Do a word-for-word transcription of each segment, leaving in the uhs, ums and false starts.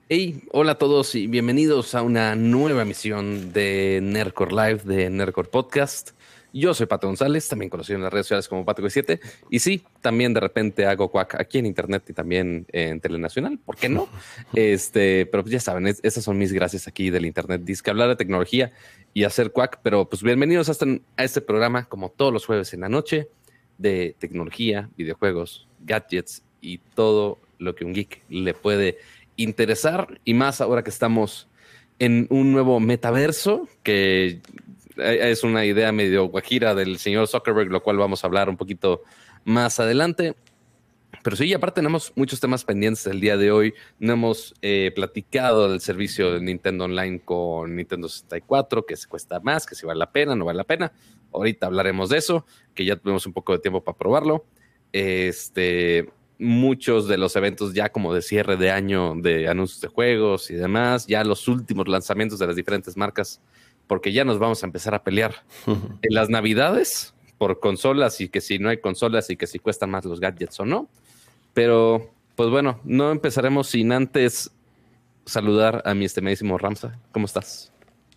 Hey, hola a todos y bienvenidos a una nueva emisión de Nerdcore Live de Nerdcore Podcast. Yo soy Pato González, también conocido en las redes sociales como Pato siete. Y sí, también de repente hago quack aquí en internet y también en Telenacional. ¿Por qué no? Este, pero pues ya saben, es- esas son mis gracias aquí del internet. Dice que hablar de tecnología y hacer quack. Pero pues bienvenidos a este, a este programa, como todos los jueves en la noche, de tecnología, videojuegos, gadgets y todo lo que un geek le puede interesar, y más ahora que estamos en un nuevo metaverso, que es una idea medio guajira del señor Zuckerberg, lo cual vamos a hablar un poquito más adelante. Pero sí, aparte tenemos muchos temas pendientes el día de hoy. No hemos eh, platicado del servicio de Nintendo Online con Nintendo sesenta y cuatro, que se cuesta más, que si vale la pena, no vale la pena. Ahorita hablaremos de eso, que ya tuvimos un poco de tiempo para probarlo. Este, muchos de los eventos ya como de cierre de año de anuncios de juegos y demás, ya los últimos lanzamientos de las diferentes marcas, porque ya nos vamos a empezar a pelear en las navidades por consolas y que si no hay consolas y que si cuestan más los gadgets o no. Pero, pues bueno, no empezaremos sin antes saludar a mi estimadísimo Ramsa. ¿Cómo estás?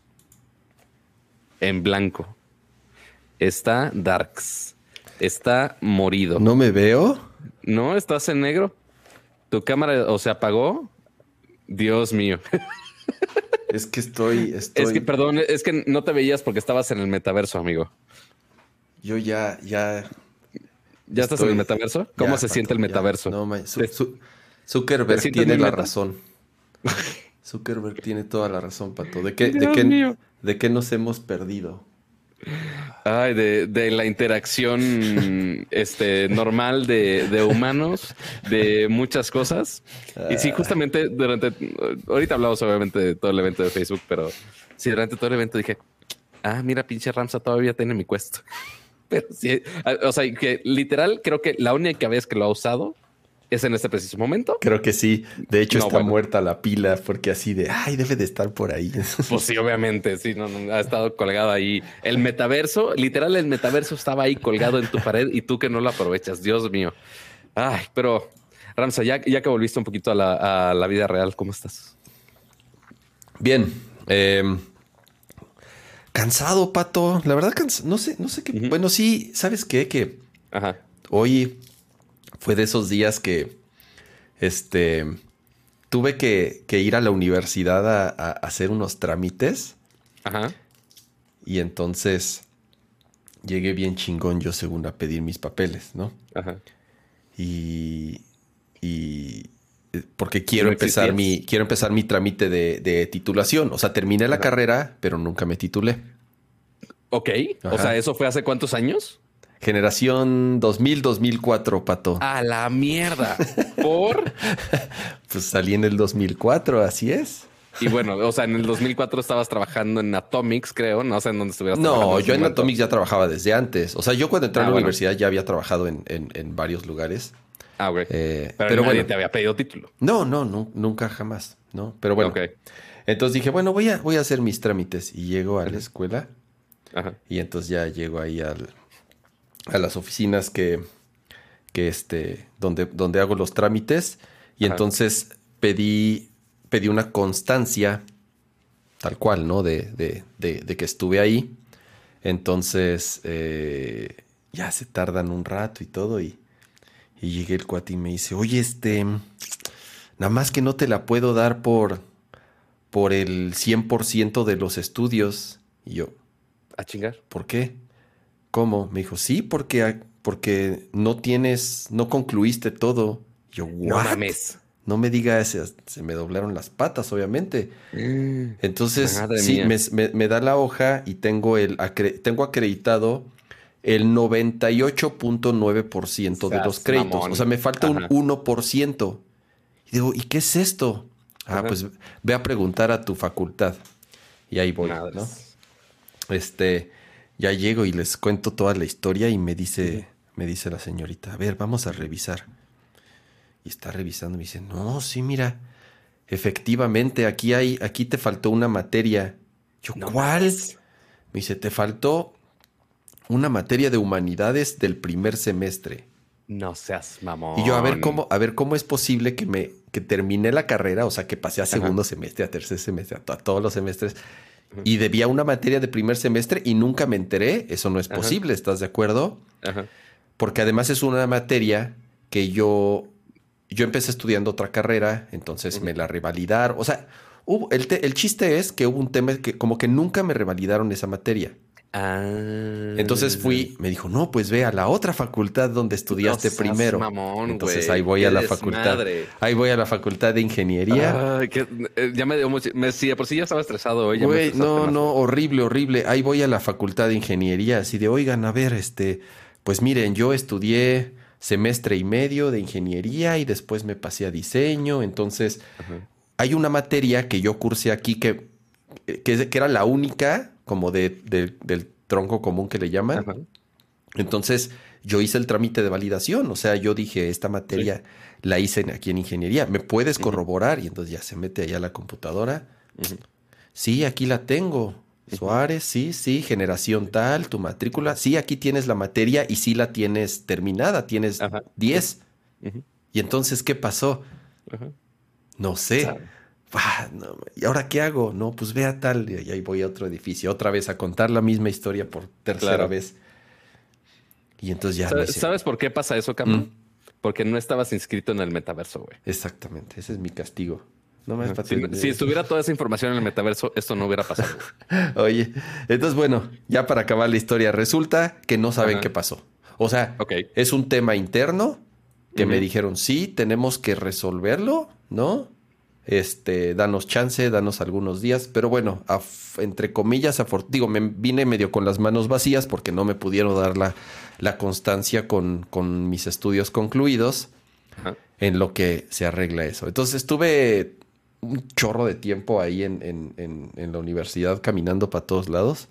En blanco. Está Darks. Está morido. ¿No me veo? ¿No? ¿Estás en negro? ¿Tu cámara o se apagó? Dios mío. Es que estoy, estoy. Es que, perdón, es que no te veías porque estabas en el metaverso, amigo. Yo ya, ya. ¿Ya estás en el estoy, metaverso? ¿Cómo ya, se siente Pato, el ya. metaverso? No, ma- Zu- ¿Te, Zu- te Zuckerberg sientes muy tiene la meta? razón. Zuckerberg tiene toda la razón, Pato. ¿De qué, de Dios qué, mío. de qué nos hemos perdido? Ay, de, de la interacción este, normal de, de humanos, de muchas cosas. Y sí, Ah, justamente durante, ahorita hablamos obviamente de todo el evento de Facebook, pero sí, durante todo el evento dije, ah, mira, pinche Ramsa todavía tiene mi Quest. Pero sí, o sea, que literal creo que la única vez que lo ha usado es en este preciso momento. creo que sí. De hecho, No, está bueno, muerta la pila porque así de, ay, debe de estar por ahí. pues sí, obviamente, sí, no, no, ha estado colgado ahí. El metaverso, literal, el metaverso estaba ahí colgado en tu pared y tú que no lo aprovechas, Dios mío. Ay, pero Ramsa, ya, ya que volviste un poquito a la, a la vida real, ¿cómo estás? Bien. em, cansado, Pato. La verdad, cansa- no sé, no sé qué. Ujú. Bueno, sí, ¿sabes qué? Que Ajá, hoy fue de esos días que, este, tuve que, que ir a la universidad a, a hacer unos trámites ajá, y entonces llegué bien chingón yo según a pedir mis papeles, ¿no? ajá. Y, y eh, porque ¿Y quiero no empezar existías? mi, quiero empezar mi trámite de, de titulación. O sea, terminé la Ajá. carrera, pero nunca me titulé. Ok, o sea, Ajá. ¿eso fue hace cuántos años? Generación dos mil, dos mil cuatro, Pato. A la mierda. Por... Pues salí en el dos mil cuatro, así es. Y bueno, o sea, en el dos mil cuatro estabas trabajando en Atomics, creo. No sé en dónde estuvieras trabajando No, en ese yo en momento. Atomics ya trabajaba desde antes. O sea, yo cuando entré a Ah, la bueno. universidad ya había trabajado en, en- en varios lugares. Ah, güey. Eh, Pero pero nadie bueno, te había pedido título. no, no, no, nunca jamás, ¿no? Pero bueno, Ok. entonces dije, bueno, voy a, voy a hacer mis trámites. Y llego a la Ujú. escuela Ajá. y entonces ya llego ahí al- a las oficinas que, que este, donde, donde hago los trámites. Y Ajá. entonces pedí, pedí una constancia, tal cual, ¿no? De, de, de, de que estuve ahí. Entonces, eh, ya se tardan un rato y todo. Y, y llegué el cuate y me dice, oye, este, nada más que no te la puedo dar por, por el cien por ciento de los estudios. Y yo, A chingar. ¿por qué? ¿Cómo? Me dijo, sí, porque, porque no tienes, no concluiste todo. Y yo, No ¿what? mames. No me digas, se, se me doblaron las patas, obviamente. Mm, Entonces, Madre sí, mía. me, me- me da la hoja y tengo, el, acre- tengo acreditado el noventa y ocho punto nueve por ciento de los Seas créditos. O sea, mamón. me falta un Ajá. uno por ciento. Y digo, ¿y qué es esto? Ah, Ajá. pues ve a preguntar a tu facultad. Y ahí voy, ¿no? Madres. Este, ya llego y les cuento toda la historia y me dice, Ujú. me dice la señorita, a ver, vamos a revisar. Y está revisando y me dice, no, sí, mira, efectivamente, aquí hay, aquí te faltó una materia. Yo, No ¿cuál? mames. Me dice, te faltó una materia de humanidades del primer semestre. No seas mamón. Y yo, a ver cómo, a ver cómo es posible que me que terminé la carrera, o sea, que pasé a segundo Ajá. semestre, a tercer semestre, a, to- a todos los semestres, Ajá. y debía una materia de primer semestre y nunca me enteré. Eso no es Ajá. posible, ¿estás de acuerdo? Ajá. Porque además es una materia que yo, yo empecé estudiando otra carrera, entonces Ajá. me la revalidaron. O sea, hubo, el, te, el chiste es que hubo un tema que como que nunca me revalidaron esa materia. Ah. Entonces fui, me dijo, no, pues ve a la otra facultad donde estudiaste no primero. Mamón, Entonces güey. ahí voy Qué a la desmadre. facultad. Ahí voy a la facultad de ingeniería. Ay, que, eh, ya me dio mucho. Me, sí, por sí ya estaba estresado hoy. Güey, no, más, no, horrible, horrible. Ahí voy a la facultad de ingeniería. Así de, oigan, a ver, este, pues miren, yo estudié semestre y medio de ingeniería y después me pasé a diseño. Entonces, Ajá. hay una materia que yo cursé aquí que, que, que era la única, como de, de, del tronco común que le llaman. Ajá. Entonces, yo hice el trámite de validación. O sea, yo dije, esta materia sí. la hice aquí en ingeniería. ¿Me puedes uh-huh. corroborar? Y entonces ya se mete allá a la computadora. Uh-huh. Sí, aquí la tengo. Uh-huh. Suárez, sí, sí, generación tal, tu matrícula. Sí, aquí tienes la materia y sí la tienes terminada. Tienes uh-huh. diez. Uh-huh. Y entonces, ¿qué pasó? Uh-huh. No sé. ¿Sabe? Ah, no, ¿y ahora qué hago? No, pues ve a tal. Y ahí voy a otro edificio. Otra vez a contar la misma historia por tercera claro. vez. Y entonces ya... ¿Sabes, ¿sabes por qué pasa eso, Cama? Mm. Porque no estabas inscrito en el metaverso, güey. Exactamente. Ese es mi castigo. No me si, si estuviera toda esa información en el metaverso, esto no hubiera pasado. Oye, entonces, bueno, ya para acabar la historia, resulta que no saben Ajá. qué pasó. O sea, okay. es un tema interno que uh-huh. me dijeron, sí, tenemos que resolverlo, ¿no? Este, danos chance, danos algunos días, pero bueno, af, entre comillas, afor- digo, me vine medio con las manos vacías porque no me pudieron dar la, la constancia con, con mis estudios concluidos Ajá. en lo que se arregla eso. Entonces estuve un chorro de tiempo ahí en, en, en, en la universidad caminando para todos lados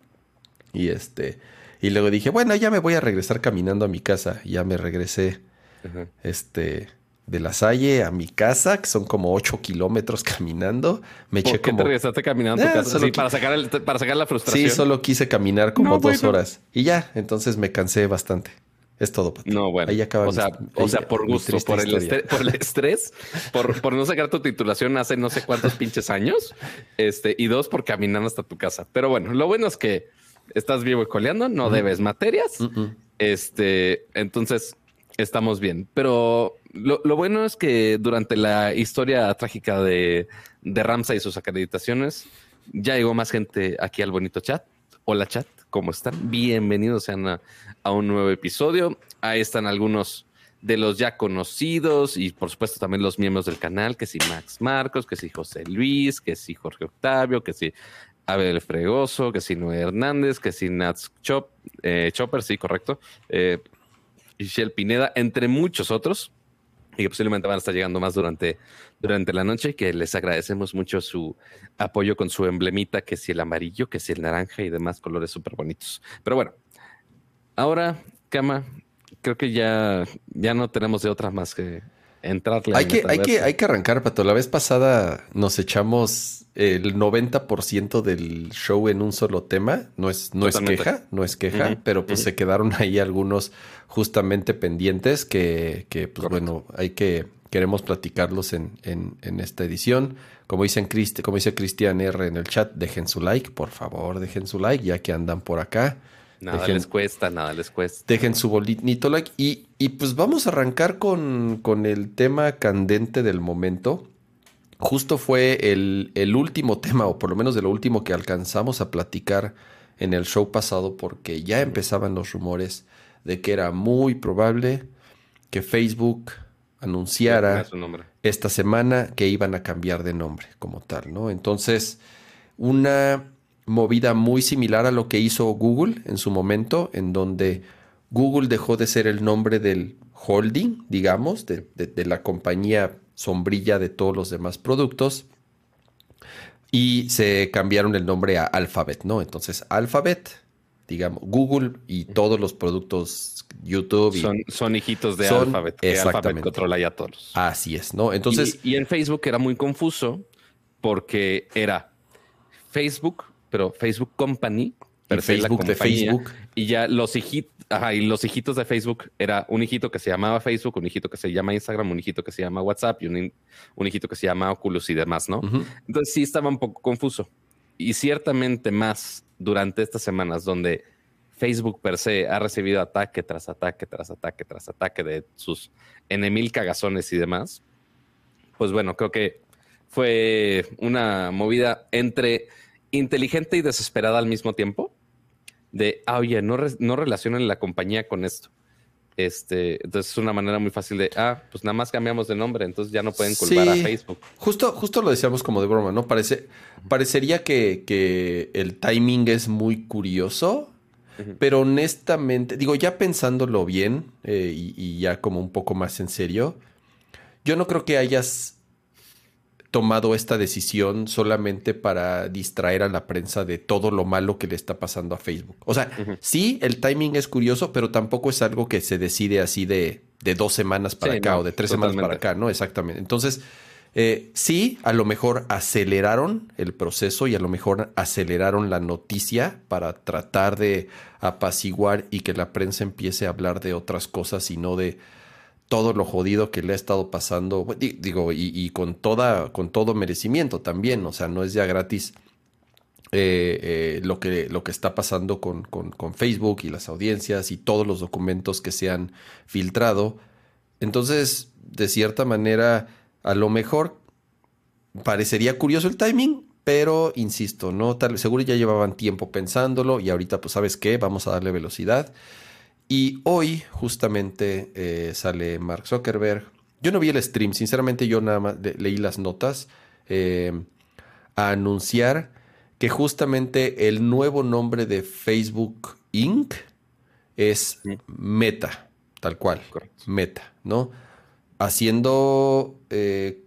y este, y luego dije, bueno, ya me voy a regresar caminando a mi casa, ya me regresé, Ajá. este... de La Salle a mi casa, que son como ocho kilómetros caminando. Me eché ¿Por qué como... te regresaste caminando a tu eh, casa? Sí, para, sacar el, para sacar la frustración. Sí, solo quise caminar como no, dos bueno. horas. Y ya, entonces me cansé bastante. Es todo, Pato. No, bueno. Ahí acaba o sea, mi, o ahí, sea por gusto, por el, estre- por el estrés, por, por no sacar tu titulación hace no sé cuántos pinches años. Este, y dos, por caminar hasta tu casa. Pero bueno, lo bueno es que estás vivo y coleando, no mm. debes materias. Mm-mm. Este, entonces estamos bien. Pero lo, lo bueno es que durante la historia trágica de, de Ramsa y sus acreditaciones, ya llegó más gente aquí al bonito chat. Hola chat, ¿cómo están? Bienvenidos sean a, a un nuevo episodio. Ahí están algunos de los ya conocidos y por supuesto también los miembros del canal, que si Max Marcos, que si José Luis, que si Jorge Octavio, que si Abel Fregoso, que si Noé Hernández, que si Nats Chop, eh, Chopper, sí, correcto. Eh, Michelle Pineda, entre muchos otros, y que posiblemente van a estar llegando más durante, durante la noche, que les agradecemos mucho su apoyo con su emblemita, que si el amarillo, que si el naranja y demás colores súper bonitos. Pero bueno, ahora, Cama, creo que ya, ya no tenemos de otra más que entrarle. Hay que, hay, que, hay que arrancar, Pato. La vez pasada nos echamos el noventa por ciento del show en un solo tema. No es, no es queja, no es queja, uh-huh, pero pues uh-huh. se quedaron ahí algunos justamente pendientes que, que pues Correcto. bueno, hay que, queremos platicarlos en, en, en esta edición. Como dicen Christ, como dice Cristian R en el chat, dejen su like, por favor, dejen su like, ya que andan por acá. Nada dejen, les cuesta, nada les cuesta. Dejen su bonito like. Y, y pues vamos a arrancar con, con el tema candente del momento. Justo fue el, el último tema, o por lo menos de lo último que alcanzamos a platicar en el show pasado, porque ya empezaban los rumores de que era muy probable que Facebook anunciara esta semana que iban a cambiar de nombre como tal, ¿no? Entonces, una movida muy similar a lo que hizo Google en su momento, en donde Google dejó de ser el nombre del holding, digamos, de, de, de la compañía sombrilla de todos los demás productos, y se cambiaron el nombre a Alphabet, ¿no? Entonces, Alphabet, digamos, Google y todos los productos YouTube. Y son, son hijitos de son, Alphabet, que Alphabet controla ya todos. Así es, ¿no? Entonces... Y, y en Facebook era muy confuso porque era Facebook, pero Facebook Company Y Facebook de Facebook. Y ya los hijitos, ajá, y los hijitos de Facebook era un hijito que se llamaba Facebook, un hijito que se llama Instagram, un hijito que se llama WhatsApp y un, un hijito que se llama Oculus y demás, ¿no? Uh-huh. Entonces sí estaba un poco confuso. Y ciertamente más durante estas semanas donde Facebook per se ha recibido ataque tras ataque, tras ataque, tras ataque de sus enemil cagazones y demás. Pues bueno, creo que fue una movida entre inteligente y desesperada al mismo tiempo. De, ah, oye, no, re, no relacionen la compañía con esto. Este, entonces es una manera muy fácil de, ah, pues nada más cambiamos de nombre, entonces ya no pueden culpar sí, a Facebook. Justo, justo lo decíamos como de broma, ¿no? Parece, parecería que, que el timing es muy curioso, uh-huh. pero honestamente, digo, ya pensándolo bien eh, y, y ya como un poco más en serio, yo no creo que hayas tomado esta decisión solamente para distraer a la prensa de todo lo malo que le está pasando a Facebook. O sea, uh-huh. sí, el timing es curioso, pero tampoco es algo que se decide así de, de dos semanas para sí, acá no, o de tres totalmente. semanas para acá, ¿no? Exactamente. Entonces, eh, sí, a lo mejor aceleraron el proceso y a lo mejor aceleraron la noticia para tratar de apaciguar y que la prensa empiece a hablar de otras cosas y no de todo lo jodido que le ha estado pasando, digo, y, y con toda, con todo merecimiento también, o sea, no es ya gratis eh, eh, lo que, lo que está pasando con, con, con Facebook y las audiencias y todos los documentos que se han filtrado. Entonces, de cierta manera, a lo mejor parecería curioso el timing, pero insisto, no, tal, seguro ya llevaban tiempo pensándolo y ahorita, pues, ¿sabes qué? Vamos a darle velocidad. Y hoy justamente eh, sale Mark Zuckerberg. Yo no vi el stream, sinceramente yo nada más le- leí las notas eh, a anunciar que justamente el nuevo nombre de Facebook incorporated es Meta, tal cual, correcto. Meta, ¿no? Haciendo eh,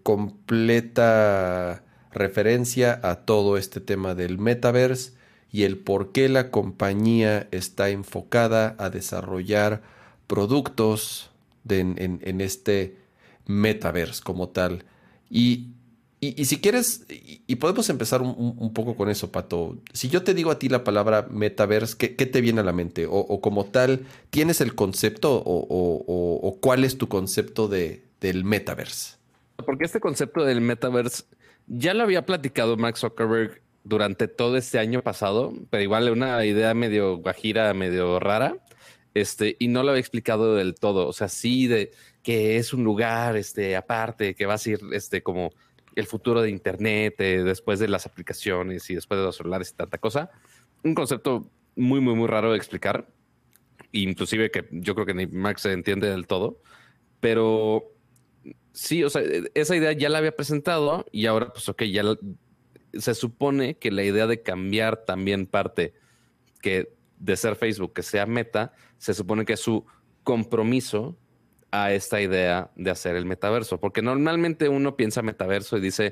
completa referencia a todo este tema del metaverse y el por qué la compañía está enfocada a desarrollar productos de, en, en, en este metaverse como tal. Y, y, y si quieres, y, y podemos empezar un, un poco con eso, Pato. Si yo te digo a ti la palabra metaverse, ¿qué, qué te viene a la mente? O, o como tal, ¿tienes el concepto o, o, o, o cuál es tu concepto de, del metaverse? Porque este concepto del metaverse ya lo había platicado Mark Zuckerberg durante todo este año pasado, pero igual una idea medio guajira, medio rara, este, y no lo había explicado del todo. O sea, sí, de que es un lugar este, aparte, que va a ser este, como el futuro de Internet, eh, después de las aplicaciones y después de los celulares y tanta cosa. Un concepto muy, muy, muy raro de explicar, inclusive que yo creo que ni Mark se entiende del todo, pero sí, o sea, esa idea ya la había presentado y ahora, pues, ok, ya la, se supone que la idea de cambiar también parte que de ser Facebook, que sea Meta, se supone que es su compromiso a esta idea de hacer el metaverso. Porque normalmente uno piensa metaverso y dice,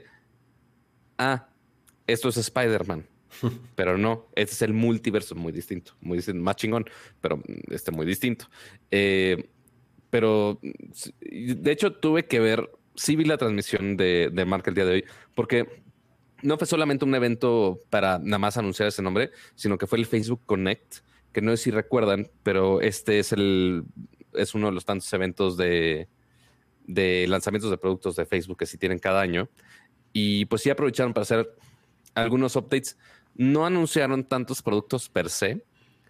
ah, esto es Spider-Man. Pero no, este es el multiverso, muy distinto, muy distinto, más chingón, pero este muy distinto. Eh, pero de hecho tuve que ver, sí vi la transmisión de, de Mark el día de hoy, porque no fue solamente un evento para nada más anunciar ese nombre, sino que fue el Facebook Connect, que no sé si recuerdan, pero este es el es uno de los tantos eventos de, de lanzamientos de productos de Facebook que sí tienen cada año. Y pues sí aprovecharon para hacer algunos updates. No anunciaron tantos productos per se,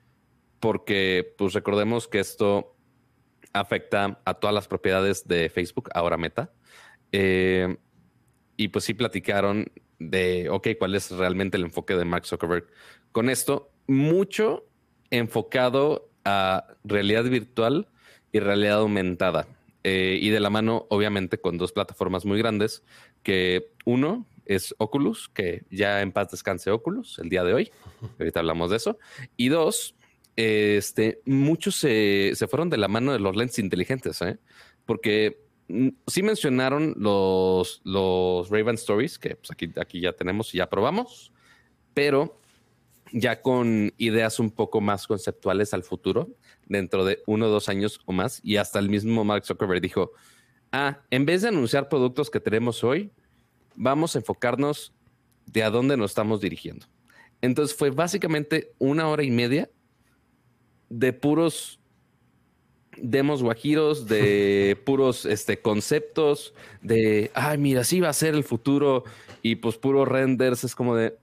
porque pues recordemos que esto afecta a todas las propiedades de Facebook, ahora Meta. Eh, y pues sí platicaron de, ok, cuál es realmente el enfoque de Mark Zuckerberg con esto, mucho enfocado a realidad virtual y realidad aumentada. Eh, y de la mano, obviamente, con dos plataformas muy grandes, que uno es Oculus, que ya en paz descanse Oculus el día de hoy. Ahorita hablamos de eso. Y dos, este, muchos se, se fueron de la mano de los lentes inteligentes, ¿eh? Porque sí mencionaron los, los Ray-Ban Stories, que pues aquí, aquí ya tenemos y ya probamos, pero ya con ideas un poco más conceptuales al futuro, dentro de uno o dos años o más. Y hasta el mismo Mark Zuckerberg dijo, ah, en vez de anunciar productos que tenemos hoy, vamos a enfocarnos de a dónde nos estamos dirigiendo. Entonces fue básicamente una hora y media de puros demos guajiros, de puros este, conceptos, de, ay, mira, sí va a ser el futuro, y pues puros renders. Es como de,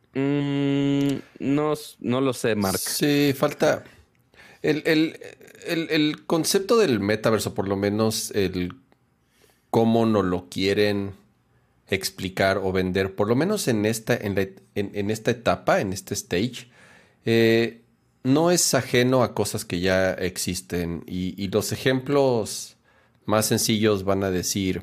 mmm, no, no lo sé, Mark. Sí, falta el, el, el, el concepto del metaverso, por lo menos el cómo nos lo quieren explicar o vender, por lo menos en esta, en, la, en, en esta etapa, en este stage, eh, no es ajeno a cosas que ya existen. Y, y los ejemplos más sencillos van a decir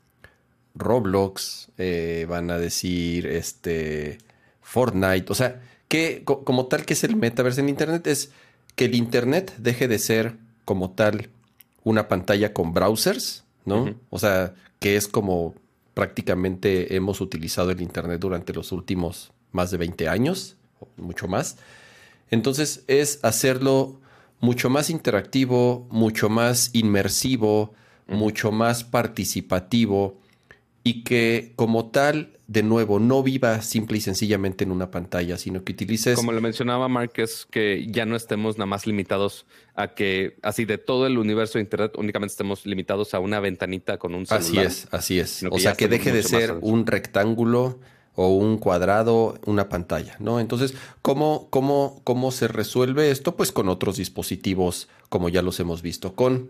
Roblox, eh, van a decir este Fortnite. O sea, que co- como tal que es el metaverso en Internet, es que el Internet deje de ser como tal una pantalla con browsers, ¿no? Ujú. O sea, que es como prácticamente hemos utilizado el Internet durante los últimos más de veinte años, o mucho más. Entonces es hacerlo mucho más interactivo, mucho más inmersivo, Ujú. mucho más participativo y que como tal, de nuevo, no viva simple y sencillamente en una pantalla, sino que utilices... Como lo mencionaba Mark, es que ya no estemos nada más limitados a que así de todo el universo de Internet únicamente estemos limitados a una ventanita con un Así celular. es, así es. Sino O que sea, ya que estemos deje de mucho más ser adentro. un rectángulo o un cuadrado, una pantalla, ¿no? Entonces, ¿cómo, cómo, cómo se resuelve esto? Pues con otros dispositivos, como ya los hemos visto, con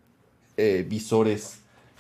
eh, visores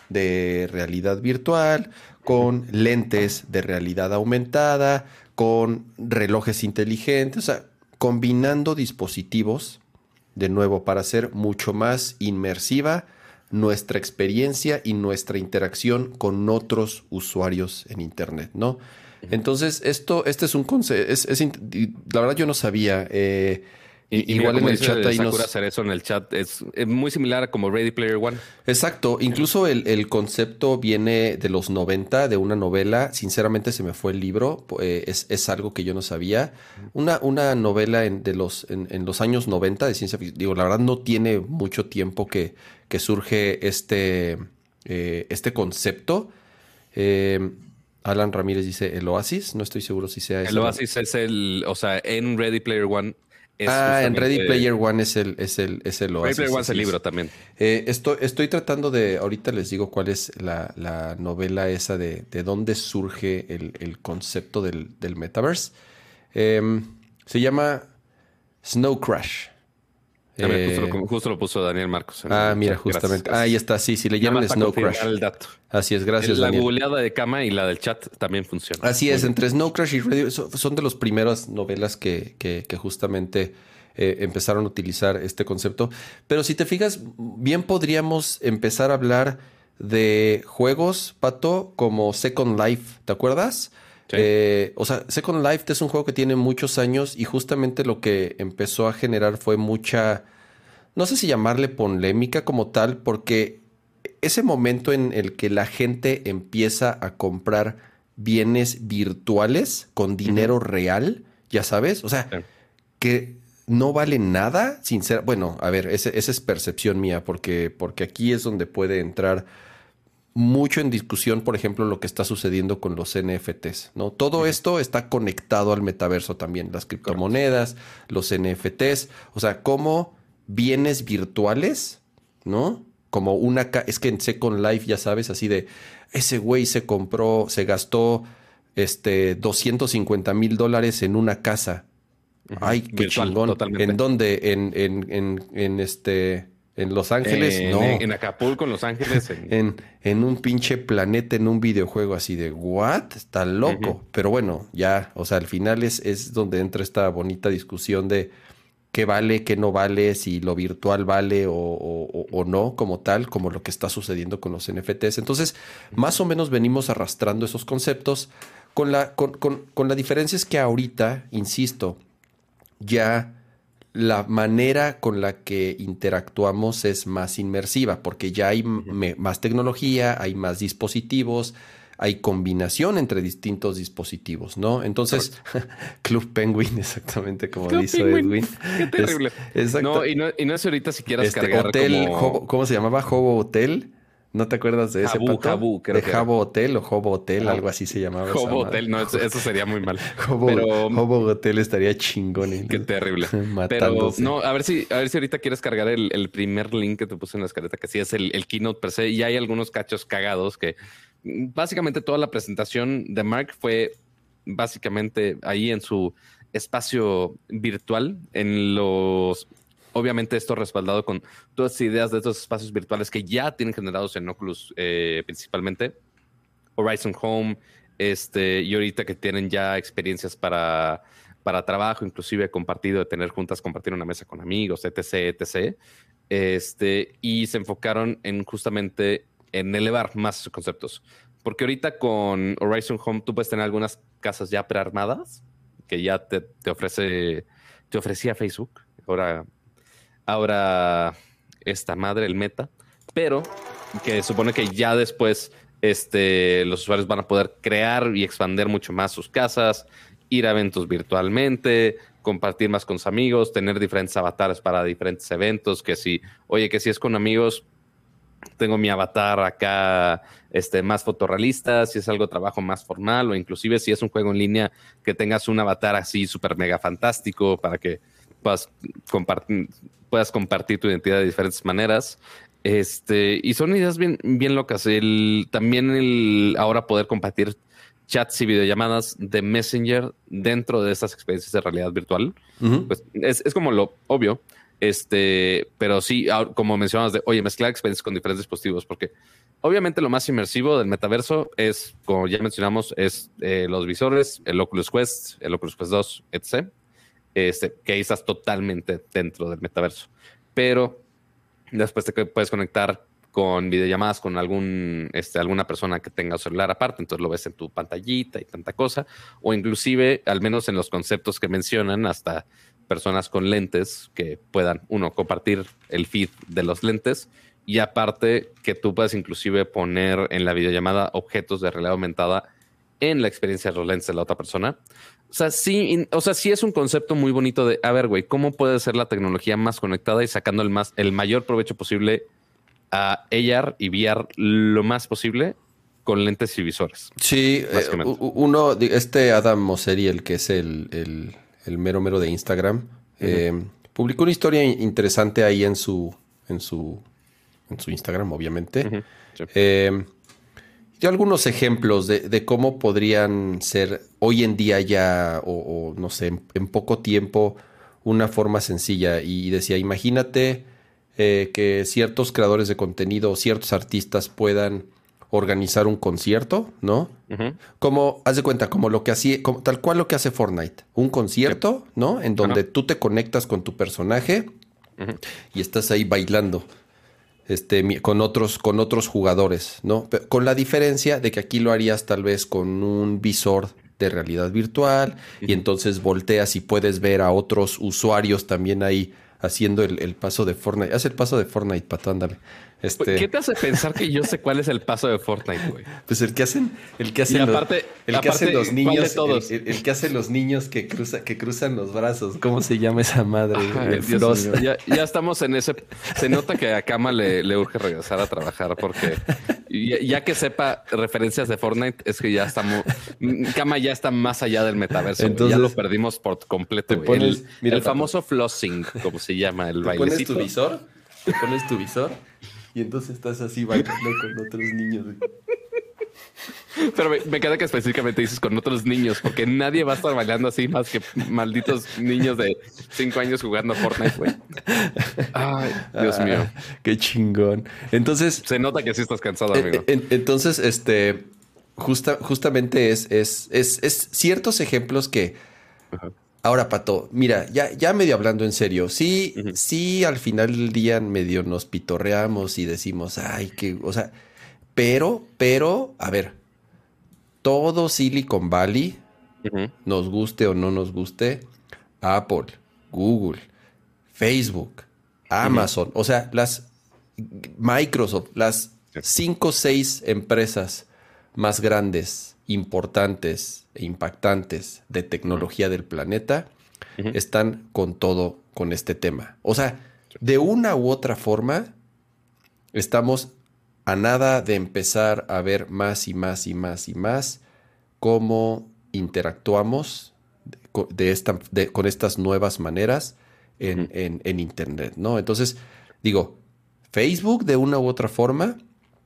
de realidad virtual, con lentes de realidad aumentada, con relojes inteligentes, o sea, combinando dispositivos, de nuevo, para hacer mucho más inmersiva nuestra experiencia y nuestra interacción con otros usuarios en Internet, ¿no? Ujú. Entonces, esto, este es un concepto, es, es int- y la verdad yo no sabía, eh, Y, i- y mira, igual en como el chat dice ahí Sakura nos... Cerezo en el chat, es, es muy similar a como Ready Player One. Exacto, incluso el, el concepto viene de los noventa, de una novela, sinceramente se me fue el libro, po- eh, es, es algo que yo no sabía, una, una novela en, de los, en, en los años noventa de ciencia ficción, digo, la verdad no tiene mucho tiempo que, que surge este, eh, este concepto. Eh, Alan Ramírez dice el Oasis, no estoy seguro si sea El esa la... Oasis es el, o sea, en Ready Player One es Ah, en Ready justamente. Player One es el, es el, es el Ready Player Oasis, One es el así es. libro también. Eh, estoy, estoy tratando de, ahorita les digo cuál es la, la novela esa de, de dónde surge el, el concepto del, del metaverse. Em, se llama Snow Crash. A ver, justo Eh, lo, justo lo puso Daniel Marcos en ah, el mira, chat. Gracias, justamente. Ah, ahí gracias. está, sí, si Nada leyeron más para Snow confirmar Crash. el dato. Así es, gracias, El- La Daniel. googleada de Kama y la del chat también funciona. Así Muy es, bien. entre Snow Crash y Radio so- son de las primeras novelas que, que- que justamente eh, empezaron a utilizar este concepto. Pero si te fijas, bien podríamos empezar a hablar de juegos, Pato, como Second Life, ¿te acuerdas? Sí. Eh, o sea, Second Life es un juego que tiene muchos años y justamente lo que empezó a generar fue mucha, no sé si llamarle polémica como tal, porque ese momento en el que la gente empieza a comprar bienes virtuales con dinero real, ya sabes, o sea, Sí. que no vale nada, sincera. Bueno, a ver, ese- esa es percepción mía, porque, porque aquí es donde puede entrar mucho en discusión, por ejemplo, lo que está sucediendo con los N F Ts, ¿no? Todo Ujú. esto está conectado al metaverso también, las criptomonedas, los N F Ts, o sea, como bienes virtuales, ¿no? Como una... ca- Es que en Second Life, ya sabes, así de, ese güey se compró, se gastó este doscientos cincuenta mil dólares en una casa. Ujú. Ay, qué Virtual, chingón. totalmente. ¿En dónde? En, en, en, en este, en Los Ángeles. En, No. en Acapulco, en Los Ángeles. En, En, en un pinche planeta, en un videojuego así de, ¿what? Está loco. Ujú. Pero bueno, ya, o sea, al final es, es donde entra esta bonita discusión de qué vale, qué no vale, si lo virtual vale o, o- o- o no, como tal, como lo que está sucediendo con los N F Ts. Entonces, más o menos venimos arrastrando esos conceptos. Con la, con, con- con la diferencia es que ahorita, insisto, ya la manera con la que interactuamos es más inmersiva, porque ya hay Ujú. me- más tecnología, hay más dispositivos, hay combinación entre distintos dispositivos, ¿no? Entonces, Club Penguin, exactamente como Club dice Penguin. Edwin. Qué Es- terrible. exacto. No, y no, y no es ahorita si quieras Este cargar hotel, como. Hobo- ¿cómo se llamaba? Hobo Hotel. ¿No te acuerdas de ese, Habbo, Pato? Habbo, creo de que era. Habbo Hotel o Hobo Hotel, Ah, algo así se llamaba. esa Hobo madre. Hotel, no, eso, eso sería muy mal. Hobo, Pero Hobo Hotel estaría chingón. ¿eh? qué terrible. Pero Matándose. no, a ver si, a ver si ahorita quieres cargar el, el primer link que te puse en la escaleta, que sí es el, el keynote per se, y hay algunos cachos cagados que mm, básicamente toda la presentación de Mark fue básicamente ahí en su espacio virtual, en los, obviamente esto respaldado con todas las ideas de estos espacios virtuales que ya tienen generados en Oculus eh, principalmente, Horizon Home, este, y ahorita que tienen ya experiencias para, para trabajo, inclusive compartido, de tener juntas, compartir una mesa con amigos, etc, etc. Este, y se enfocaron en justamente en elevar más esos conceptos. Porque ahorita con Horizon Home tú puedes tener algunas casas ya prearmadas que ya te, te ofrece, te ofrecía Facebook. Ahora, ahora esta madre, el Meta, pero que supone que ya después este, los usuarios van a poder crear y expandir mucho más sus casas, ir a eventos virtualmente, compartir más con sus amigos, tener diferentes avatares para diferentes eventos, que si, oye, que si es con amigos, tengo mi avatar acá este, más fotorrealista, si es algo trabajo más formal, o inclusive si es un juego en línea, que tengas un avatar así súper mega fantástico para que puedas compartir, puedas compartir tu identidad de diferentes maneras. Este, y son ideas bien, bien locas. El, también el ahora poder compartir chats y videollamadas de Messenger dentro de estas experiencias de realidad virtual. Uh-huh. Pues es, es como lo obvio. Este, pero sí, como mencionabas, de oye, mezclar experiencias con diferentes dispositivos, porque obviamente lo más inmersivo del metaverso es, como ya mencionamos, es eh, los visores, el Oculus Quest, el Oculus Quest dos, etcétera. Este, que ahí estás totalmente dentro del metaverso. Pero después te puedes conectar con videollamadas con algún, este, alguna persona que tenga celular aparte, entonces lo ves en tu pantallita y tanta cosa, o inclusive, al menos en los conceptos que mencionan, hasta personas con lentes que puedan, uno, compartir el feed de los lentes, y aparte que tú puedas inclusive poner en la videollamada objetos de realidad aumentada en la experiencia de los lentes de la otra persona. O sea, sí, o sea, sí es un concepto muy bonito de, a ver, güey, ¿cómo puede ser la tecnología más conectada y sacando el, más, el mayor provecho posible a A R y V R lo más posible con lentes y visores? Sí, eh, uno, este Adam Mosseri, el que es el, el, el mero mero de Instagram, uh-huh. eh, publicó una historia interesante ahí en su, en su, en su Instagram, obviamente. Uh-huh. Sí. Eh, dio algunos ejemplos de, de cómo podrían ser hoy en día ya, o, o no sé, en, en poco tiempo, una forma sencilla. Y decía, imagínate eh, que ciertos creadores de contenido o ciertos artistas puedan organizar un concierto, ¿no? Uh-huh. Como, haz de cuenta, como lo que hacía, como, tal cual lo que hace Fortnite. Un concierto, sí. ¿no? En donde uh-huh. tú te conectas con tu personaje uh-huh. y estás ahí bailando. Este, con otros, con otros jugadores, ¿no? Pero con la diferencia de que aquí lo harías tal vez con un visor de realidad virtual uh-huh. y entonces volteas y puedes ver a otros usuarios también ahí haciendo el, el paso de Fortnite. Haz el paso de Fortnite, Pato, ándale. Este... ¿Qué te hace pensar que yo sé cuál es el paso de Fortnite, güey? Pues el que hacen, el que hacen, aparte, los, el que aparte, hacen los niños, todos? El, el, el que hacen los niños que cruza, que cruzan los brazos. ¿Cómo se llama esa madre? Ay, el Frost. Ya, ya estamos en ese. Se nota que a Kama le, le urge regresar a trabajar porque ya, ya que sepa referencias de Fortnite es que ya estamos. Kama ya está más allá del metaverso. Entonces, ya lo perdimos por completo. Te pones, el mira, el famoso flossing, como se llama el ¿te bailecito. Pones tu visor, te pones tu visor. Y entonces estás así bailando con otros niños. Pero me, me queda que específicamente dices con otros niños, porque nadie va a estar bailando así más que malditos niños de cinco años jugando a Fortnite, güey. Ay, Dios ah, mío. Qué chingón. Entonces... Se nota que sí estás cansado, amigo. En, en, entonces, este... Justa, justamente es, es, es, es ciertos ejemplos que... Uh-huh. Ahora, Pato, mira, ya, ya medio hablando en serio, sí, uh-huh. sí, al final del día medio nos pitorreamos y decimos, ay, que, o sea, pero, pero, a ver, todo Silicon Valley, uh-huh. nos guste o no nos guste, Apple, Google, Facebook, Amazon, uh-huh. o sea, las Microsoft, las cinco o seis empresas más grandes, importantes e impactantes de tecnología del planeta uh-huh. están con todo con este tema. O sea, de una u otra forma estamos a nada de empezar a ver más y más y más y más cómo interactuamos de, de esta, de, con estas nuevas maneras en, Ujú. en, en Internet, ¿no? Entonces, digo, Facebook de una u otra forma,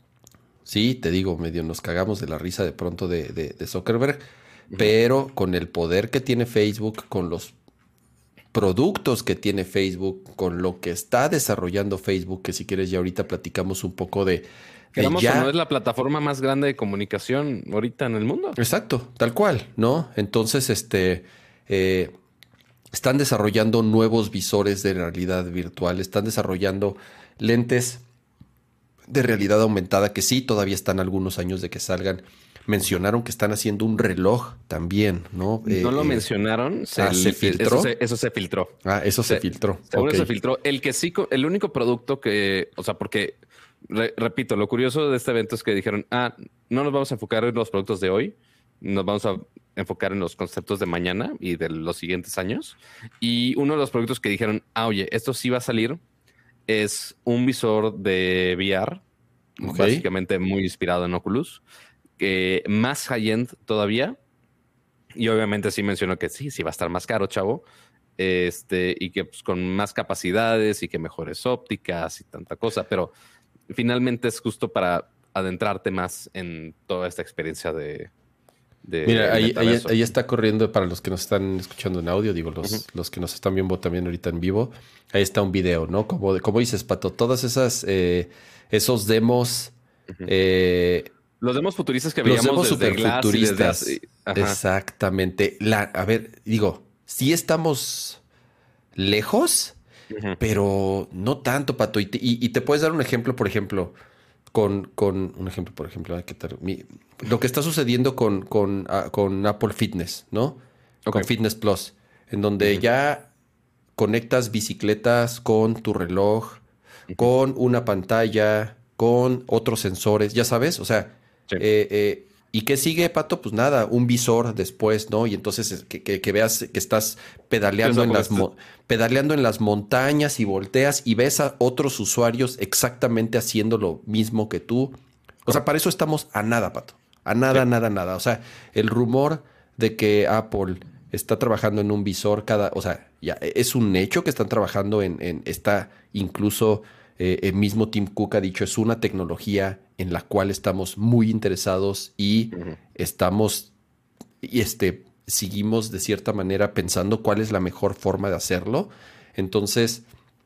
sí, te digo, medio nos cagamos de la risa de pronto de, de, de Zuckerberg, Ujú. pero con el poder que tiene Facebook, con los productos que tiene Facebook, con lo que está desarrollando Facebook, que si quieres ya ahorita platicamos un poco de, de Queramos o no, ya. es la plataforma más grande de comunicación ahorita en el mundo. Exacto, tal cual, ¿no? Entonces, este, eh, están desarrollando nuevos visores de realidad virtual, están desarrollando lentes de realidad aumentada que sí, todavía están algunos años de que salgan. Mencionaron que están haciendo un reloj también, ¿no? No Eh, lo eh, mencionaron, se, ah, ¿se li- filtró? eso se, eso se filtró. Ah, eso se Se- filtró. Seguro Ok. se filtró. El que sí, co- el único producto que, o sea, porque, re- repito, lo curioso de este evento es que dijeron, ah, no nos vamos a enfocar en los productos de hoy, nos vamos a enfocar en los conceptos de mañana y de los siguientes años. Y uno de los productos que dijeron, ah, oye, esto sí va a salir, es un visor de V R, Ok. básicamente muy inspirado en Oculus, que más high-end todavía. Y obviamente sí mencionó que sí, sí va a estar más caro, chavo. Este, y que pues, con más capacidades y que mejores ópticas y tanta cosa, pero finalmente es justo para adentrarte más en toda esta experiencia de, de Mira, el ahí, ahí, metaverso. ahí está corriendo para los que nos están escuchando en audio, digo, Ujú. los, los que nos están viendo también ahorita en vivo. Ahí está un video, ¿no? Como, de- como dices, Pato, todas esas, eh, esos demos, Ujú. eh, Los demos futuristas que los veíamos demos desde Glass y desde hace... superfuturistas. Ajá. Exactamente. La, a ver, digo, sí estamos lejos, Ujú. pero no tanto, Pato. Y te, y- y te puedes dar un ejemplo, por ejemplo, con, con un ejemplo, por ejemplo, ay, ¿qué tal? Mi- lo que está sucediendo con, con, ah, con Apple Fitness, ¿no? Con Ok. Fitness Plus, en donde Ujú. ya conectas bicicletas con tu reloj, Ujú. con una pantalla, con otros sensores, ya sabes, o sea, Sí. eh, eh, ¿y qué sigue, Pato? Pues nada, un visor después, ¿no? Y entonces es que, que- que veas que estás Sí, o pedaleando sea, en porque las, mo- pedaleando en las montañas y volteas y ves a otros usuarios exactamente haciendo lo mismo que tú. O sea, correcto. para eso estamos a nada, Pato. A Sí. nada, nada, nada. O sea, el rumor de que Apple está trabajando en un visor cada, o sea, ya es un hecho que están trabajando en, en está incluso eh, el mismo Tim Cook ha dicho, es una tecnología en la cual estamos muy interesados y Ujú. estamos, y este, seguimos de cierta manera pensando cuál es la mejor forma de hacerlo. Entonces,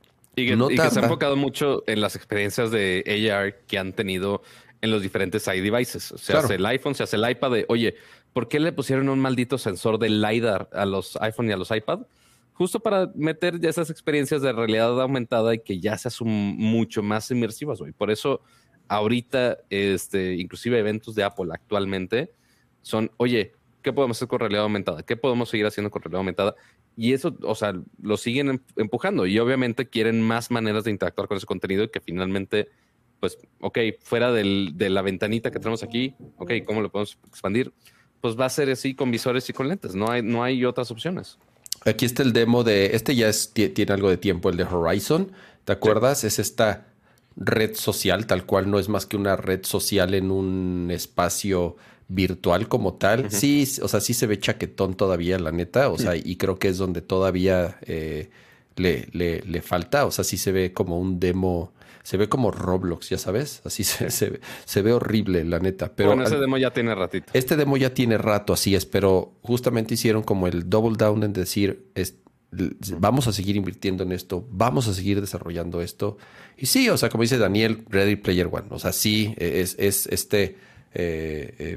Y que, no y que se ha tarda. enfocado mucho en las experiencias de A R que han tenido en los diferentes iDevices. Se hace Claro, el iPhone, se hace el iPad de, oye, ¿por qué le pusieron un maldito sensor de LiDAR a los iPhone y a los iPad? Justo para meter ya esas experiencias de realidad aumentada y que ya se hacen mucho más inmersivas, güey. Por eso ahorita, este, inclusive eventos de Apple actualmente son, oye, ¿qué podemos hacer con realidad aumentada? ¿Qué podemos seguir haciendo con realidad aumentada? Y eso, o sea, lo siguen em- empujando y obviamente quieren más maneras de interactuar con ese contenido y que finalmente, pues, ok, fuera del- de la ventanita que tenemos aquí, ok, ¿cómo lo podemos expandir? Pues va a ser así con visores y con lentes, no hay, no hay otras opciones. aquí está el demo de, este ya es, tie- tiene algo de tiempo, el de Horizon, ¿te Sí. acuerdas? Es esta red social, tal cual no es más que una red social en un espacio virtual como tal. Ujú. Sí, o sea, sí se ve chaquetón todavía, la neta, o sea, y creo que es donde todavía eh, le, le, le falta, o sea, sí se ve como un demo, se ve como Roblox, ya sabes, así se, se, ve- se ve horrible, la neta, pero Bueno, ese al- demo ya tiene ratito. este demo ya tiene rato, así es, pero justamente hicieron como el double down en decir, es- l- vamos a seguir invirtiendo en esto, vamos a seguir desarrollando esto. Y sí, o sea, como dice Daniel, Ready Player One, o sea, sí, eh, es, es este, eh, eh,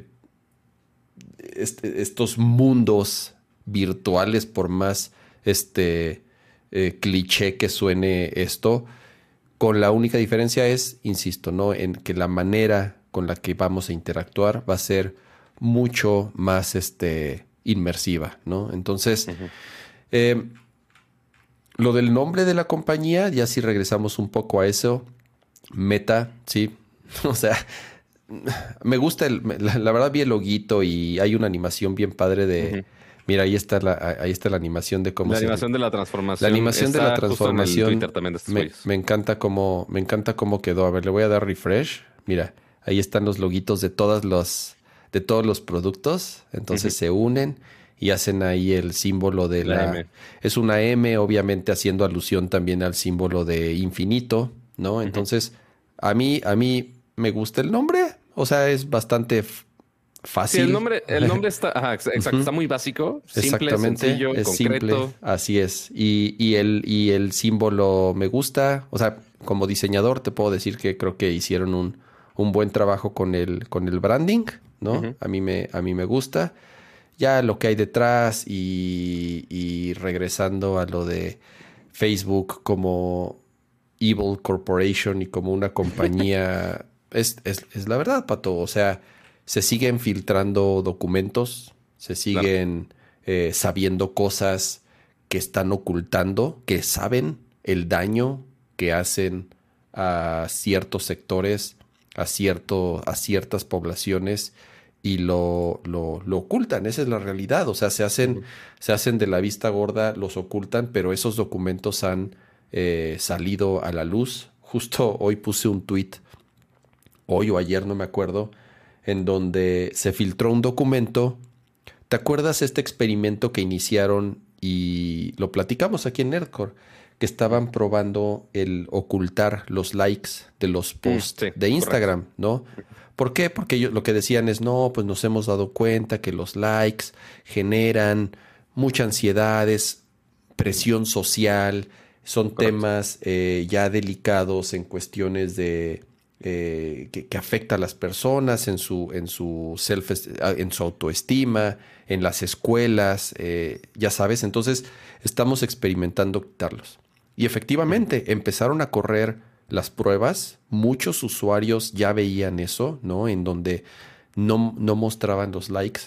este- estos mundos virtuales, por más este eh, cliché que suene esto, con la única diferencia es, insisto, ¿no? En que la manera con la que vamos a interactuar va a ser mucho más este, inmersiva, ¿no? Entonces, Ujú. eh, lo del nombre de la compañía, ya si regresamos un poco a eso, Meta, sí. O sea, me gusta, el, la, la verdad vi el loguito y hay una animación bien padre de... Ujú. Mira, ahí está la, ahí está la animación de cómo La se... animación de la La transformación animación de la está justo en el transformación Twitter también de estos me, güeyes. me encanta cómo, me encanta cómo quedó. A ver, le voy a dar refresh. Mira, ahí están los loguitos de todas los, de todos los productos. Entonces Ujú. se unen y hacen ahí el símbolo de La la... M. Es una M, obviamente haciendo alusión también al símbolo de infinito, ¿no? Ujú. Entonces, a mí, a mí me gusta el nombre. O sea, es bastante f- Sí, el fácil. nombre, el nombre está, ajá, ex- exacto, está Ujú. muy básico, simple, Exactamente, sencillo, es simple, concreto. así es. Y, y el, y el símbolo me gusta. O sea, como diseñador te puedo decir que creo que hicieron un, un buen trabajo con el, con el branding, ¿no? Ujú. A mí me, a mí me gusta. Ya lo que hay detrás y, y regresando a lo de Facebook como Evil Corporation y como una compañía, es, es, es la verdad, Pato. O sea, se siguen filtrando documentos, se Claro. siguen eh, sabiendo cosas que están ocultando, que saben el daño que hacen a ciertos sectores, a, cierto, a ciertas poblaciones y lo, lo, lo ocultan. Esa es la realidad. O sea, se hacen, Ujú. se hacen de la vista gorda, los ocultan, pero esos documentos han eh, salido a la luz. Justo hoy puse un tweet, hoy o ayer, no me acuerdo, en donde se filtró un documento. ¿Te acuerdas este experimento que iniciaron y lo platicamos aquí en Nerdcore? Que Ujú. estaban probando el ocultar los likes de los Mm, posts sí, de correcto. Instagram, ¿no? ¿Por qué? Porque ellos lo que decían es, no, pues nos hemos dado cuenta que los likes generan mucha ansiedad, es Ujú. presión social, son Correcto. temas eh, ya delicados en cuestiones de eh, que, que afecta a las personas en su, en su self, en su autoestima, en las escuelas, eh, ya sabes. Entonces estamos experimentando quitarlos. Y Ujú. efectivamente empezaron a correr las pruebas, muchos usuarios ya veían eso, ¿no? En donde no, no mostraban los likes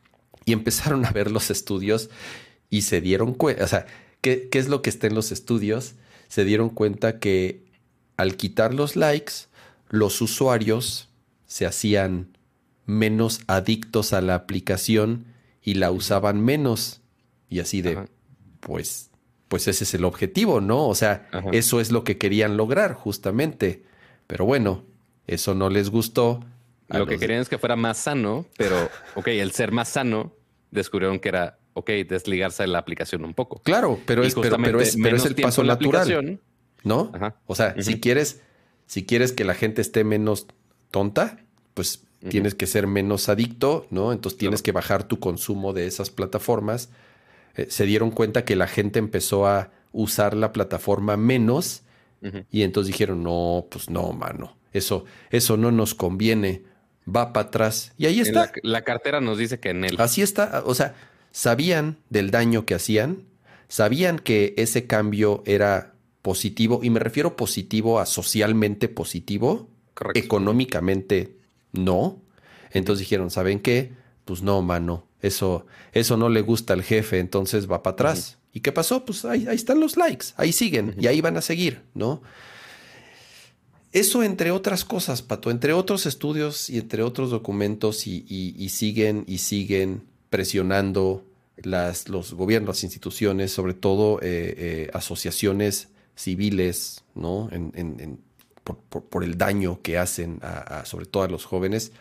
y empezaron a ver los estudios y se dieron cuenta, o sea, ¿qué, ¿qué es lo que está en los estudios? Se dieron cuenta que al quitar los likes, los usuarios se hacían menos adictos a la aplicación y la Ujú. usaban menos. Y así de, Ajá. pues, pues ese es el objetivo, ¿no? O sea, Ajá. eso es lo que querían lograr justamente. Pero bueno, eso no les gustó a Lo que los de... querían es que fuera más sano, pero, ok, el ser más sano, descubrieron que era, ok, desligarse de la aplicación un poco. Claro, pero Y es, pero, pero justamente es, pero es menos el tiempo paso en la natural. aplicación. ¿No? Ajá. O sea, si Ujú. quieres, si quieres que la gente esté menos tonta, pues Ujú. tienes que ser menos adicto, ¿no? Entonces tienes Claro. que bajar tu consumo de esas plataformas. Eh, se dieron cuenta que la gente empezó a usar la plataforma menos Ujú. y entonces dijeron, no, pues no, mano, eso, eso no nos conviene, va para atrás. Y ahí En la, está, la cartera nos dice que en él. así está. O sea, sabían del daño que hacían, sabían que ese cambio era positivo, y me refiero positivo a socialmente positivo, Correcto. Ujú. económicamente no. Ujú. Entonces dijeron, ¿saben qué? Pues no, mano, eso, eso no le gusta al jefe, entonces va para Ujú. atrás. ¿Y qué pasó? Pues ahí, ahí están los likes, ahí siguen y Ujú. ahí van a seguir, ¿no? Eso entre otras cosas, Pato, entre otros estudios y entre otros documentos y, y- y siguen y siguen presionando las, los gobiernos, las instituciones, sobre todo eh, eh, asociaciones civiles, ¿no? En- en- en- por, por- por el daño que hacen a, a- sobre todo a los jóvenes.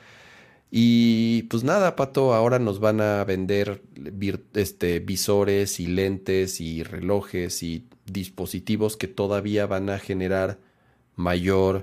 Y pues nada, Pato, ahora nos van a vender vir- este, visores y lentes y relojes y dispositivos que todavía van a generar mayor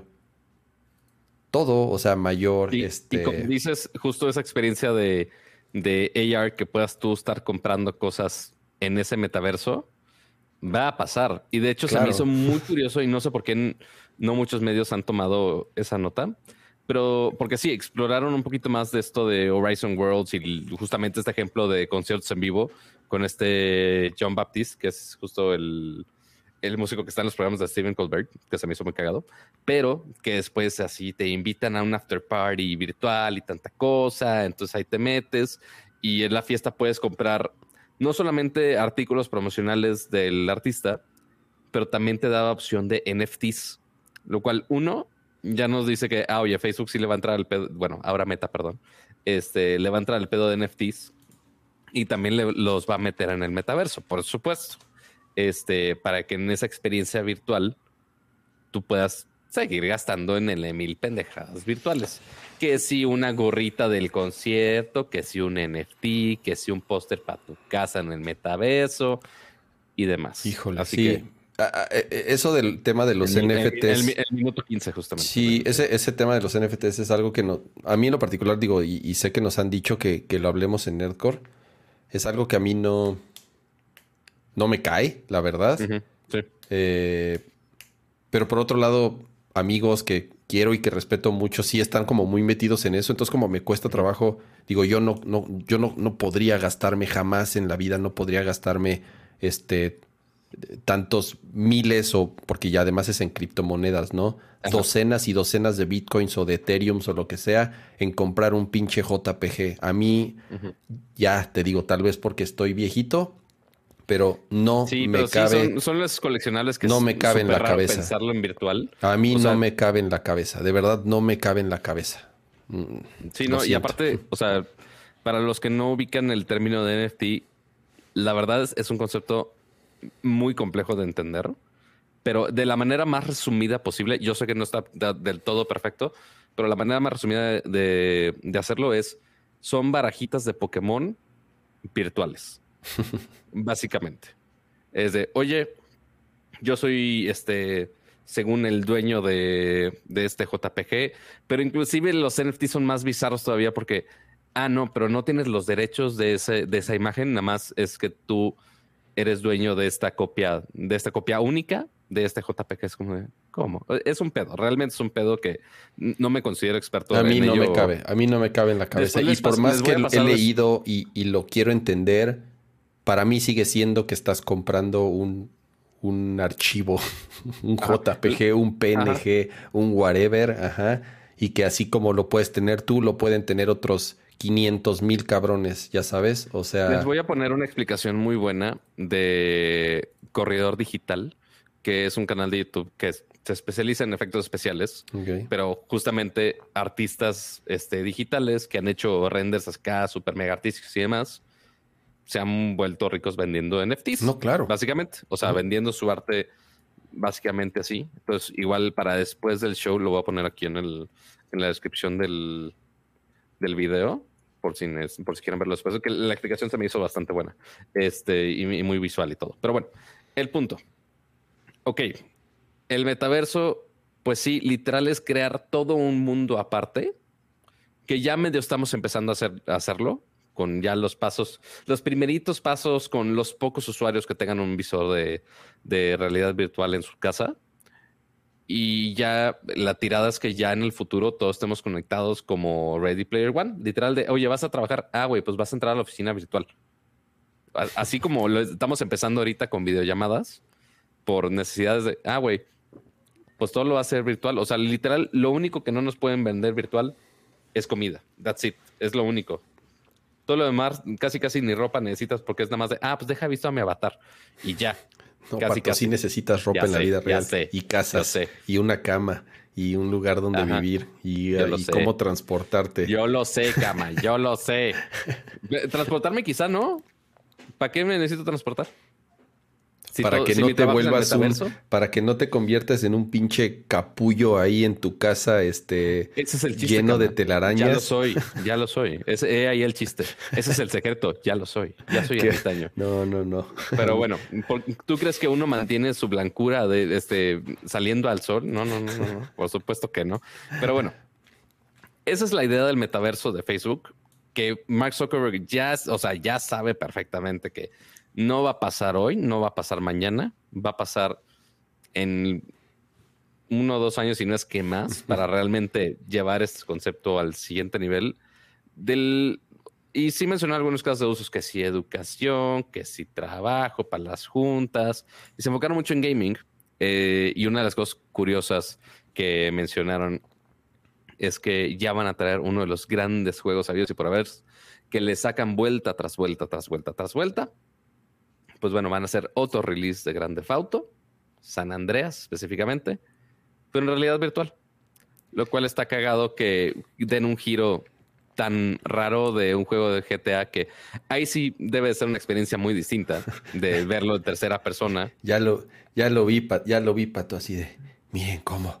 todo, o sea, mayor, Y, y como este, dices, justo esa experiencia de, de A R, que puedas tú estar comprando cosas en ese metaverso, va a pasar. Y de hecho se me hizo claro, muy curioso y no sé por qué n- no muchos medios han tomado esa nota, pero porque sí, exploraron un poquito más de esto de Horizon Worlds y l- justamente este ejemplo de conciertos en vivo con este John Baptiste, que es justo el, el músico que está en los programas de Stephen Colbert, que se me hizo muy cagado, pero que después así te invitan a un after party virtual y tanta cosa, entonces ahí te metes y en la fiesta puedes comprar no solamente artículos promocionales del artista, pero también te daba opción de N F Ts, lo cual uno ya nos dice que, ah, oye, Facebook sí le va a entrar al pedo, bueno, ahora Meta, perdón, este, le va a entrar el pedo de N F Ts y también le, los va a meter en el metaverso, por supuesto, este, para que en esa experiencia virtual tú puedas seguir gastando en el mil pendejadas virtuales. Que si una gorrita del concierto, que si un N F T, que si un póster para tu casa en el metaverso y demás. Híjole, Así sí. que Ah, ah, eh, eh, eso del tema de los el, N F Ts. el, el, el minuto quince justamente. Sí, ese, ese tema de los N F Ts es algo que no, a mí en lo particular digo, y, y sé que nos han dicho que, que lo hablemos en Nerdcore, es algo que a mí no, no me cae, la verdad. Uh-huh, sí. Eh, pero por otro lado, amigos que quiero y que respeto mucho, sí están como muy metidos en eso. Entonces, como me cuesta trabajo, digo, yo no, no, yo no, no podría gastarme jamás en la vida, no podría gastarme este tantos miles o porque ya además es en criptomonedas, ¿no? Ajá. Docenas y docenas de bitcoins o de Ethereum o lo que sea en comprar un pinche J P G. A mí, uh-huh. ya te digo, tal vez porque estoy viejito, pero no sí, me pero cabe. Sí, son, son los coleccionables que no me cabe en la cabeza. Pensarlo en virtual. A mí o no sea, me cabe en la cabeza. De verdad, no me cabe en la cabeza. Sí, no, y aparte, o sea, para los que no ubican el término de N F T, la verdad es, es un concepto muy complejo de entender, pero de la manera más resumida posible. Yo sé que no está de, del todo perfecto, pero la manera más resumida de, de hacerlo es, son barajitas de Pokémon virtuales, básicamente. Es de, oye, yo soy este, según el dueño de, de este J P G, pero inclusive los N F T son más bizarros todavía porque, ah, no, pero no tienes los derechos de, ese, de esa imagen, nada más es que tú eres dueño de esta copia, de esta copia única de este J P G. Es como de, ¿cómo? Es un pedo, realmente es un pedo que no me considero experto a mí en no ello. me cabe, a mí no me cabe en la cabeza. Y por más que he leído y, y lo quiero entender, para mí sigue siendo que estás comprando un, un archivo, un ajá. J P G, un P N G, ajá. un whatever, ajá, y que así como lo puedes tener tú, lo pueden tener otros quinientos mil cabrones, ya sabes, o sea... Les voy a poner una explicación muy buena de Corredor Digital, que es un canal de YouTube que se especializa en efectos especiales, okay. pero justamente artistas este, digitales que han hecho renders acá super mega artísticos y demás, se han vuelto ricos vendiendo N F Ts. No, claro. Básicamente, o sea, uh-huh. vendiendo su arte básicamente así. Entonces, igual para después del show lo voy a poner aquí en, el, en la descripción del... del video, por si, por si quieren verlo después, que la explicación se me hizo bastante buena este, y, y muy visual y todo. Pero bueno, el punto. Ok, el metaverso, pues sí, literal es crear todo un mundo aparte, que ya medio estamos empezando a, hacer, a hacerlo, con ya los pasos, los primeritos pasos con los pocos usuarios que tengan un visor de, de realidad virtual en su casa. Y ya la tirada es que ya en el futuro todos estemos conectados como Ready Player One. Literal de, oye, vas a trabajar. Ah, güey, pues vas a entrar a la oficina virtual. Así como lo estamos empezando ahorita con videollamadas por necesidades de, ah, güey, pues todo lo va a hacer virtual. O sea, literal, lo único que no nos pueden vender virtual es comida. That's it. Es lo único. Todo lo demás, casi casi ni ropa necesitas porque es nada más de, ah, pues deja visto a mi avatar y ya. No, casi, casi sí necesitas ropa ya en sé, la vida real sé, y casas y una cama y un lugar donde Ajá. vivir y, y cómo transportarte. Yo lo sé, cama, yo lo sé. Transportarme quizá no. ¿Para qué me necesito transportar? Si para todo, que si no te vuelvas un, para que no te conviertas en un pinche capullo ahí en tu casa, este Ese es el chiste, lleno cama. de telarañas. Ya lo soy, ya lo soy. Ese es ahí el chiste. Ese es el secreto. Ya lo soy. Ya soy ermitaño. No, no, no. Pero bueno, ¿tú crees que uno mantiene su blancura de este saliendo al sol? No, no, no, no, no. Por supuesto que no. Pero bueno, esa es la idea del metaverso de Facebook, que Mark Zuckerberg ya, o sea, ya sabe perfectamente que no va a pasar hoy, no va a pasar mañana, va a pasar en uno o dos años, si no es que más, para realmente llevar este concepto al siguiente nivel. Del, y sí mencionó algunos casos de usos, que sí educación, que sí trabajo para las juntas, y se enfocaron mucho en gaming. Eh, y una de las cosas curiosas que mencionaron es que ya van a traer uno de los grandes juegos habidos y por haber, que le sacan vuelta tras vuelta, tras vuelta, tras vuelta. Pues bueno, van a hacer otro release de Grand Theft Auto, San Andreas específicamente, pero en realidad virtual. Lo cual está cagado que den un giro tan raro de un juego de G T A que ahí sí debe ser una experiencia muy distinta de verlo en tercera persona. Ya lo, ya lo vi, ya lo vi, Pato, así de, miren cómo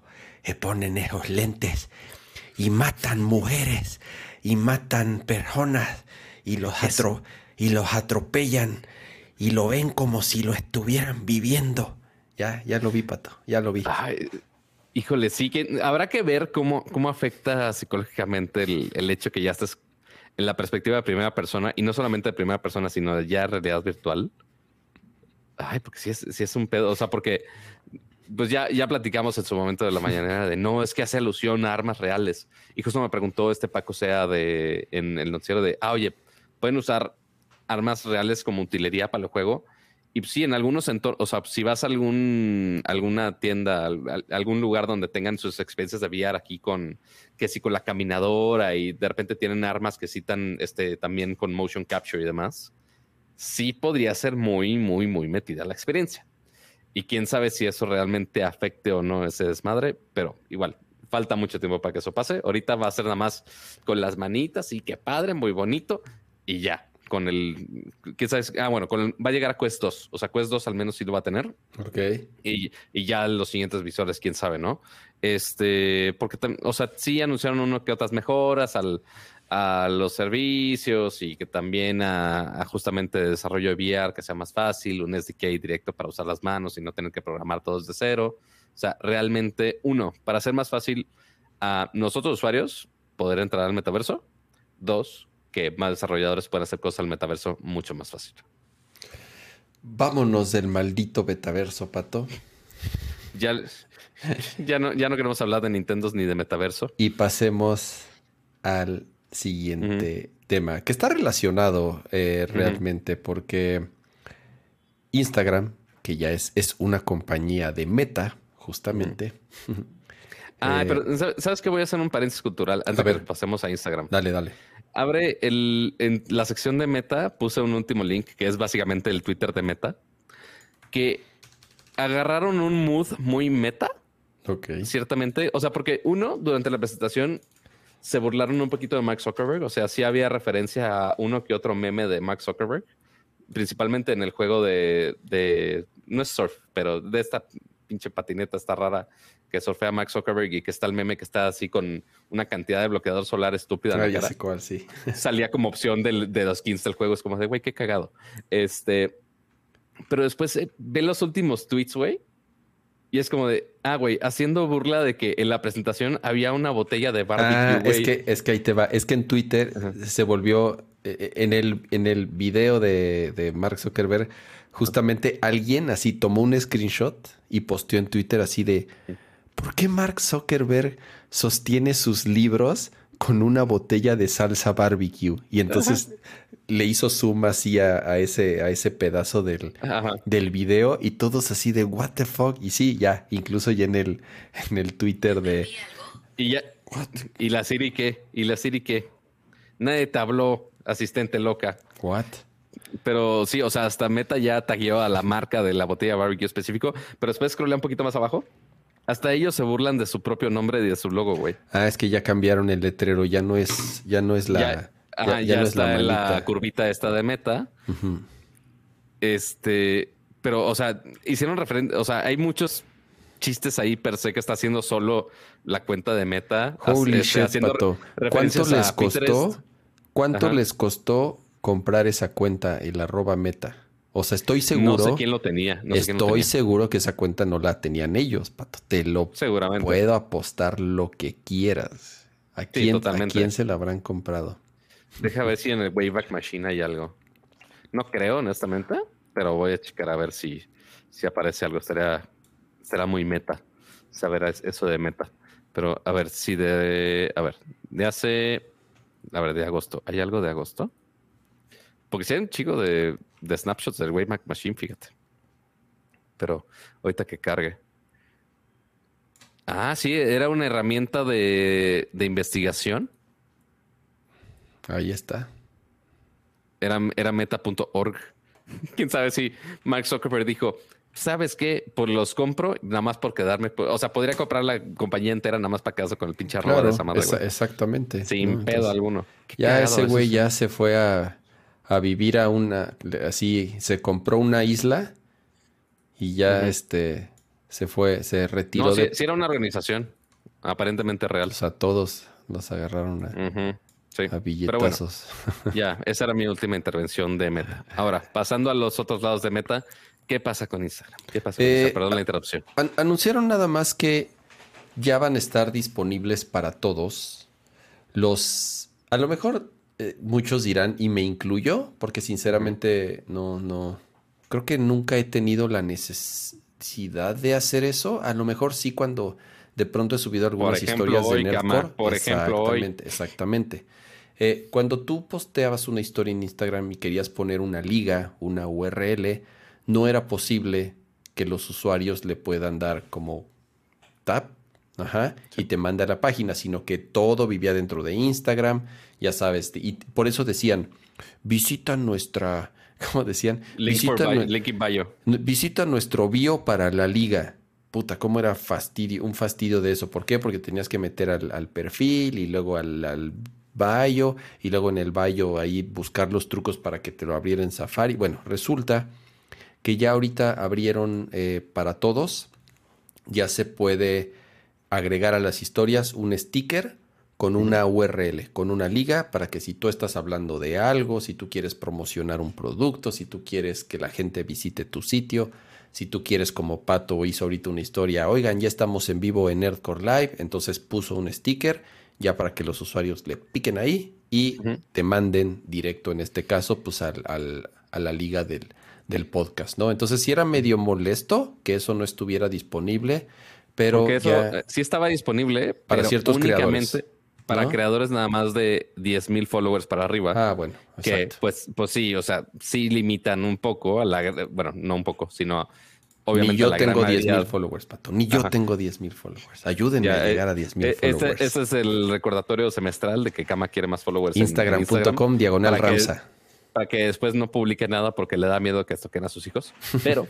se ponen esos lentes y matan mujeres y matan personas y los, atro y los atropellan y lo ven como si lo estuvieran viviendo. Ya, ya lo vi, Pato, ya lo vi. Ay, híjole, sí que habrá que ver cómo, cómo afecta psicológicamente el, el hecho que ya estés en la perspectiva de primera persona y no solamente de primera persona, sino de ya realidad virtual. Ay, porque sí es, sí es un pedo. O sea, porque pues ya, ya platicamos en su momento de la mañanera de no, es que hace alusión a armas reales. Y justo me preguntó este Paco Sea de, en el noticiero de, ah, oye, ¿pueden usar armas reales como utilería para el juego? Y sí, en algunos entornos, o sea, si vas a algún, alguna tienda, a algún lugar donde tengan sus experiencias de V R aquí con, que sí, con la caminadora y de repente tienen armas que citan este, también con motion capture y demás, sí podría ser muy, muy, muy metida la experiencia. Y quién sabe si eso realmente afecte o no ese desmadre, pero igual, falta mucho tiempo para que eso pase. Ahorita va a ser nada más con las manitas y qué padre, muy bonito, y ya. Con el, ¿qué sabes? Ah, bueno, con el, va a llegar a Quest dos. O sea, Quest dos al menos sí lo va a tener. Ok. Y, y ya los siguientes visores, quién sabe, ¿no? Este, porque, o sea, sí anunciaron uno que otras mejoras al, a los servicios y que también a, a justamente desarrollo de V R que sea más fácil, un S D K directo para usar las manos y no tener que programar todo desde cero. O sea, realmente, uno, para hacer más fácil a nosotros usuarios poder entrar al metaverso. Dos, que más desarrolladores puedan hacer cosas al metaverso mucho más fácil. Vámonos del maldito metaverso, Pato. Ya, ya, no, ya no queremos hablar de Nintendo ni de metaverso. Y pasemos al siguiente uh-huh. tema, que está relacionado eh, realmente uh-huh. porque Instagram, que ya es, es una compañía de Meta, justamente. Uh-huh. ah, eh, pero ¿sabes qué? Voy a hacer un paréntesis cultural antes de que pasemos a Instagram. Dale, dale. Abre el, en la sección de Meta, puse un último link que es básicamente el Twitter de Meta, que agarraron un mood muy meta. Ok. Ciertamente. O sea, porque uno, durante la presentación se burlaron un poquito de Mark Zuckerberg. O sea, sí había referencia a uno que otro meme de Mark Zuckerberg, principalmente en el juego de, de no es surf, pero de esta pinche patineta esta rara que surfea Mark Zuckerberg y que está el meme que está así con una cantidad de bloqueador solar estúpida. Ah, en la ya cara. sé cuál, sí. Salía como opción del, de los skins del juego. Es como de, güey, qué cagado. Este, pero después eh, ve los últimos tweets, güey. Y es como de, ah, güey, haciendo burla de que en la presentación había una botella de barbecue, ah, güey. Es que, es que ahí te va. Es que en Twitter uh-huh. se volvió, eh, en, el, en el video de, de Mark Zuckerberg, justamente uh-huh. alguien así tomó un screenshot y posteó en Twitter así de, ¿por qué Mark Zuckerberg sostiene sus libros con una botella de salsa barbecue? Y entonces uh-huh. le hizo zoom así a, a, ese, a ese pedazo del, uh-huh. del video y todos así de what the fuck. Y sí, ya, incluso ya en el, en el Twitter de... Y ya, what? ¿Y la Siri qué? ¿Y la Siri qué? Nadie te habló, asistente loca. What? Pero sí, o sea, hasta Meta ya tagueó a la marca de la botella de barbecue específico, pero después scrollea un poquito más abajo. Hasta ellos se burlan de su propio nombre y de su logo, güey. Ah, es que ya cambiaron el letrero. Ya no es, ya no es la... Ya, ajá, ya, ya, ya no está es la, la curvita esta de Meta. Uh-huh. Este... Pero, o sea, hicieron referencia... O sea, hay muchos chistes ahí per se que está haciendo solo la cuenta de Meta. Holy este, shit, Pato. ¿Cuánto les costó? Pinterest? ¿Cuánto ajá. les costó comprar esa cuenta y la arroba Meta? O sea, estoy seguro... No sé quién lo tenía. No sé estoy quién lo tenía. seguro que esa cuenta no la tenían ellos, Pato. Te lo Seguramente. puedo apostar lo que quieras. ¿A quién, sí, ¿A quién se la habrán comprado? Deja ver si en el Wayback Machine hay algo. No creo, honestamente, pero voy a checar a ver si, si aparece algo. Estaría, será muy meta saber eso de Meta. Pero a ver si de... A ver, de hace... A ver, de agosto. ¿Hay algo de agosto? Porque si hay un chico de, de snapshots del Wayback Machine, fíjate. Pero ahorita que cargue. Ah, sí, era una herramienta de, de investigación. Ahí está. Era, era meta punto org. Quién sabe si Mark Zuckerberg dijo, ¿sabes qué? Pues los compro nada más por quedarme. O sea, podría comprar la compañía entera nada más para quedarse con el pinche arroba claro, de esa madre. Esa, exactamente. Sin ¿no? pedo Entonces, alguno. Qué ya ese güey ya se fue a... a vivir a una, así, se compró una isla y ya uh-huh. este se fue, se retiró no, de... Sí, sí era una organización. aparentemente real. O sea, todos los agarraron a, uh-huh. sí. a billetazos. Bueno, ya, esa era mi última intervención de Meta. Ahora, pasando a los otros lados de Meta, ¿qué pasa con Instagram? ¿Qué pasa con Eh, Instagram? Perdón la interrupción. An- anunciaron nada más que ya van a estar disponibles para todos. Los, a lo mejor eh, muchos dirán, y me incluyo, porque sinceramente no, no, creo que nunca he tenido la necesidad de hacer eso. A lo mejor sí cuando de pronto he subido algunas Por ejemplo, historias hoy, de Cama, Nerdcore. por ejemplo, hoy. Exactamente, exactamente. Eh, cuando tú posteabas una historia en Instagram y querías poner una liga, una U R L, no era posible que los usuarios le puedan dar como tap, ajá, Sí. y te manda a la página, sino que todo vivía dentro de Instagram, ya sabes, y por eso decían, visita nuestra, ¿cómo decían? Link, visita, for bio, nue- link in bio. visita nuestro bio para la liga. Puta, cómo era fastidio, un fastidio de eso. ¿Por qué? Porque tenías que meter al, al perfil y luego al, al bio y luego en el bio ahí buscar los trucos para que te lo abriera en Safari. Bueno, resulta que ya ahorita abrieron eh, para todos, ya se puede agregar a las historias un sticker con una U R L, con una liga, para que si tú estás hablando de algo, si tú quieres promocionar un producto, si tú quieres que la gente visite tu sitio, si tú quieres, como Pato hizo ahorita una historia, oigan, ya estamos en vivo en Nerdcore Live, entonces puso un sticker ya para que los usuarios le piquen ahí y Uh-huh. te manden directo, en este caso, pues al, al, a la liga del, del podcast, ¿no? Entonces sí era medio molesto que eso no estuviera disponible, pero Porque eso ya eh, sí estaba disponible, para pero ciertos únicamente creadores, para ¿no? creadores nada más de diez mil followers para arriba. Ah, bueno, Que exacto. pues, pues sí, o sea, sí limitan un poco a la, bueno, no un poco, sino obviamente Ni yo la gran tengo diez mayoría. mil followers, Pato. Ni yo Ajá. tengo diez mil followers. Ayúdenme Ya, a eh, llegar a diez mil eh, followers. Ese, ese es el recordatorio semestral de que Kama quiere más followers en, en Instagram punto Instagram. com diagonal para que, Ramsa. para que después no publique nada porque le da miedo que toquen a sus hijos. Pero,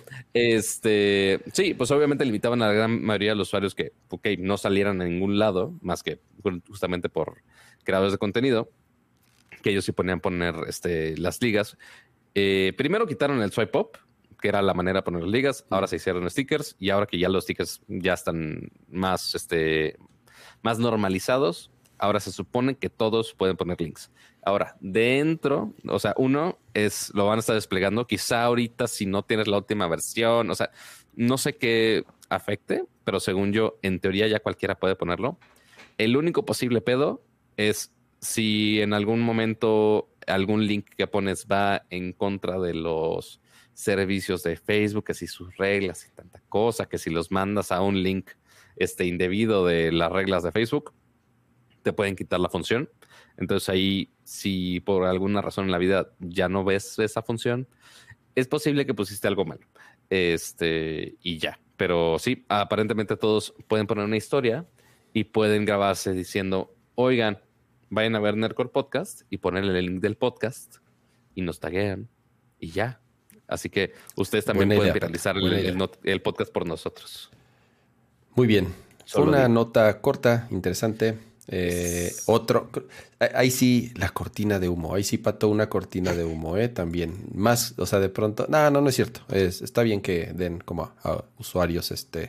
este, sí, pues obviamente limitaban a la gran mayoría de los usuarios que, ok, no salieran a ningún lado, más que justamente por creadores de contenido, que ellos sí ponían poner este, las ligas. Eh, primero quitaron el swipe up, que era la manera de poner las ligas. Ahora se hicieron stickers y ahora que ya los stickers ya están más, este, más normalizados, ahora se supone que todos pueden poner links. Ahora, dentro, o sea, uno es, lo van a estar desplegando. Quizá ahorita si no tienes la última versión, o sea, no sé qué afecte, pero según yo, en teoría ya cualquiera puede ponerlo. El único posible pedo es si en algún momento algún link que pones va en contra de los servicios de Facebook, que si sus reglas y tanta cosa, que si los mandas a un link este, indebido de las reglas de Facebook, te pueden quitar la función. Entonces ahí, si por alguna razón en la vida ya no ves esa función, es posible que pusiste algo malo. Este, y ya. Pero sí, aparentemente todos pueden poner una historia y pueden grabarse diciendo, oigan, vayan a ver Nerdcore Podcast y ponerle el link del podcast y nos taguean y ya. Así que ustedes también Buena pueden idea, viralizar Pato, el, buena el idea. not- el podcast por nosotros. Muy bien. Fue Solo una digo. nota corta, interesante. Eh, Yes. Otro, ahí sí, la cortina de humo. Ahí sí, Pato, una cortina de humo, ¿eh? También. Más, o sea, de pronto. No, no, no es cierto. Es, está bien que den como a, a usuarios, este,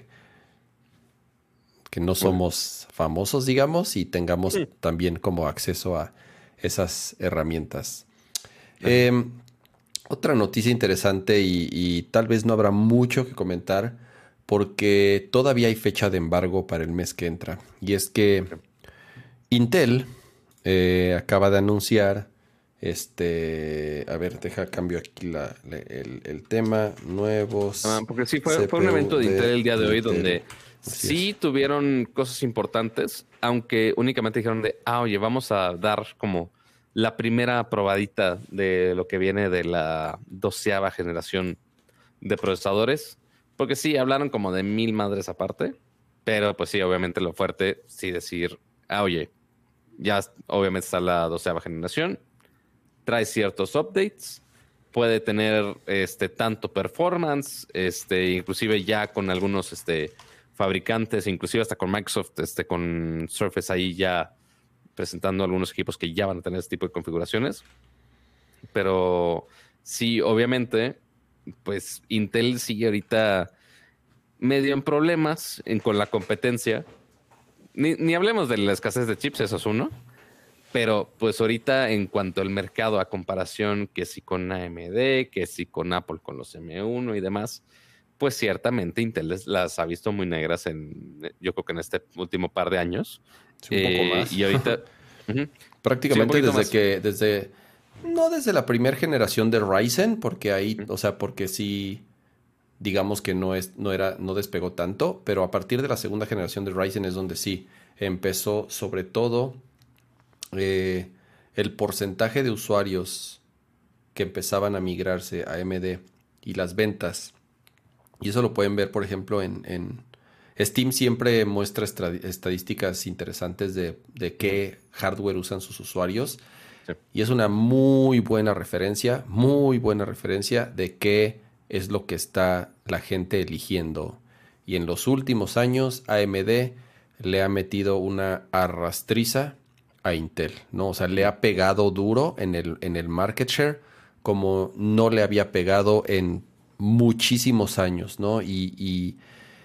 que no somos famosos, digamos, y tengamos también como acceso a esas herramientas. Eh, otra noticia interesante y, y tal vez no habrá mucho que comentar porque todavía hay fecha de embargo para el mes que entra. Y es que Intel eh, acaba de anunciar, este, a ver, deja cambio aquí la, la- el, el tema, nuevos Ah, porque sí, fue, C fue P un U evento de Intel el día de hoy Intel. donde Así sí es. tuvieron cosas importantes, aunque únicamente dijeron de, ah, oye, vamos a dar como la primera probadita de lo que viene de la doceava generación de procesadores, porque sí, hablaron como de mil madres aparte, pero pues sí, obviamente lo fuerte, sí decir, ah, oye, ya obviamente está la doceava generación, trae ciertos updates, puede tener este tanto performance, este, inclusive ya con algunos este, fabricantes, inclusive hasta con Microsoft, este, con Surface ahí ya presentando algunos equipos que ya van a tener este tipo de configuraciones. Pero sí, obviamente, pues Intel sigue ahorita medio en problemas en, con la competencia. ni, ni hablemos de la escasez de chips, eso es uno. Pero pues ahorita en cuanto al mercado a comparación que si con A M D, que si con Apple con los M uno y demás, pues ciertamente Intel las ha visto muy negras en, yo creo que en este último par de años. Sí, un poco Eh, más. y ahorita... uh-huh. Prácticamente sí, desde más. que, desde, no desde la primera generación de Ryzen, porque ahí, uh-huh. o sea, porque sí, digamos que no es, no era, no despegó tanto, pero a partir de la segunda generación de Ryzen es donde sí empezó, sobre todo, eh, el porcentaje de usuarios que empezaban a migrarse a A M D y las ventas. Y eso lo pueden ver, por ejemplo, en, en Steam siempre muestra estadísticas interesantes de, de qué hardware usan sus usuarios. Sí. Y es una muy buena referencia, muy buena referencia de qué es lo que está la gente eligiendo. Y en los últimos años A M D le ha metido una arrastriza a Intel, ¿no? O sea, le ha pegado duro en el, en el market share como no le había pegado en muchísimos años, ¿no? Y, y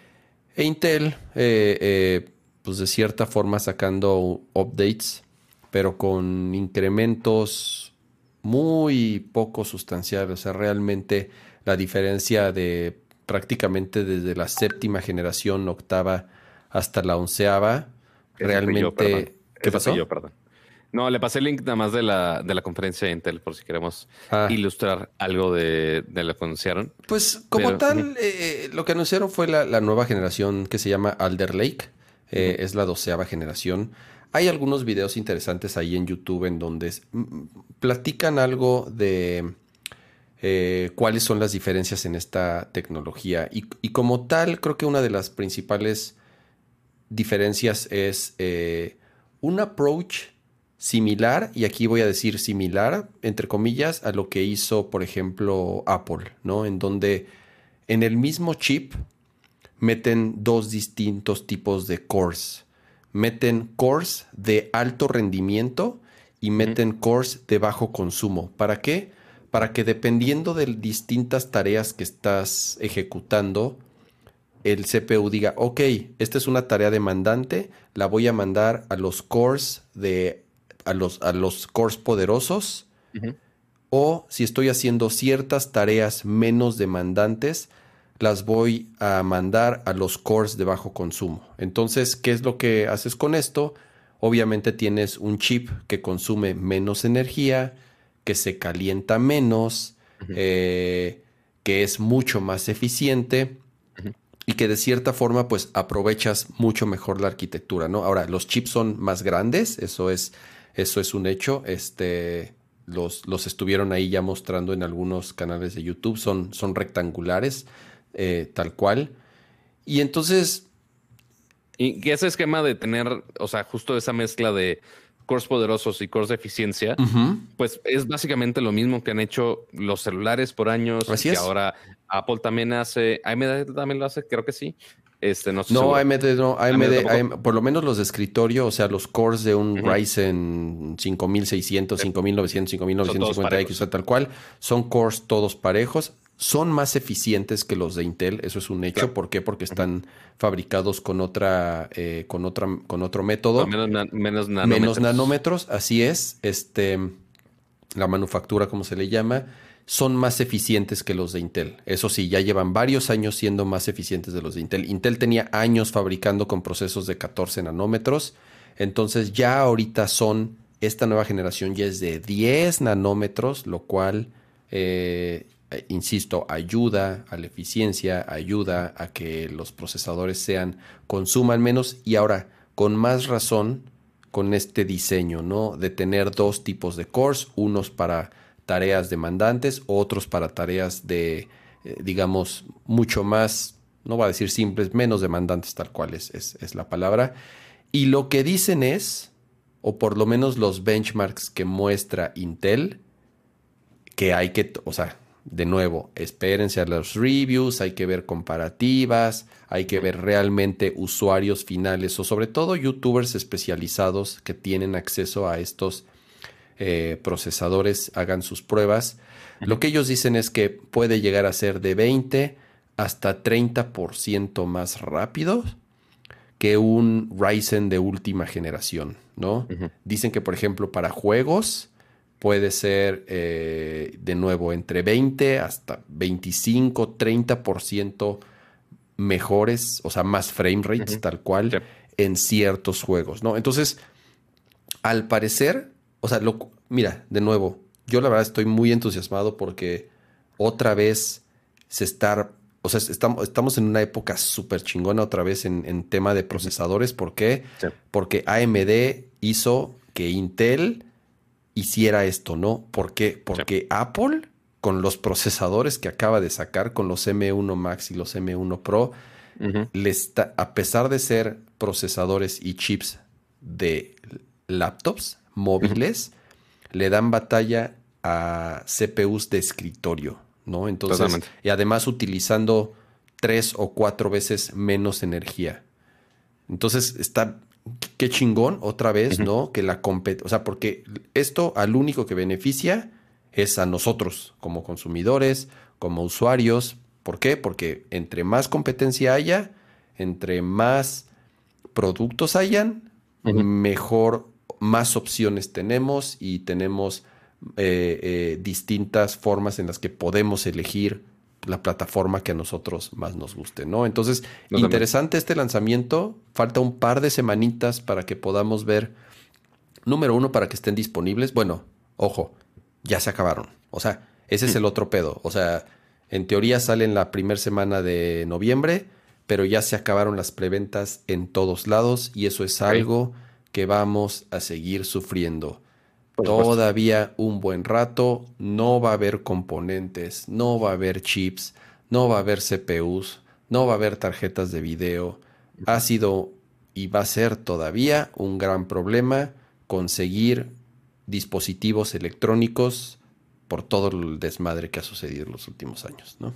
e Intel, eh, eh, pues de cierta forma sacando updates, pero con incrementos muy poco sustanciales. O sea, realmente la diferencia de prácticamente desde la séptima generación, octava, hasta la onceava, Ese realmente... Yo, ¿Qué Ese pasó? Yo, perdón. No, le pasé el link nada más de la, de la conferencia de Intel por si queremos ah. ilustrar algo de, de lo que anunciaron. Pues como Pero, tal, uh-huh. eh, lo que anunciaron fue la, la nueva generación que se llama Alder Lake. Eh, uh-huh. Es la doceava generación. Hay algunos videos interesantes ahí en YouTube en donde m- platican algo de eh, cuáles son las diferencias en esta tecnología. Y, y como tal, creo que una de las principales diferencias es eh, un approach similar, y aquí voy a decir similar, entre comillas, a lo que hizo, por ejemplo, Apple, ¿no? En donde en el mismo chip meten dos distintos tipos de cores. Meten cores de alto rendimiento y meten uh-huh. cores de bajo consumo. ¿Para qué? Para que dependiendo de distintas tareas que estás ejecutando, el C P U diga, ok, esta es una tarea demandante, la voy a mandar a los cores de a los, a los cores poderosos, uh-huh. o si estoy haciendo ciertas tareas menos demandantes, las voy a mandar a los cores de bajo consumo. Entonces, ¿qué es lo que haces con esto? Obviamente tienes un chip que consume menos energía, que se calienta menos, uh-huh. eh, que es mucho más eficiente, uh-huh. y que de cierta forma pues aprovechas mucho mejor la arquitectura, ¿no? Ahora, los chips son más grandes, eso es... Eso es un hecho. Este, los, los estuvieron ahí ya mostrando en algunos canales de YouTube. Son, son rectangulares, eh, tal cual. Y entonces... Y que ese esquema de tener, o sea, justo esa mezcla de cores poderosos y cores de eficiencia, uh-huh. pues es básicamente lo mismo que han hecho los celulares por años. Así que es. Ahora Apple también hace, A M D también lo hace, creo que sí. Este, no, no A M D no, A M D, A M D por lo menos los de escritorio, o sea, los cores de un uh-huh. Ryzen cinco mil seiscientos, cinco mil novecientos, cinco mil novecientos cincuenta X, o sea, tal cual, son cores todos parejos, son más eficientes que los de Intel, eso es un hecho. Claro. ¿Por qué? Porque están uh-huh. fabricados con otra, eh, con otra, con otro método. Menos, na- menos nanómetros. Menos nanómetros, así es. Este, la manufactura, como se le llama, son más eficientes que los de Intel. Eso sí, ya llevan varios años siendo más eficientes de los de Intel. Intel tenía años fabricando con procesos de catorce nanómetros. Entonces ya ahorita son, esta nueva generación ya es de diez nanómetros, lo cual, eh, insisto, ayuda a la eficiencia, ayuda a que los procesadores sean, consuman menos y ahora con más razón con este diseño, ¿no? De tener dos tipos de cores, unos para tareas demandantes, otros para tareas de, eh, digamos, mucho más, no voy a decir simples, menos demandantes, tal cual es, es, es la palabra. Y lo que dicen es, o por lo menos los benchmarks que muestra Intel, que hay que, o sea, de nuevo, espérense a los reviews, hay que ver comparativas, hay que ver realmente usuarios finales, o sobre todo youtubers especializados que tienen acceso a estos Eh, procesadores, hagan sus pruebas. Uh-huh. Lo que ellos dicen es que puede llegar a ser de veinte hasta treinta por ciento más rápido que un Ryzen de última generación, ¿no? Uh-huh. Dicen que, por ejemplo, para juegos puede ser, eh, de nuevo, entre veinte hasta veinticinco, treinta por ciento mejores, o sea, más frame rates, uh-huh. tal cual, sí. en ciertos juegos, ¿no? Entonces, al parecer, o sea, lo, mira, de nuevo, yo la verdad estoy muy entusiasmado porque otra vez se está, o sea, estamos, estamos en una época súper chingona otra vez en, en tema de procesadores. ¿Por qué? Sí. Porque A M D hizo que Intel hiciera esto, ¿no? ¿Por qué? Porque sí. Apple, con los procesadores que acaba de sacar, con los M uno Max y los M uno Pro, uh-huh. le está, a pesar de ser procesadores y chips de laptops móviles, uh-huh. le dan batalla a C P Us de escritorio, ¿no? Entonces, totalmente. Y además utilizando tres o cuatro veces menos energía. Entonces, está, qué chingón otra vez, uh-huh. ¿no? Que la competencia, o sea, porque esto al único que beneficia es a nosotros como consumidores, como usuarios. ¿Por qué? Porque entre más competencia haya, entre más productos hayan, uh-huh. mejor, más opciones tenemos y tenemos eh, eh, distintas formas en las que podemos elegir la plataforma que a nosotros más nos guste, ¿no? Entonces, no, interesante también. Este lanzamiento. Falta un par de semanitas para que podamos ver, número uno, para que estén disponibles. Bueno, ojo, ya se acabaron. O sea, ese es el otro pedo. O sea, en teoría salen la primera semana de noviembre, pero ya se acabaron las preventas en todos lados y eso es algo que vamos a seguir sufriendo. Todavía un buen rato. No va a haber componentes, no va a haber chips, no va a haber C P Us, no va a haber tarjetas de video. Ha sido y va a ser todavía un gran problema conseguir dispositivos electrónicos por todo el desmadre que ha sucedido en los últimos años, ¿no?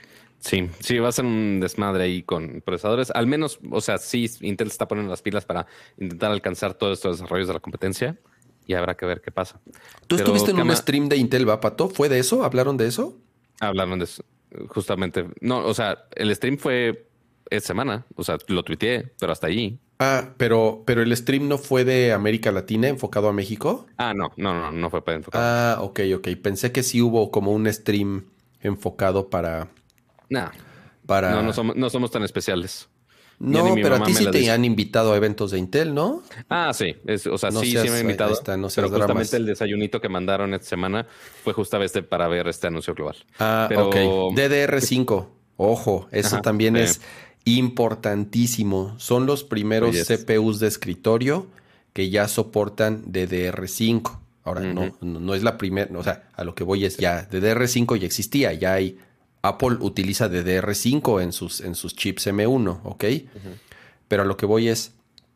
Sí, sí, va a ser un desmadre ahí con procesadores. Al menos, o sea, sí, Intel está poniendo las pilas para intentar alcanzar todos estos desarrollos de la competencia y habrá que ver qué pasa. ¿Tú Pero, estuviste en un stream de Intel, va, Pato? ¿Fue de eso? ¿Hablaron de eso? Hablaron de eso, justamente. No, o sea, el stream fue esta semana. O sea, lo tuiteé, pero hasta allí. Ah, pero, pero el stream no fue de América Latina, enfocado a México. Ah, no, no, no, no fue para enfocado. Ah, ok, ok. Pensé que sí hubo como un stream enfocado para... Nah, para... No, no somos, no somos tan especiales. No, pero a ti sí te dice. Han invitado a eventos de Intel, ¿no? Ah, sí. Es, o sea, no sí, seas, sí me han invitado. Está, no pero justamente dramas. El desayunito que mandaron esta semana fue justamente para ver este anuncio global. Ah, pero... ok. D D R cinco. Ojo, eso Ajá, también sí. es importantísimo. Son los primeros oh, yes. C P Us de escritorio que ya soportan D D R cinco. Ahora, uh-huh. no, no, no es la primera... O sea, a lo que voy es ya... D D R cinco ya existía, ya hay... Apple utiliza D D R cinco en sus, en sus chips M uno, ¿ok? Uh-huh. Pero a lo que voy es,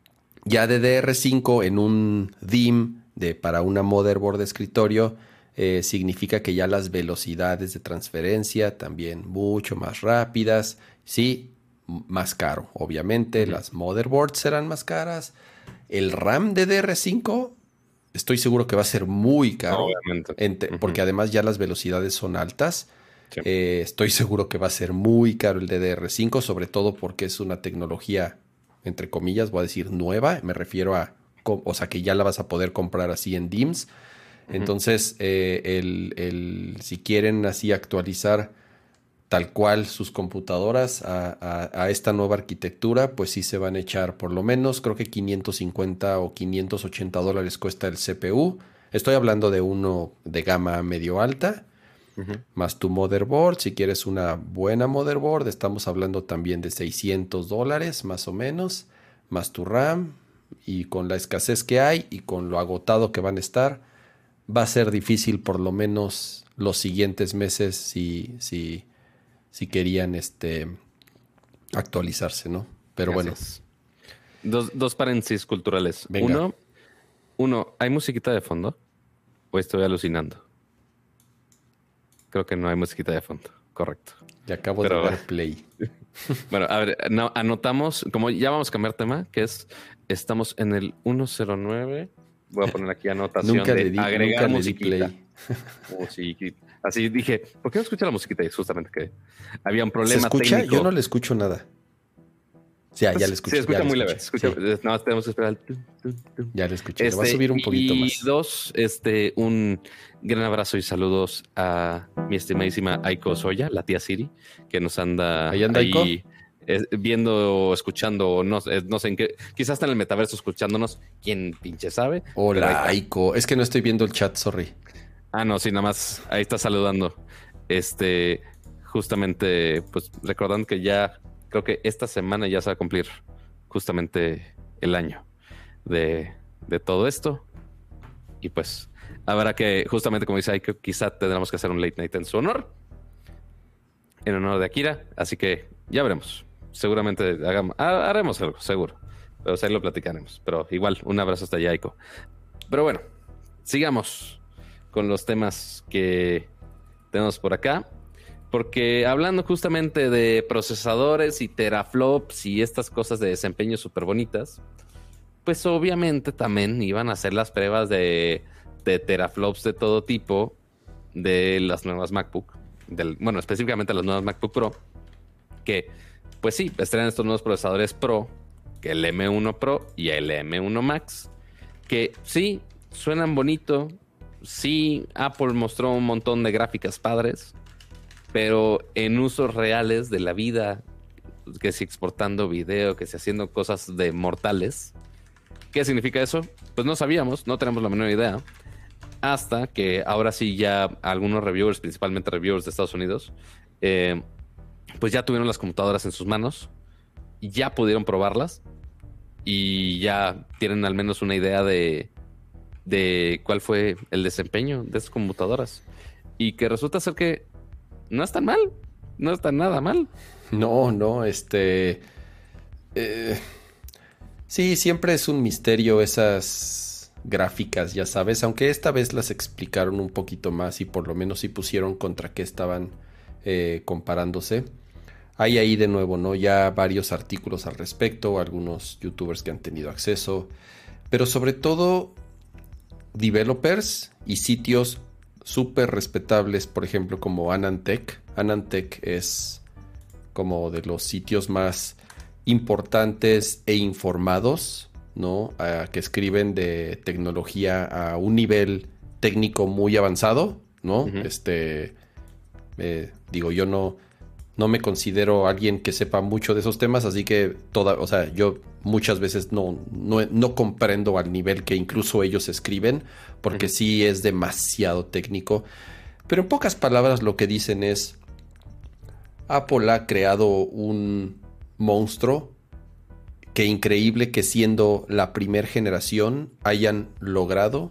ya D D R cinco en un D I M de, para una motherboard de escritorio eh, significa que ya las velocidades de transferencia también mucho más rápidas, sí, más caro. Obviamente uh-huh. las motherboards serán más caras. El RAM D D R cinco estoy seguro que va a ser muy caro, obviamente. Entre, uh-huh. porque además ya las velocidades son altas. Sí. Eh, estoy seguro que va a ser muy caro el D D R cinco, sobre todo porque es una tecnología, entre comillas, voy a decir nueva. Me refiero a, o sea, que ya la vas a poder comprar así en D I M S. Uh-huh. Entonces, eh, el, el, si quieren así actualizar tal cual sus computadoras a, a, a esta nueva arquitectura, pues sí se van a echar por lo menos, creo que quinientos cincuenta o quinientos ochenta dólares cuesta el C P U. Estoy hablando de uno de gama medio alta. Uh-huh. Más tu motherboard, si quieres una buena motherboard, estamos hablando también de seiscientos dólares más o menos, más tu RAM, y con la escasez que hay y con lo agotado que van a estar, va a ser difícil por lo menos los siguientes meses si, si, si querían este, actualizarse, ¿no? Pero Gracias. bueno. Dos, dos paréntesis culturales. Venga. Uno, uno, ¿hay musiquita de fondo? ¿O estoy alucinando? Creo que no hay musiquita de fondo. Correcto. Ya acabo Pero, de dar play. Bueno, a ver, no, anotamos, como ya vamos a cambiar tema, que es, estamos en el ciento nueve. Voy a poner aquí anotación nunca de le di, agregar nunca musiquita. Le di play. Musiquita. Así dije, ¿por qué no escucha la musiquita? Y justamente que había un problema ¿Se escucha? técnico. Yo no le escucho nada. Sí, ya, ya lo escuché. Se escucha ya muy escuché, leve. Escucha, sí. Nada más tenemos que esperar. El tum, tum, tum. Ya lo escuché. Este, Lo va a subir un poquito y más. Y dos, este, un gran abrazo y saludos a mi estimadísima Aiko Soya, la tía Siri, que nos anda ¿Ahí anda Aiko? ahí eh, viendo, escuchando, no, eh, no sé en qué, quizás está en el metaverso escuchándonos, quién pinche sabe. Hola, Aiko. Es que no estoy viendo el chat, sorry. Ah, no, sí, nada más ahí está saludando. Este, justamente, pues recordando que ya, creo que esta semana ya se va a cumplir justamente el año de, de todo esto. Y pues habrá que, justamente como dice Aiko, quizá tendremos que hacer un late night en su honor, en honor de Akira. Así que ya veremos. Seguramente hagamos, haremos algo, seguro. Pero ahí lo platicaremos. Pero igual, un abrazo hasta allá, Aiko. Pero bueno, sigamos con los temas que tenemos por acá. Porque hablando justamente de procesadores y teraflops y estas cosas de desempeño súper bonitas, pues obviamente también iban a hacer las pruebas de, de teraflops de todo tipo de las nuevas MacBook. Del, bueno, específicamente las nuevas MacBook Pro. Que, pues sí, estrenan estos nuevos procesadores Pro, que el M uno Pro y el M uno Max. Que sí, suenan bonito. Sí, Apple mostró un montón de gráficas padres. Pero en usos reales de la vida, que si exportando video, que si haciendo cosas de mortales. ¿Qué significa eso? Pues no sabíamos, no tenemos la menor idea. Hasta que ahora sí ya algunos reviewers, principalmente reviewers de Estados Unidos, eh, pues ya tuvieron las computadoras en sus manos, ya pudieron probarlas y ya tienen al menos una idea de, de cuál fue el desempeño de esas computadoras. Y que resulta ser que no es tan mal, no está nada mal. No, no, este... Eh, sí, siempre es un misterio esas gráficas, ya sabes, aunque esta vez las explicaron un poquito más y por lo menos sí pusieron contra qué estaban eh, comparándose. Hay ahí de nuevo, ¿no? Ya varios artículos al respecto, algunos youtubers que han tenido acceso, pero sobre todo developers y sitios súper respetables, por ejemplo, como AnandTech. AnandTech es como de los sitios más importantes e informados, ¿no? Uh, que escriben de tecnología a un nivel técnico muy avanzado, ¿no? Uh-huh. Este, eh, digo, yo no, no me considero alguien que sepa mucho de esos temas, así que toda, o sea, yo muchas veces no, no, no comprendo al nivel que incluso ellos escriben, porque uh-huh. sí es demasiado técnico. Pero en pocas palabras lo que dicen es: Apple ha creado un monstruo que increíble que siendo la primera generación hayan logrado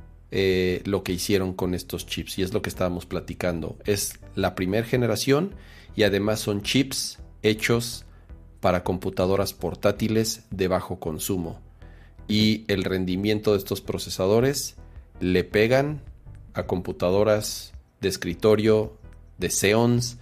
eh, lo que hicieron con estos chips. Y es lo que estábamos platicando. Es la primera generación y además son chips hechos para computadoras portátiles de bajo consumo. Y el rendimiento de estos procesadores le pegan a computadoras de escritorio, de Xeons,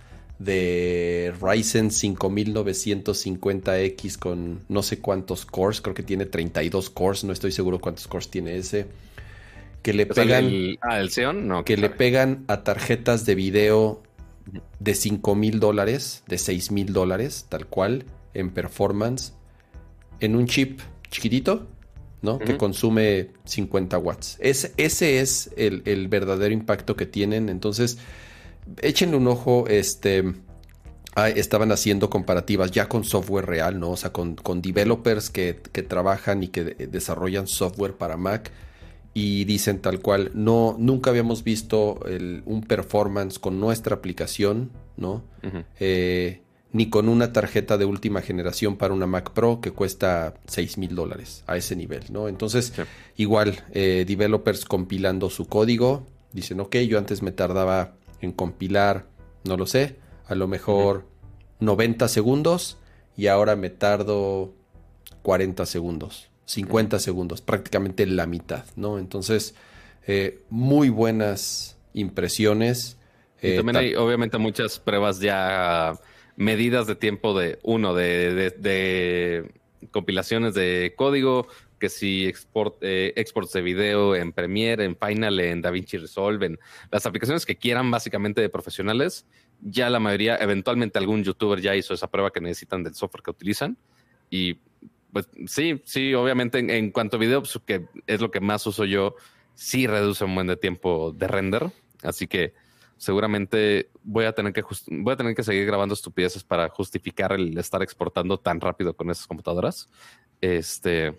de Ryzen cinco mil novecientos cincuenta X con no sé cuántos cores, creo que tiene treinta y dos cores, no estoy seguro cuántos cores tiene ese, que le pegan el, ah, el Xeon, no, que le pegan a tarjetas de video de cinco mil dólares, de seis mil dólares, tal cual, en performance, en un chip chiquitito, ¿no? Uh-huh. Que consume cincuenta watts. Es, ese es el, el verdadero impacto que tienen. Entonces, échenle un ojo. Este, ah, estaban haciendo comparativas ya con software real, ¿no? O sea, con, con developers que, que trabajan y que de, desarrollan software para Mac. Y dicen tal cual, no, nunca habíamos visto el, un performance con nuestra aplicación, ¿no? Uh-huh. Eh, ni con una tarjeta de última generación para una Mac Pro que cuesta seis mil dólares a ese nivel, ¿no? Entonces, sí. igual, eh, developers compilando su código, dicen, ok, yo antes me tardaba en compilar, no lo sé, a lo mejor uh-huh. noventa segundos y ahora me tardo cuarenta segundos, cincuenta uh-huh. segundos, prácticamente la mitad, ¿no? Entonces, eh, muy buenas impresiones. Y eh, también ta- hay, obviamente, muchas pruebas ya medidas de tiempo de uno, de, de, de compilaciones de código, que si export, eh, exports de video en Premiere, en Final, en DaVinci Resolve, en las aplicaciones que quieran básicamente de profesionales, ya la mayoría, eventualmente algún youtuber ya hizo esa prueba que necesitan del software que utilizan y pues sí, sí, obviamente en, en cuanto a video, pues, que es lo que más uso yo, sí reduce un buen de tiempo de render. Así que seguramente voy a tener que just- voy a tener que seguir grabando estupideces para justificar el estar exportando tan rápido con esas computadoras. Este,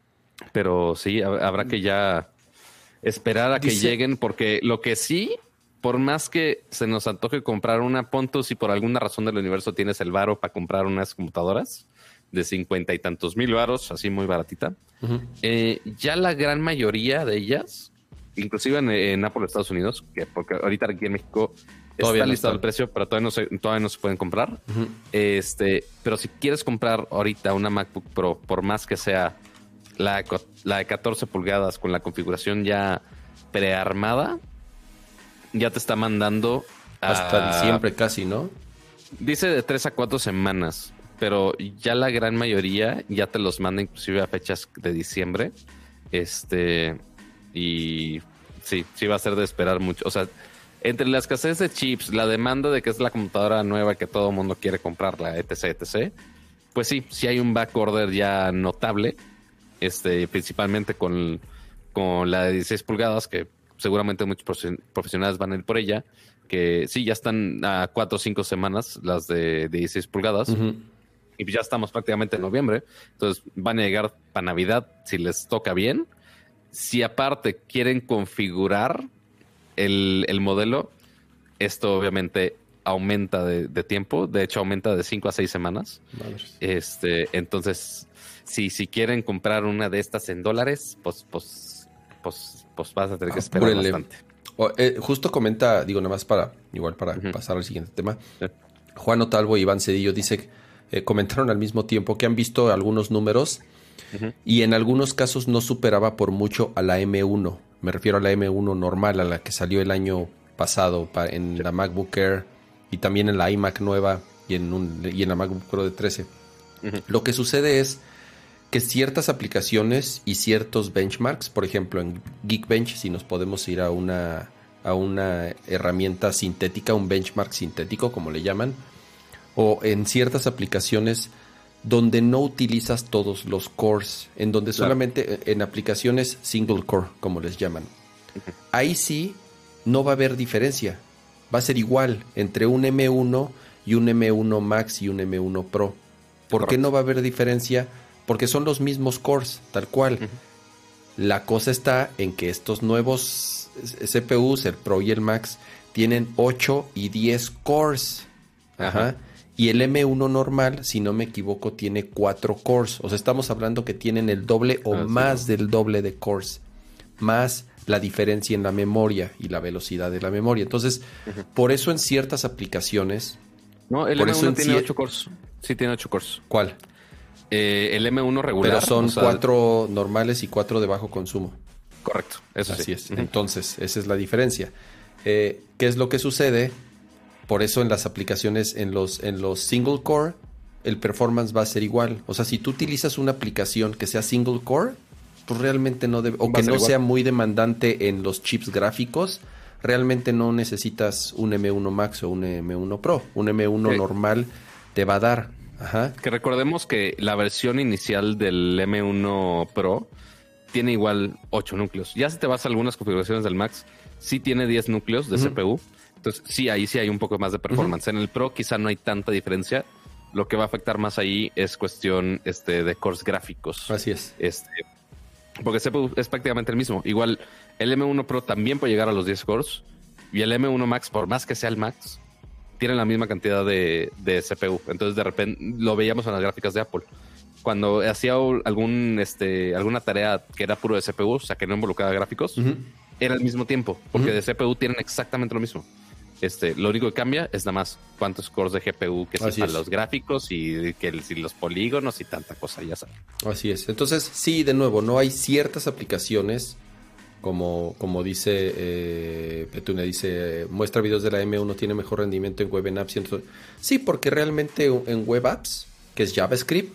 pero sí, hab- habrá que ya esperar a que Dice- lleguen, porque lo que sí, por más que se nos antoje comprar una, punto, si por alguna razón del universo tienes el varo para comprar unas computadoras de cincuenta y tantos mil varos, así muy baratita, Ujú. eh, ya la gran mayoría de ellas, inclusive en, en Apple Estados Unidos, que porque ahorita aquí en México Todavía está no listado están. el precio, pero todavía no se, todavía no se pueden comprar. Ujú. Este, pero si quieres comprar ahorita una MacBook Pro, por más que sea la, co- la de catorce pulgadas con la configuración ya prearmada, ya te está mandando Hasta a- diciembre casi, ¿no? dice de tres a cuatro semanas, pero ya la gran mayoría ya te los manda inclusive a fechas de diciembre. Este, y sí, sí va a ser de esperar mucho. O sea, entre la escasez de chips, la demanda de que es la computadora nueva que todo el mundo quiere comprarla, etc, etcétera, pues sí, sí hay un backorder ya notable, este, principalmente con, con la de dieciséis pulgadas, que seguramente muchos profe- profesionales van a ir por ella, que sí, ya están a cuatro o cinco semanas las de, de dieciséis pulgadas, Ujú. y ya estamos prácticamente en noviembre, entonces van a llegar para Navidad si les toca bien. Si aparte quieren configurar el, el modelo, esto obviamente aumenta de, de tiempo, de hecho aumenta de cinco a seis semanas. Madres. Este, entonces, si, si quieren comprar una de estas en dólares, pues, pues, pues, pues vas a tener que esperar Apúrenle. bastante. O, eh, justo comenta, digo, nada más para, igual para Ujú. pasar al siguiente tema. Sí. Juan Otalvo y Iván Cedillo dice, eh, comentaron al mismo tiempo que han visto algunos números Ujú. y en algunos casos no superaba por mucho a la M uno. Me refiero a la M uno normal, a la que salió el año pasado pa- en la MacBook Air y también en la iMac nueva y en, un, y en la MacBook Pro de trece. Ujú. Lo que sucede es que ciertas aplicaciones y ciertos benchmarks, por ejemplo en Geekbench, si nos podemos ir a una, a una herramienta sintética, un benchmark sintético como le llaman, o en ciertas aplicaciones donde no utilizas todos los cores, en donde Claro. solamente en aplicaciones single core, como les llaman. Ahí sí no va a haber diferencia. Va a ser igual entre un M uno y un M uno Max y un M uno Pro. ¿Por qué Correcto. no va a haber diferencia? Porque son los mismos cores, tal cual. Ujú. La cosa está en que estos nuevos C P Us, el Pro y el Max, tienen ocho y diez cores. Ajá. Ajá. Y el M uno normal, si no me equivoco, tiene cuatro cores. O sea, estamos hablando que tienen el doble o Ah, sí, más no. del doble de cores. Más la diferencia en la memoria y la velocidad de la memoria. Entonces, Ujú. por eso en ciertas aplicaciones... No, el Por M uno eso en tiene sí- ocho cores. Sí, tiene ocho cores. ¿Cuál? Eh, el M uno regular. Pero son o sea, cuatro normales y cuatro de bajo consumo. Correcto, eso Así sí. es. Ujú. Entonces, esa es la diferencia. Eh, ¿Qué es lo que sucede? Por eso en las aplicaciones, en los, en los single core, el performance va a ser igual. O sea, si tú utilizas una aplicación que sea single core, pues realmente no debe, o Va que a ser no igual. sea muy demandante en los chips gráficos, realmente no necesitas un M uno Max o un M uno Pro. Un M uno Sí. normal te va a dar. Ajá. Que recordemos que la versión inicial del M uno Pro tiene igual ocho núcleos. Ya si te vas a algunas configuraciones del Max, sí tiene diez núcleos de Ujú. C P U. Entonces, sí, ahí sí hay un poco más de performance. En el Pro quizá no hay tanta diferencia. Lo que va a afectar más ahí es cuestión este, de cores gráficos. Así es. Este, porque C P U es prácticamente el mismo. Igual, el M uno Pro también puede llegar a los diez cores. Y el M uno Max, por más que sea el Max, tiene la misma cantidad de, de C P U. Entonces, de repente, lo veíamos en las gráficas de Apple. Cuando hacía algún, este, alguna tarea que era puro de C P U, o sea, que no involucraba gráficos, Ujú. era al mismo tiempo, porque Ujú. de C P U tienen exactamente lo mismo. Este, lo único que cambia es nada más cuántos cores de G P U que si Así para es. los gráficos y que el- si los polígonos y tanta cosa, ya sabes. Así es. Entonces, sí, de nuevo, no hay ciertas aplicaciones, como, como dice eh, Petune, dice, muestra videos de la M uno, tiene mejor rendimiento en web en apps. Y entonces, sí, porque realmente en web apps, que es JavaScript,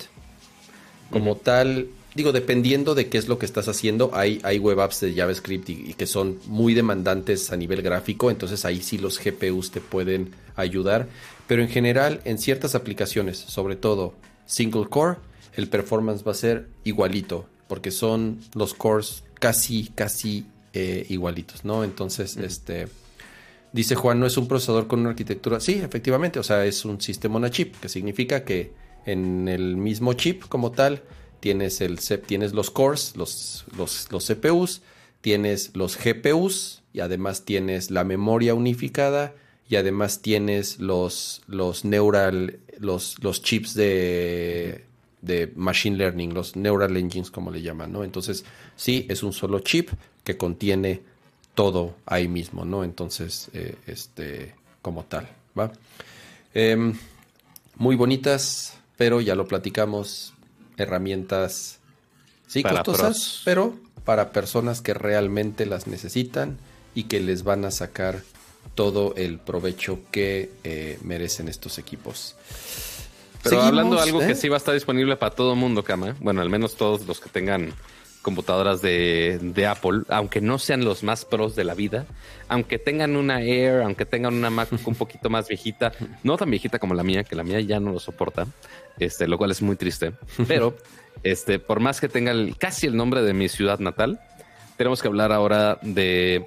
como Ujú. tal, digo, dependiendo de qué es lo que estás haciendo, hay, hay web apps de JavaScript y, y que son muy demandantes a nivel gráfico, entonces ahí sí los G P Us te pueden ayudar, pero en general en ciertas aplicaciones, sobre todo single core, el performance va a ser igualito, porque son los cores casi, casi eh, igualitos, ¿no? Entonces, uh-huh. este... Dice Juan, no es un procesador con una arquitectura... Sí, efectivamente, o sea, es un sistema on a chip, que significa que en el mismo chip como tal tienes, el, tienes los cores, los, los, los C P Us, tienes los G P Us y además tienes la memoria unificada y además tienes los, los neural, los, los chips de, de machine learning, los neural engines como le llaman, ¿no? Entonces, sí, es un solo chip que contiene todo ahí mismo, ¿no? Entonces, eh, este, como tal, ¿va? Eh, muy bonitas, pero ya lo platicamos, herramientas, sí, para costosas, pros. Pero para personas que realmente las necesitan y que les van a sacar todo el provecho que eh, merecen estos equipos. Pero Seguimos, hablando de algo ¿eh? que sí va a estar disponible para todo el mundo, Kama, bueno, al menos todos los que tengan computadoras de, de Apple, aunque no sean los más pros de la vida, aunque tengan una Air, aunque tengan una Mac un poquito más viejita, no tan viejita como la mía, que la mía ya no lo soporta, este, lo cual es muy triste, pero este, por más que tenga el, casi el nombre de mi ciudad natal, tenemos que hablar ahora de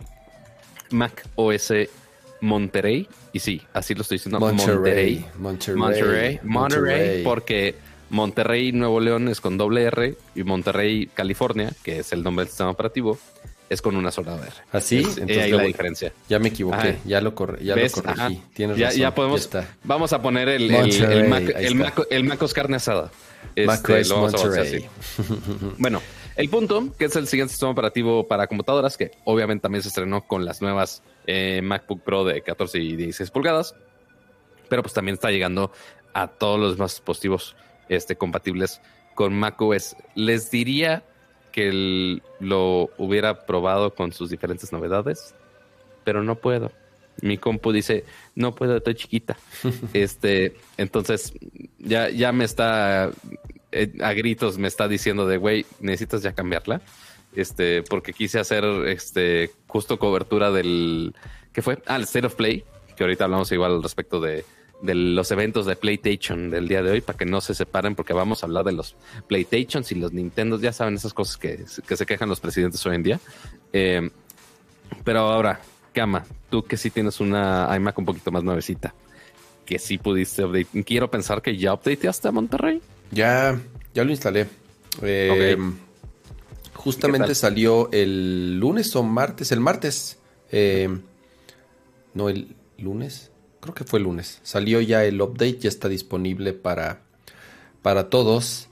Mac O S Monterrey, y sí, así lo estoy diciendo, Monterrey, Monterrey, Monterrey, Monterrey, Monterrey, porque Monterrey, Nuevo León es con doble R y Monterrey, California, que es el nombre del sistema operativo, es con una sola R. ¿Así? Es, Entonces ahí la diferencia. Ya me equivoqué, Ajá. ya lo, corre, ya lo corregí. Tienes ya, razón. Ya podemos, ya vamos a poner el, el, el, Mac, el, Mac, el Macos carne asada. Este, lo vamos Monterrey. a hacer así. Bueno, el punto, que es el siguiente sistema operativo para computadoras, que obviamente también se estrenó con las nuevas eh, MacBook Pro de catorce y dieciséis pulgadas, pero pues también está llegando a todos los demás dispositivos Este, compatibles con macOS. Les diría que el, lo hubiera probado con sus diferentes novedades, pero no puedo. Mi compu dice, no puedo, estoy chiquita. este, entonces, ya, ya me está, eh, a gritos me está diciendo de, güey, necesitas ya cambiarla. Este, porque quise hacer este justo cobertura del, ¿qué fue? Ah, el State of Play, que ahorita hablamos igual al respecto de de los eventos de PlayStation del día de hoy, para que no se separen, porque vamos a hablar de los PlayStations y los Nintendos, ya saben esas cosas que, que se quejan los presidentes hoy en día. Eh, pero ahora, Kama, tú que sí tienes una iMac un poquito más nuevecita, que sí pudiste update, quiero pensar que ya updateaste a Monterrey. Ya, ya lo instalé. Eh, okay. Justamente salió el lunes o martes, el martes. Eh, no, el lunes. Creo que fue el lunes. Salió ya el update, ya está disponible para, para todos.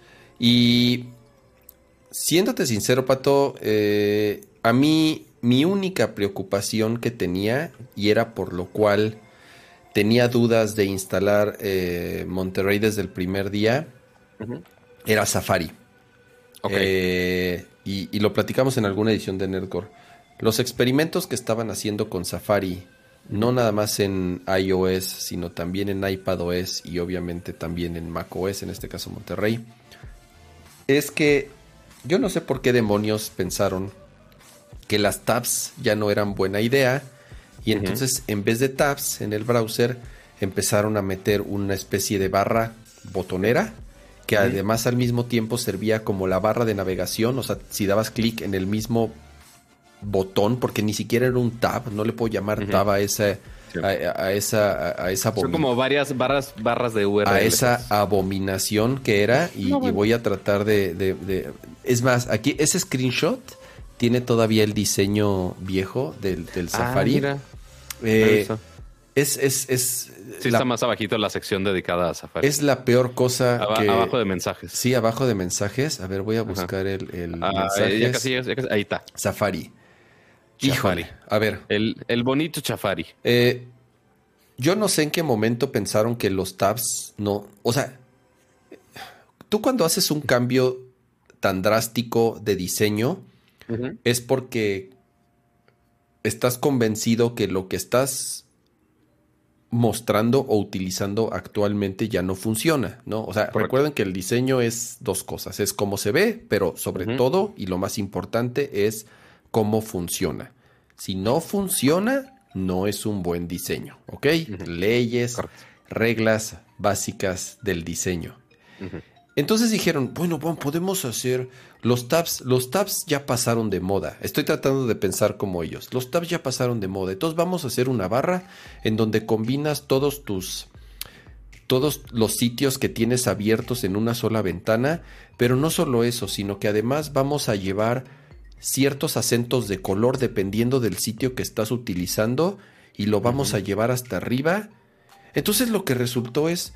Y siéndote sincero, Pato, eh, a mí mi única preocupación que tenía, y era por lo cual tenía dudas de instalar eh, Monterrey desde el primer día, uh-huh. era Safari. Okay. Eh, y, y lo platicamos en alguna edición de Nerdcore. Los experimentos que estaban haciendo con Safari, no nada más en iOS, sino también en iPadOS y obviamente también en macOS, en este caso Monterrey, es que yo no sé por qué demonios pensaron que las tabs ya no eran buena idea y uh-huh. entonces en vez de tabs en el browser empezaron a meter una especie de barra botonera que uh-huh. además al mismo tiempo servía como la barra de navegación, o sea, si dabas clic en el mismo botón, porque ni siquiera era un tab, no le puedo llamar uh-huh. tab a esa sí. a, a esa a, a esa son como varias barras barras de U R L a esa abominación que era y, no, bueno. y voy a tratar de, de, de es más, aquí ese screenshot tiene todavía el diseño viejo del, del Safari. Ah, mira. Eh, es es es sí, la, está más abajito la sección dedicada a Safari. Es la peor cosa Aba, que abajo de mensajes. Sí, abajo de mensajes. A ver, voy a buscar Ajá. el, el ah, mensajes. Ya casi, ya casi, ahí está. Safari. Híjole, a ver. El, el bonito Safari. Eh, yo no sé en qué momento pensaron que los tabs no... O sea, tú cuando haces un cambio tan drástico de diseño, uh-huh. es porque estás convencido que lo que estás mostrando o utilizando actualmente ya no funciona, ¿no? O sea, Correcto. Recuerden que el diseño es dos cosas. Es cómo se ve, pero sobre uh-huh. todo, y lo más importante, es cómo funciona. Si no funciona, no es un buen diseño, ¿ok? Uh-huh. Leyes, Correcto. Reglas básicas del diseño. Uh-huh. Entonces dijeron, bueno, bueno, podemos hacer los tabs. Los tabs ya pasaron de moda. Estoy tratando de pensar como ellos. Los tabs ya pasaron de moda. Entonces vamos a hacer una barra en donde combinas todos tus... todos los sitios que tienes abiertos en una sola ventana, pero no solo eso, sino que además vamos a llevar ciertos acentos de color dependiendo del sitio que estás utilizando y lo vamos uh-huh. a llevar hasta arriba. Entonces lo que resultó es,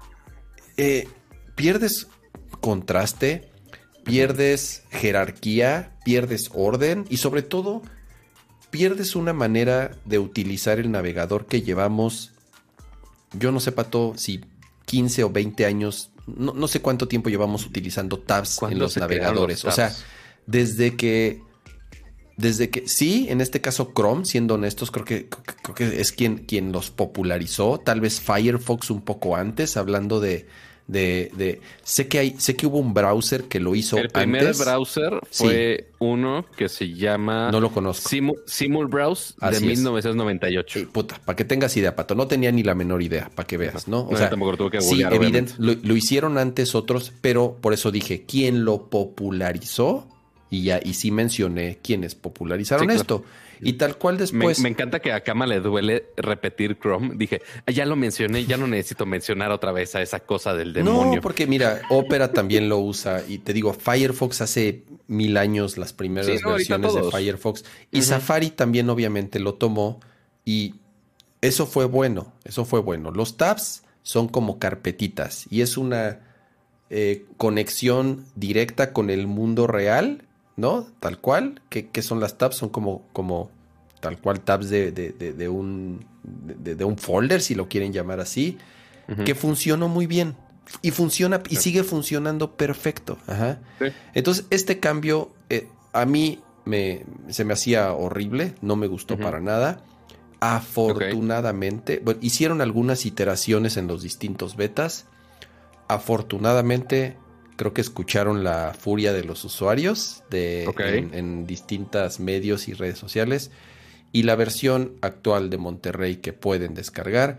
eh, pierdes contraste, pierdes jerarquía, pierdes orden y sobre todo pierdes una manera de utilizar el navegador que llevamos. Yo no sé, Pato, si quince o veinte años, no, no sé cuánto tiempo llevamos utilizando tabs en los navegadores. Los o sea, desde que, desde que, sí, en este caso Chrome, siendo honestos, creo que, creo que es quien, quien los popularizó. Tal vez Firefox un poco antes, hablando de, de, de sé que hay, sé que hubo un browser que lo hizo antes. El primer antes. browser fue sí. uno que se llama... No lo conozco. Simu, Simul Browse de Así mil novecientos noventa y ocho. Eh, puta, para que tengas idea, Pato. No tenía ni la menor idea, para que veas, ¿no? O no, sea, tampoco tuve que sí, googlear, evidente. Lo, lo hicieron antes otros, pero por eso dije, ¿quién lo popularizó? Y ya, y sí mencioné quiénes popularizaron sí, esto. Claro. Y tal cual después... Me, me encanta que a Kama le duele repetir Chrome. Dije, ya lo mencioné, ya no necesito mencionar otra vez a esa cosa del demonio. No, porque mira, Opera también lo usa. Y te digo, Firefox hace mil años, las primeras sí, no, versiones de Firefox. Y uh-huh. Safari también obviamente lo tomó. Y eso fue bueno, eso fue bueno. Los tabs son como carpetitas. Y es una eh, conexión directa con el mundo real, ¿no? Tal cual. ¿Qué, qué son las tabs? Son como, como tal cual tabs de, de, de, de, un, de, de un folder, si lo quieren llamar así, uh-huh. que funcionó muy bien. Y funciona y sigue funcionando perfecto. Ajá. Sí. Entonces, este cambio eh, a mí me, se me hacía horrible, no me gustó uh-huh. para nada. Afortunadamente, okay. bueno, hicieron algunas iteraciones en los distintos betas. Afortunadamente, creo que escucharon la furia de los usuarios de, okay. en, en distintos medios y redes sociales. Y la versión actual de Monterrey que pueden descargar,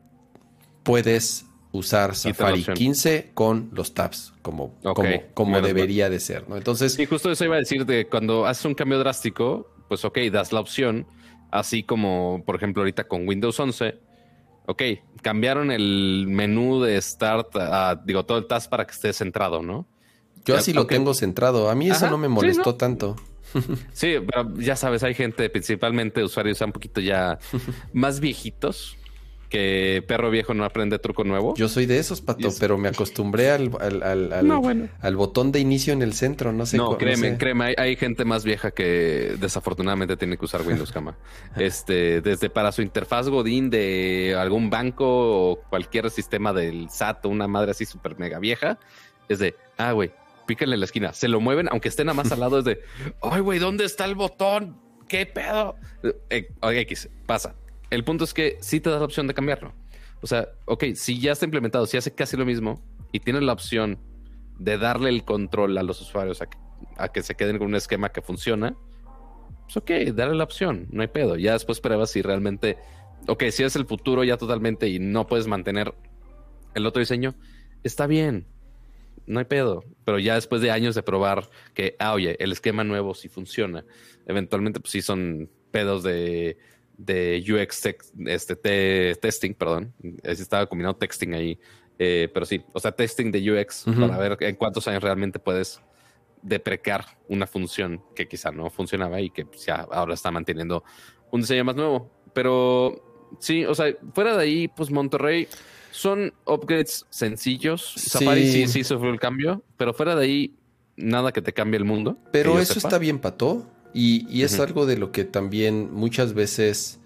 puedes usar Safari quince con los tabs, como, okay. como, como debería de ser, ¿no? Entonces... Y justo eso iba a decir, de cuando haces un cambio drástico, pues ok, das la opción, así como, por ejemplo, ahorita con Windows once, ok, cambiaron el menú de Start, a, digo, todo el task para que esté centrado, ¿no? Yo así okay. lo tengo centrado. A mí eso Ajá, no me molestó sí, ¿no? tanto. Sí, pero ya sabes, hay gente, principalmente usuarios un poquito ya más viejitos, que perro viejo no aprende truco nuevo. Yo soy de esos, Pato, es... pero me acostumbré al, al, al, al, no, bueno. al botón de inicio en el centro. No sé. No, cu- créeme, no sé. créeme, hay, hay gente más vieja que desafortunadamente tiene que usar Windows, Kama. Este, desde para su interfaz Godín de algún banco o cualquier sistema del S A T, una madre así súper mega vieja, es de, ah, güey, píquenle en la esquina. Se lo mueven, aunque esté nada más al lado, es de, ay, güey, ¿dónde está el botón? ¿Qué pedo? Eh, X, pasa. El punto es que sí te das la opción de cambiarlo. O sea, ok, si ya está implementado, si hace casi lo mismo y tienes la opción de darle el control a los usuarios a que, a que se queden con un esquema que funciona, pues ok, dale la opción, no hay pedo. Ya después pruebas si realmente, ok, si es el futuro ya totalmente y no puedes mantener el otro diseño, está bien, no hay pedo. Pero ya después de años de probar que, ah, oye, el esquema nuevo sí funciona, eventualmente pues sí son pedos de... de U X tex, este, te, testing, perdón. Estaba combinado texting ahí. Eh, pero sí, o sea, testing de U X uh-huh. para ver en cuántos años realmente puedes deprecar una función que quizá no funcionaba y que pues, ya ahora está manteniendo un diseño más nuevo. Pero sí, o sea, fuera de ahí, pues Monterrey son upgrades sencillos. Sí. Safari sí, sí sufrió el cambio, pero fuera de ahí, nada que te cambie el mundo. Pero eso sepa. Está bien, Pato. Y, y es uh-huh. algo de lo que también muchas veces,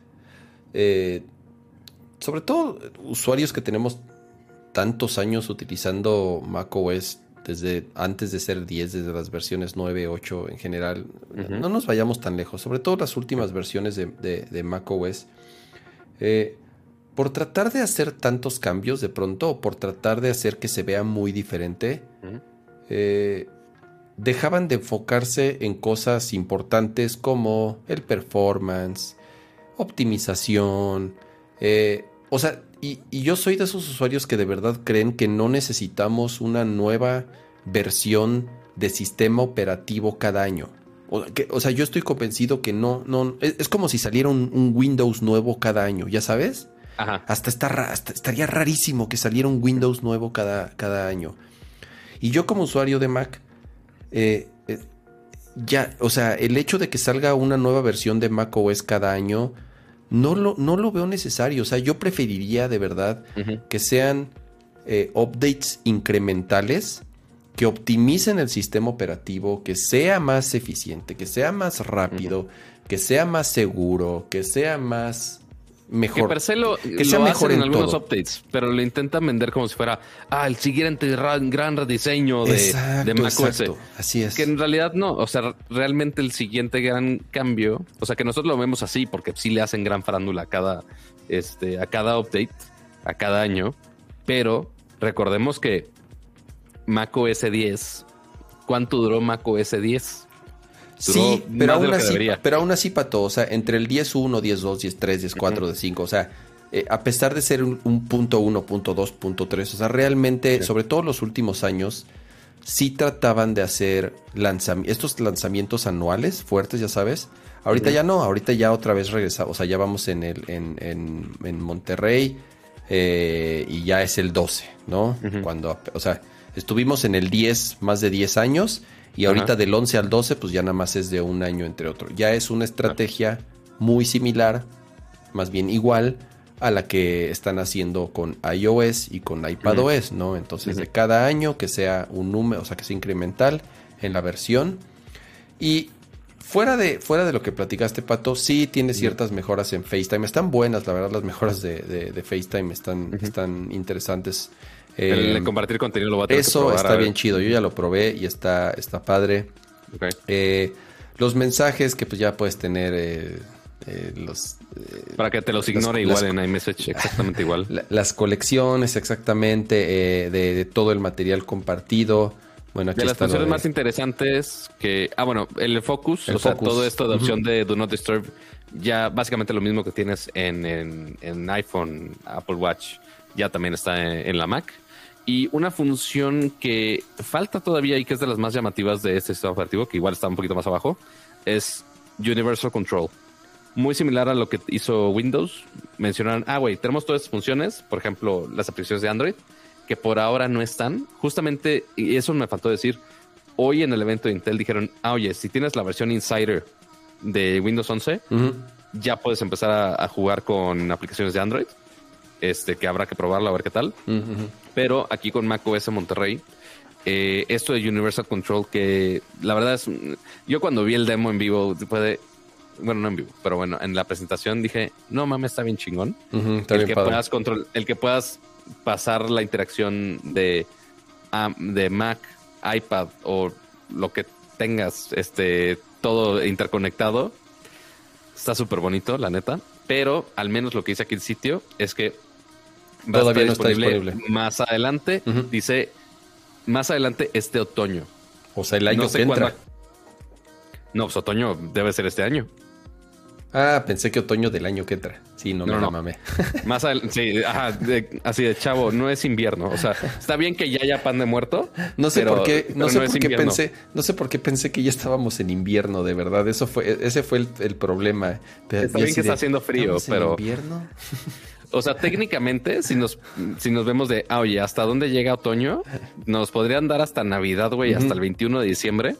eh, sobre todo usuarios que tenemos tantos años utilizando macOS desde antes de ser diez, desde las versiones nueve, ocho en general, uh-huh. no nos vayamos tan lejos, sobre todo las últimas versiones de, de, de macOS, eh, por tratar de hacer tantos cambios de pronto, o por tratar de hacer que se vea muy diferente, uh-huh. eh, dejaban de enfocarse en cosas importantes como el performance, optimización, eh, o sea, y, y yo soy de esos usuarios que de verdad creen que no necesitamos una nueva versión de sistema operativo cada año. O, que, o sea, yo estoy convencido que no, no, es, es como si saliera un, un Windows nuevo cada año, ¿ya sabes? Ajá. Hasta, está, hasta estaría rarísimo que saliera un Windows nuevo cada, cada año. Y yo como usuario de Mac, eh, eh, ya, o sea, el hecho de que salga una nueva versión de macOS cada año, no lo, no lo veo necesario. O sea, yo preferiría de verdad uh-huh. que sean eh, updates incrementales, que optimicen el sistema operativo, que sea más eficiente, que sea más rápido, uh-huh. que sea más seguro, que sea más mejor. Que per se lo, que sea lo mejor en, en algunos todo. updates, pero lo intentan vender como si fuera ah, el siguiente gran, gran rediseño de, exacto, de macOS. Así es. Que en realidad no, o sea, realmente el siguiente gran cambio, o sea, que nosotros lo vemos así porque sí le hacen gran farándula a cada, este, a cada update, a cada año, pero recordemos que macOS diez, ¿cuánto duró macOS diez? Sí, pero aún, así, pero aún así, Pato, o sea, entre el diez punto uno, diez punto dos, diez punto tres, diez punto cuatro, uh-huh. diez punto cinco, o sea, eh, a pesar de ser un, un punto uno, punto dos, punto tres, o sea, realmente, sí. sobre todo los últimos años, sí trataban de hacer lanzam- estos lanzamientos anuales fuertes, ya sabes. Ahorita uh-huh. ya no, ahorita ya otra vez regresamos, o sea, ya vamos en el en, en, en Monterrey eh, y ya es el doce, ¿no? Uh-huh. Cuando, o sea, estuvimos en el diez más de diez años. Y ahorita Ajá. del once al doce, pues ya nada más es de un año entre otro. Ya es una estrategia muy similar, más bien igual, a la que están haciendo con iOS y con iPadOS, ¿no? Entonces, uh-huh. de cada año que sea un número, o sea, que sea incremental en la versión. Y fuera de, fuera de lo que platicaste, Pato, sí tiene ciertas uh-huh. mejoras en FaceTime. Están buenas, la verdad, las mejoras de, de, de FaceTime están, uh-huh. están interesantes. El de compartir contenido lo va a tener Eso que probar, está bien chido. Yo ya lo probé y está, está padre. Okay. Eh, los mensajes que pues ya puedes tener eh, eh, los eh, para que te los ignore las, igual las, en iMessage, exactamente igual. La, las colecciones, exactamente, eh, de, de todo el material compartido. Bueno, aquí de las está funciones de... más interesantes que... Ah, bueno, el focus, el o focus. sea, todo esto de opción uh-huh. de Do Not Disturb, ya básicamente lo mismo que tienes en, en, en iPhone, Apple Watch, ya también está en, en la Mac. Y una función que falta todavía y que es de las más llamativas de este sistema operativo, que igual está un poquito más abajo, es Universal Control. Muy similar a lo que hizo Windows. Mencionaron, ah, güey, tenemos todas estas funciones, por ejemplo, las aplicaciones de Android, que por ahora no están. Justamente, y eso me faltó decir, hoy en el evento de Intel dijeron, ah, oye, si tienes la versión Insider de Windows once, uh-huh. ya puedes empezar a, a jugar con aplicaciones de Android. Este, que habrá que probarlo a ver qué tal. Uh-huh. Pero aquí con macOS Monterrey, eh, esto de Universal Control, que la verdad es... Yo cuando vi el demo en vivo, puede, bueno, no en vivo, pero bueno, en la presentación dije, no mames, está bien chingón. Uh-huh, está el, bien que padre. puedas control, el que puedas pasar la interacción de, um, de Mac, iPad o lo que tengas, este, todo interconectado, está súper bonito, la neta. Pero al menos lo que dice aquí el sitio es que va todavía a estar no disponible está disponible. Más adelante, uh-huh. dice más adelante este otoño. O sea, el año no sé que entra. Cuándo... No, pues otoño debe ser este año. Ah, pensé que otoño del año que entra. Sí, no, no me no. la mamé. Más adelante, sí, ajá, de, así de chavo, no es invierno. O sea, está bien que ya haya pan de muerto. No sé pero, por qué, no sé no por qué pensé, no sé por qué pensé que ya estábamos en invierno, de verdad. Eso fue, ese fue el, el problema. Está bien que está haciendo frío, pero. ¿En invierno? O sea, técnicamente, si nos, si nos vemos de, ah, oye, ¿hasta dónde llega otoño? Nos podrían dar hasta Navidad, güey, uh-huh. hasta el veintiuno de diciembre.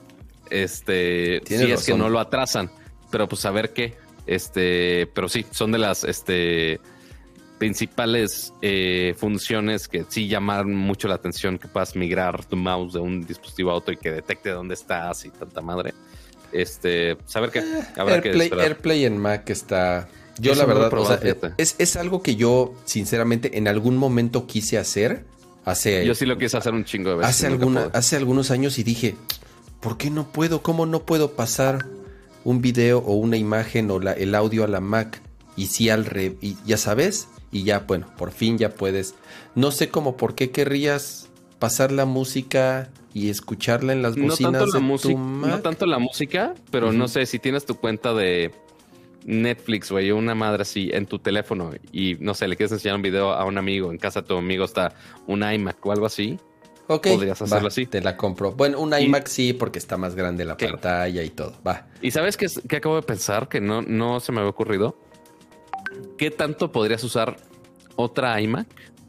Este, si es razón. Que no lo atrasan. Pero pues a ver qué. Este, pero sí, son de las este, principales eh, funciones que sí llaman mucho la atención, que puedas migrar tu mouse de un dispositivo a otro y que detecte dónde estás y tanta madre. Este, saber qué eh, habrá Airplay, que esperar. AirPlay en Mac está... Yo Eso la verdad, no o sea, es, es algo que yo sinceramente en algún momento quise hacer. Hace, yo sí lo quise hacer un chingo de veces. Hace, alguna, hace algunos años y dije, ¿por qué no puedo? ¿Cómo no puedo pasar un video o una imagen o la, el audio a la Mac? Y sí al re, y ya sabes, y ya, bueno, por fin ya puedes. No sé cómo, ¿por qué querrías pasar la música y escucharla en las bocinas no tanto de la música, tu Mac? No tanto la música, pero uh-huh. no sé, si tienes tu cuenta de... Netflix, güey, o una madre así en tu teléfono y, no sé, le quieres enseñar un video a un amigo, en casa de tu amigo está un iMac o algo así, Ok, podrías hacerlo va, así. te la compro. Bueno, un Y- iMac sí, porque está más grande la Claro. pantalla y todo. Va. ¿Y sabes qué, es- qué acabo de pensar? Que no, no se me había ocurrido. ¿Qué tanto podrías usar otra iMac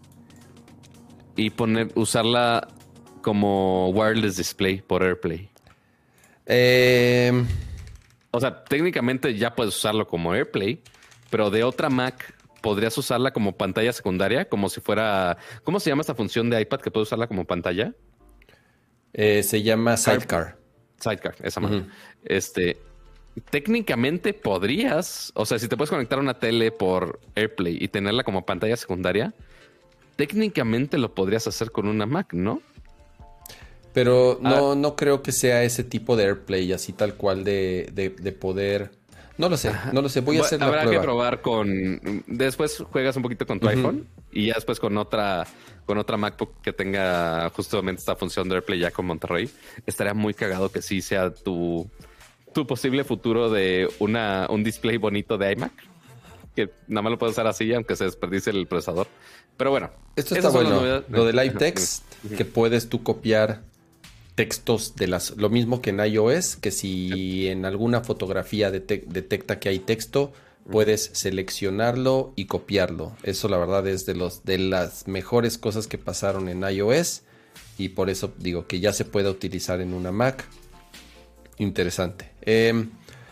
y poner, usarla como wireless display por AirPlay? Eh, O sea, técnicamente ya puedes usarlo como AirPlay, pero de otra Mac podrías usarla como pantalla secundaria, como si fuera... ¿Cómo se llama esta función de iPad que puedes usarla como pantalla? eh, se llama Sidecar. Sidecar, esa madre. Ujú. Este, técnicamente podrías, o sea, si te puedes conectar a una tele por AirPlay y tenerla como pantalla secundaria, técnicamente lo podrías hacer con una Mac, ¿no? Pero no, Ah. no creo que sea ese tipo de AirPlay, así tal cual de, de, de poder. No lo sé, no lo sé. Voy a Bu- hacer la Habrá prueba. que probar con... Después juegas un poquito con tu Ujú. iPhone y ya después con otra con otra MacBook que tenga justamente esta función de AirPlay ya con Monterrey. Estaría muy cagado que sí sea tu, tu posible futuro de una, un display bonito de iMac. Que nada más lo puedes usar así, aunque se desperdicie el procesador. Pero bueno. Esto está esas son las bueno. novedades. Lo de Live Ajá. Text, que puedes tú copiar textos de las. Lo mismo que en iOS, que si en alguna fotografía dete- detecta que hay texto, puedes seleccionarlo y copiarlo. Eso la verdad es de los de las mejores cosas que pasaron en iOS. Y por eso digo que ya se puede utilizar en una Mac. Interesante. Eh,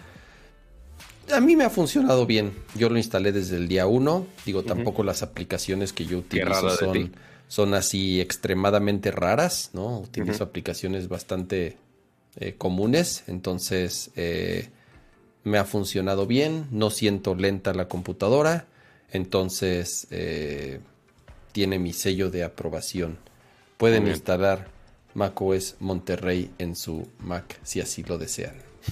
a mí me ha funcionado bien. Yo lo instalé desde el día uno. Digo, tampoco las aplicaciones que yo Qué utilizo raro de son, ti. son así extremadamente raras, ¿no? Utilizo Ujú. aplicaciones bastante eh, comunes. Entonces, eh, me ha funcionado bien. No siento lenta la computadora. Entonces, eh, tiene mi sello de aprobación. Pueden Muy bien. instalar macOS Monterrey en su Mac si así lo desean.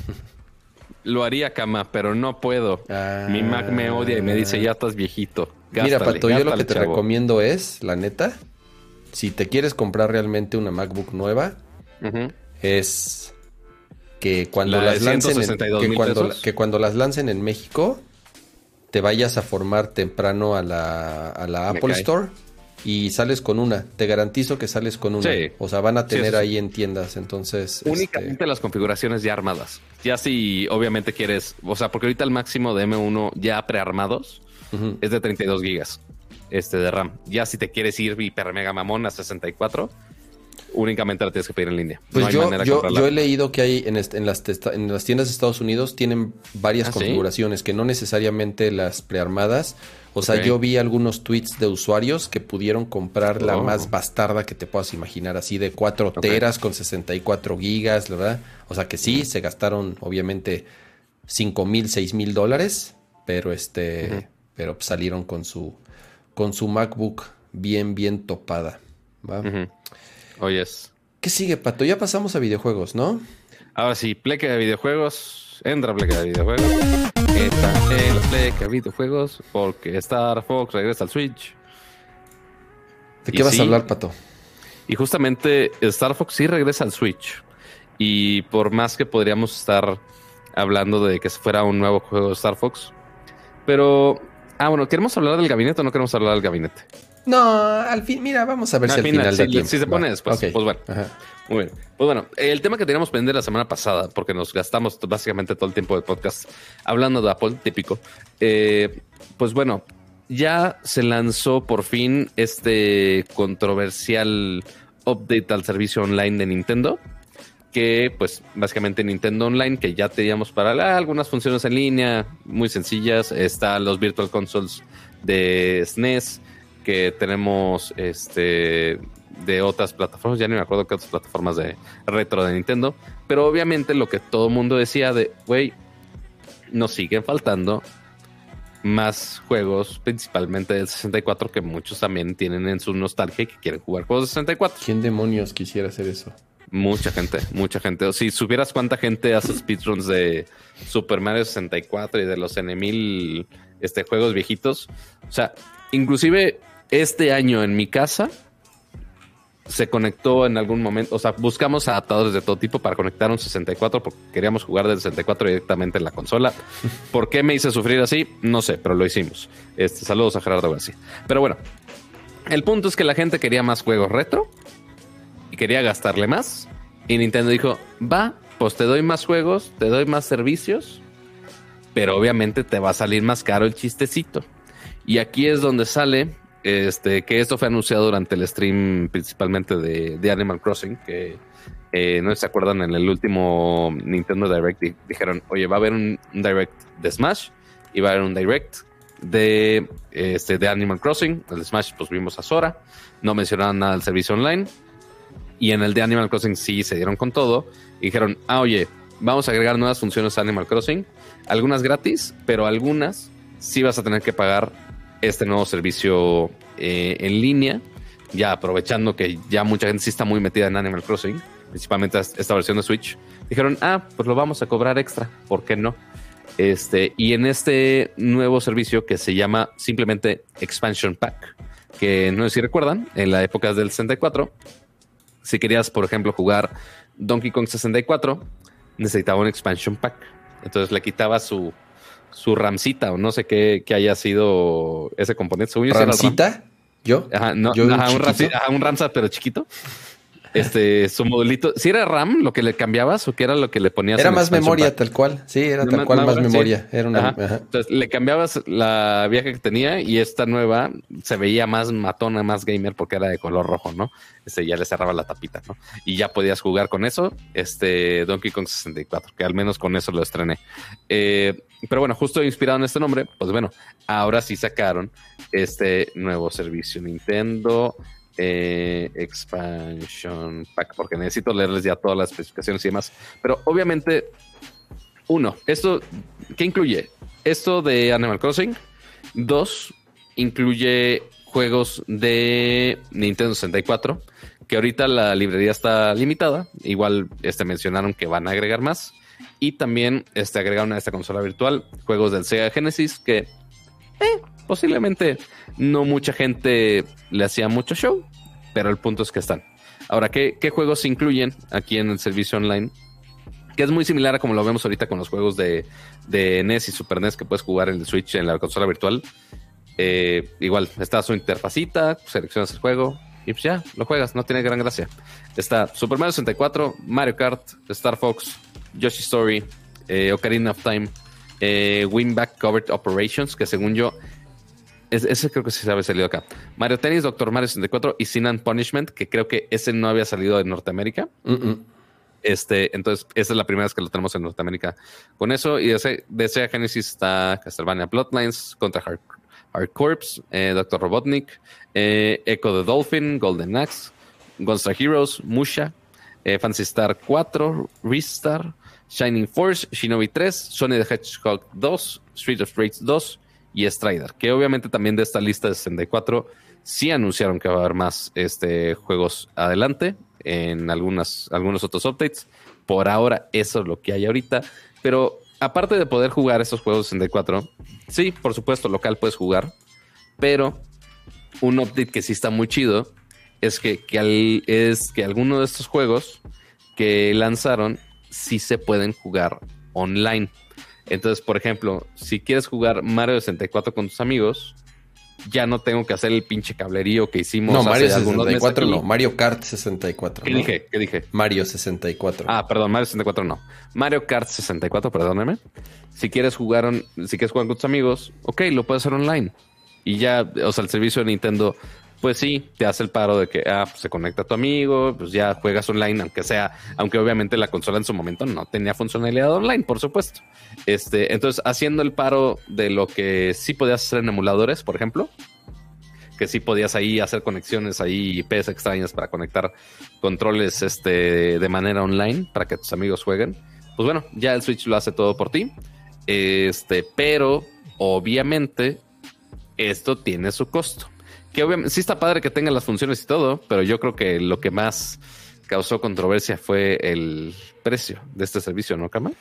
Lo haría, Cama, pero no puedo. Ah. Mi Mac me odia y me dice, ya estás viejito. Mira, Gástale, Pato, yo lo gástale, que te chavo. recomiendo es, la neta, si te quieres comprar realmente una MacBook nueva, Ujú. es que cuando La de las lancen en, ciento sesenta y dos que mil cuando, pesos. que cuando las lancen en México, te vayas a formar temprano a la, a la Me Apple cae. Store y sales con una. Te garantizo que sales con una. Sí. O sea, van a Sí, tener eso sí. ahí en tiendas. Entonces, Únicamente este, las configuraciones ya armadas. Ya si obviamente quieres, o sea, porque ahorita el máximo de M uno ya prearmados ujú. es de treinta y dos gigas este de RAM. Ya si te quieres ir hiper mega mamón a sesenta y cuatro, únicamente la tienes que pedir en línea. Pues no hay yo, manera de yo, comprarla. yo he leído que hay en, este- en las testa- en las tiendas de Estados Unidos tienen varias ¿Ah, sí? configuraciones, que no necesariamente las prearmadas. O sea, Ok. yo vi algunos tweets de usuarios que pudieron comprar la Oh. más bastarda que te puedas imaginar, así de cuatro Ok. teras con sesenta y cuatro gigas, ¿verdad? O sea que sí, se gastaron obviamente cinco mil, seis mil dólares, pero este, Ujú. pero pues salieron con su, con su MacBook bien, bien topada, ¿va? Ujú. Oyes. ¿Qué sigue, Pato? Ya pasamos a videojuegos, ¿no? Ahora sí, pleca de videojuegos. Entra pleca de videojuegos. Entra en la pleca de videojuegos porque Star Fox regresa al Switch. ¿De Y qué vas sí. a hablar, Pato? Y justamente Star Fox sí regresa al Switch. Y por más que podríamos estar hablando de que fuera un nuevo juego de Star Fox. Pero, ah, bueno, ¿queremos hablar del gabinete o no queremos hablar del gabinete? No, al fin, mira, vamos a ver si Al al final, final da si- tiempo. si se pone Va, después, ok. pues bueno. Ajá. Muy bien. Pues bueno, el tema que teníamos pendiente la semana pasada, porque nos gastamos básicamente todo el tiempo del podcast hablando de Apple, típico. Eh, pues bueno, ya se lanzó por fin este controversial update al servicio online de Nintendo, que pues básicamente Nintendo Online, que ya teníamos para ah, algunas funciones en línea muy sencillas. Está los Virtual Consoles de S N E S, que tenemos este de otras plataformas, ya no me acuerdo qué otras plataformas de retro de Nintendo, pero obviamente lo que todo el mundo decía de, güey, nos siguen faltando más juegos, principalmente del sesenta y cuatro, que muchos también tienen en su nostalgia y que quieren jugar juegos de sesenta y cuatro. ¿Quién demonios quisiera hacer eso? Mucha gente, mucha gente. O si supieras cuánta gente hace speedruns de Super Mario sesenta y cuatro y de los N mil este, juegos viejitos. O sea, inclusive este año en mi casa se conectó en algún momento, o sea, buscamos adaptadores de todo tipo para conectar un sesenta y cuatro porque queríamos jugar del sesenta y cuatro directamente en la consola. ¿Por qué me hice sufrir así? No sé, pero lo hicimos. Este, saludos a Gerardo García. Pero bueno, el punto es que la gente quería más juegos retro y quería gastarle más. Y Nintendo dijo, va, pues te doy más juegos, te doy más servicios, pero obviamente te va a salir más caro el chistecito. Y aquí es donde sale... Este, que esto fue anunciado durante el stream principalmente de, de Animal Crossing, que eh, no sé si se acuerdan, en el último Nintendo Direct di- dijeron, oye, va a haber un, un Direct de Smash y va a haber un Direct de, este, de Animal Crossing. El de Smash pues vimos a Sora, no mencionaron nada del servicio online, y en el de Animal Crossing sí se dieron con todo y dijeron, ah, oye, vamos a agregar nuevas funciones a Animal Crossing, algunas gratis, pero algunas sí vas a tener que pagar este nuevo servicio eh, en línea, ya aprovechando que ya mucha gente sí está muy metida en Animal Crossing, principalmente esta versión de Switch. Dijeron, ah, pues lo vamos a cobrar extra, ¿por qué no? Este, y en este nuevo servicio que se llama simplemente Expansion Pack, que no sé si recuerdan, en la época del sesenta y cuatro, si querías, por ejemplo, jugar Donkey Kong sesenta y cuatro, necesitaba un Expansion Pack. Entonces le quitaba su... su ramcita o no sé qué, qué haya sido ese componente. Según yo, ¿Ramcita? Ram. ¿Yo? Ajá, no, ¿Yo ajá, un, ramsi, ajá, un Ramsat, pero chiquito. Este, su modelito. ¿Si ¿Sí era RAM lo que le cambiabas o qué era lo que le ponías? Era más memoria, pack? Tal cual. Sí, era no, tal más, cual más, más memoria. Sí. Era una, ajá. Ajá. Entonces le cambiabas la vieja que tenía y esta nueva se veía más matona, más gamer porque era de color rojo, ¿no? Este, ya le cerraba la tapita, ¿no? Y ya podías jugar con eso, este Donkey Kong sesenta y cuatro, que al menos con eso lo estrené. Eh, pero bueno, justo inspirado en este nombre, pues bueno, ahora sí sacaron este nuevo servicio Nintendo Eh, Expansion Pack, porque necesito leerles ya todas las especificaciones y demás. Pero obviamente, uno, esto, ¿qué incluye? Esto de Animal Crossing. Dos, incluye juegos de Nintendo sesenta y cuatro, que ahorita la librería está limitada. Igual este, mencionaron que van a agregar más. Y también este, agregaron a esta consola virtual juegos del Sega Genesis, que eh, posiblemente no mucha gente le hacía mucho show, pero el punto es que están. Ahora, ¿qué, qué juegos se incluyen aquí en el servicio online? Que es muy similar a como lo vemos ahorita con los juegos de, de N E S y Super N E S que puedes jugar en el Switch, en la consola virtual. Eh, igual, está su interfacita, seleccionas el juego y pues ya, lo juegas, no tiene gran gracia. Está Super Mario sesenta y cuatro, Mario Kart, Star Fox, Yoshi Story, eh, Ocarina of Time, eh, Winback Covert Operations, que según yo, es, ese creo que sí se había salido acá. Mario Tennis, Doctor Mario sesenta y cuatro y Sin and Punishment, que creo que ese no había salido de Norteamérica. Uh-uh. Este, entonces, esa es la primera vez que lo tenemos en Norteamérica con eso. Y de, de Sega Genesis está Castlevania Bloodlines, Contra Hard, Hard Corps, eh, Doctor Robotnik, eh, Echo the Dolphin, Golden Axe, Gunstar Heroes, Musha, eh, Phantasy Star cuatro, Ristar, Shining Force, Shinobi tres, Sonic the Hedgehog dos, Street of Rage dos y Strider, que obviamente también de esta lista de sesenta y cuatro sí anunciaron que va a haber más este, juegos adelante en algunas, algunos otros updates. Por ahora eso es lo que hay ahorita, pero aparte de poder jugar estos juegos de sesenta y cuatro, sí, por supuesto, local puedes jugar, pero un update que sí está muy chido es que, que, al, es que algunos de estos juegos que lanzaron sí se pueden jugar online. Entonces, por ejemplo, si quieres jugar Mario sesenta y cuatro con tus amigos, ya no tengo que hacer el pinche cablerío que hicimos. No, Mario sesenta y cuatro no, Mario Kart sesenta y cuatro. ¿Qué ¿no? dije? ¿Qué dije? Mario sesenta y cuatro. Ah, perdón, Mario sesenta y cuatro no. Mario Kart sesenta y cuatro, perdóname. Si quieres jugar, on, si quieres jugar con tus amigos, ok, lo puedes hacer online. Y ya, o sea, el servicio de Nintendo, pues sí, te hace el paro de que ah, pues se conecta a tu amigo, pues ya juegas online, aunque sea, aunque obviamente la consola en su momento no tenía funcionalidad online, por supuesto. Este, entonces, haciendo el paro de lo que sí podías hacer en emuladores, por ejemplo, que sí podías ahí hacer conexiones ahí I Pes extrañas para conectar controles este, de manera online para que tus amigos jueguen. Pues bueno, ya el Switch lo hace todo por ti. Este, pero obviamente esto tiene su costo. Que obviamente sí está padre que tenga las funciones y todo, pero yo creo que lo que más causó controversia fue el precio de este servicio, ¿no, Kama?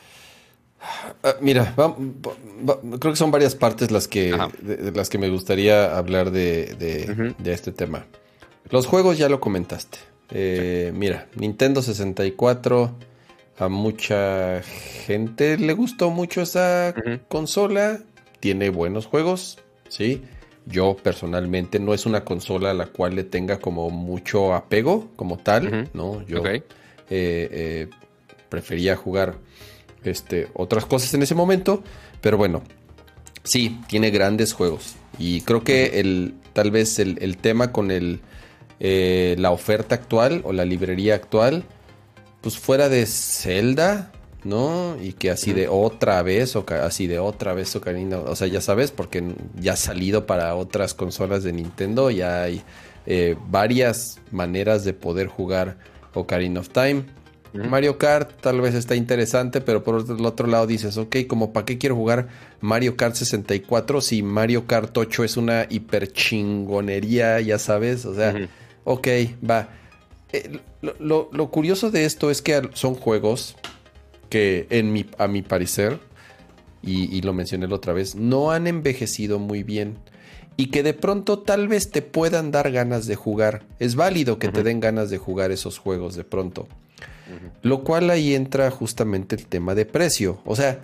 Uh, mira, va, va, creo que son varias partes las que, de, de las que me gustaría hablar de, de, uh-huh. de este tema. Los juegos ya lo comentaste. Eh, sí. Mira, Nintendo sesenta y cuatro, a mucha gente le gustó mucho esa uh-huh. consola. Tiene buenos juegos, ¿sí? Yo personalmente no es una consola a la cual le tenga como mucho apego como tal, uh-huh. ¿no? Yo okay. eh, eh, prefería jugar este, otras cosas en ese momento, pero bueno, sí, tiene grandes juegos. Y creo que uh-huh. el, tal vez el, el tema con el, eh, la oferta actual o la librería actual, pues fuera de Zelda, ¿no? Y que así uh-huh. de otra vez, o ca- así de otra vez Ocarina, o sea, ya sabes, porque ya ha salido para otras consolas de Nintendo, ya hay eh, varias maneras de poder jugar Ocarina of Time. Uh-huh. Mario Kart tal vez está interesante, pero por el otro lado dices, ok, como para qué quiero jugar Mario Kart sesenta y cuatro si Mario Kart ocho es una hiper chingonería, ya sabes, o sea, uh-huh. ok, va. Eh, lo, lo, lo curioso de esto es que son juegos que en mi, a mi parecer, y, y lo mencioné la otra vez, no han envejecido muy bien y que de pronto tal vez te puedan dar ganas de jugar. Es válido que uh-huh. te den ganas de jugar esos juegos de pronto. Uh-huh. Lo cual ahí entra justamente el tema de precio. O sea,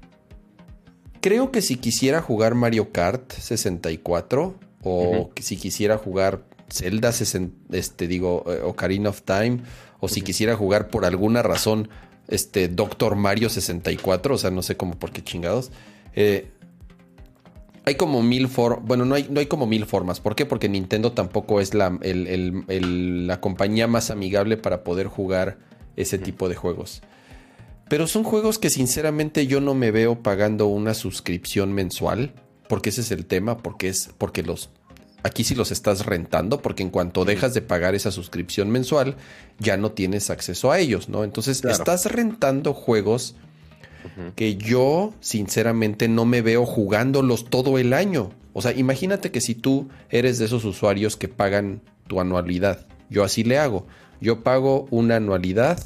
creo que si quisiera jugar Mario Kart sesenta y cuatro o uh-huh. que si quisiera jugar Zelda, este, digo, eh, Ocarina of Time, o si uh-huh. quisiera jugar por alguna razón Este Doctor Mario sesenta y cuatro, o sea, no sé cómo por qué chingados. Eh, hay como mil formas. Bueno, no hay, no hay como mil formas. ¿Por qué? Porque Nintendo tampoco es la, el, el, el, la compañía más amigable para poder jugar ese tipo de juegos. Pero son juegos que sinceramente yo no me veo pagando una suscripción mensual. Porque ese es el tema. Porque es porque los aquí sí los estás rentando, porque en cuanto dejas de pagar esa suscripción mensual, ya no tienes acceso a ellos, ¿no? Entonces, claro. estás rentando juegos uh-huh. que yo, sinceramente, no me veo jugándolos todo el año. O sea, imagínate que si tú eres de esos usuarios que pagan tu anualidad. Yo así le hago. Yo pago una anualidad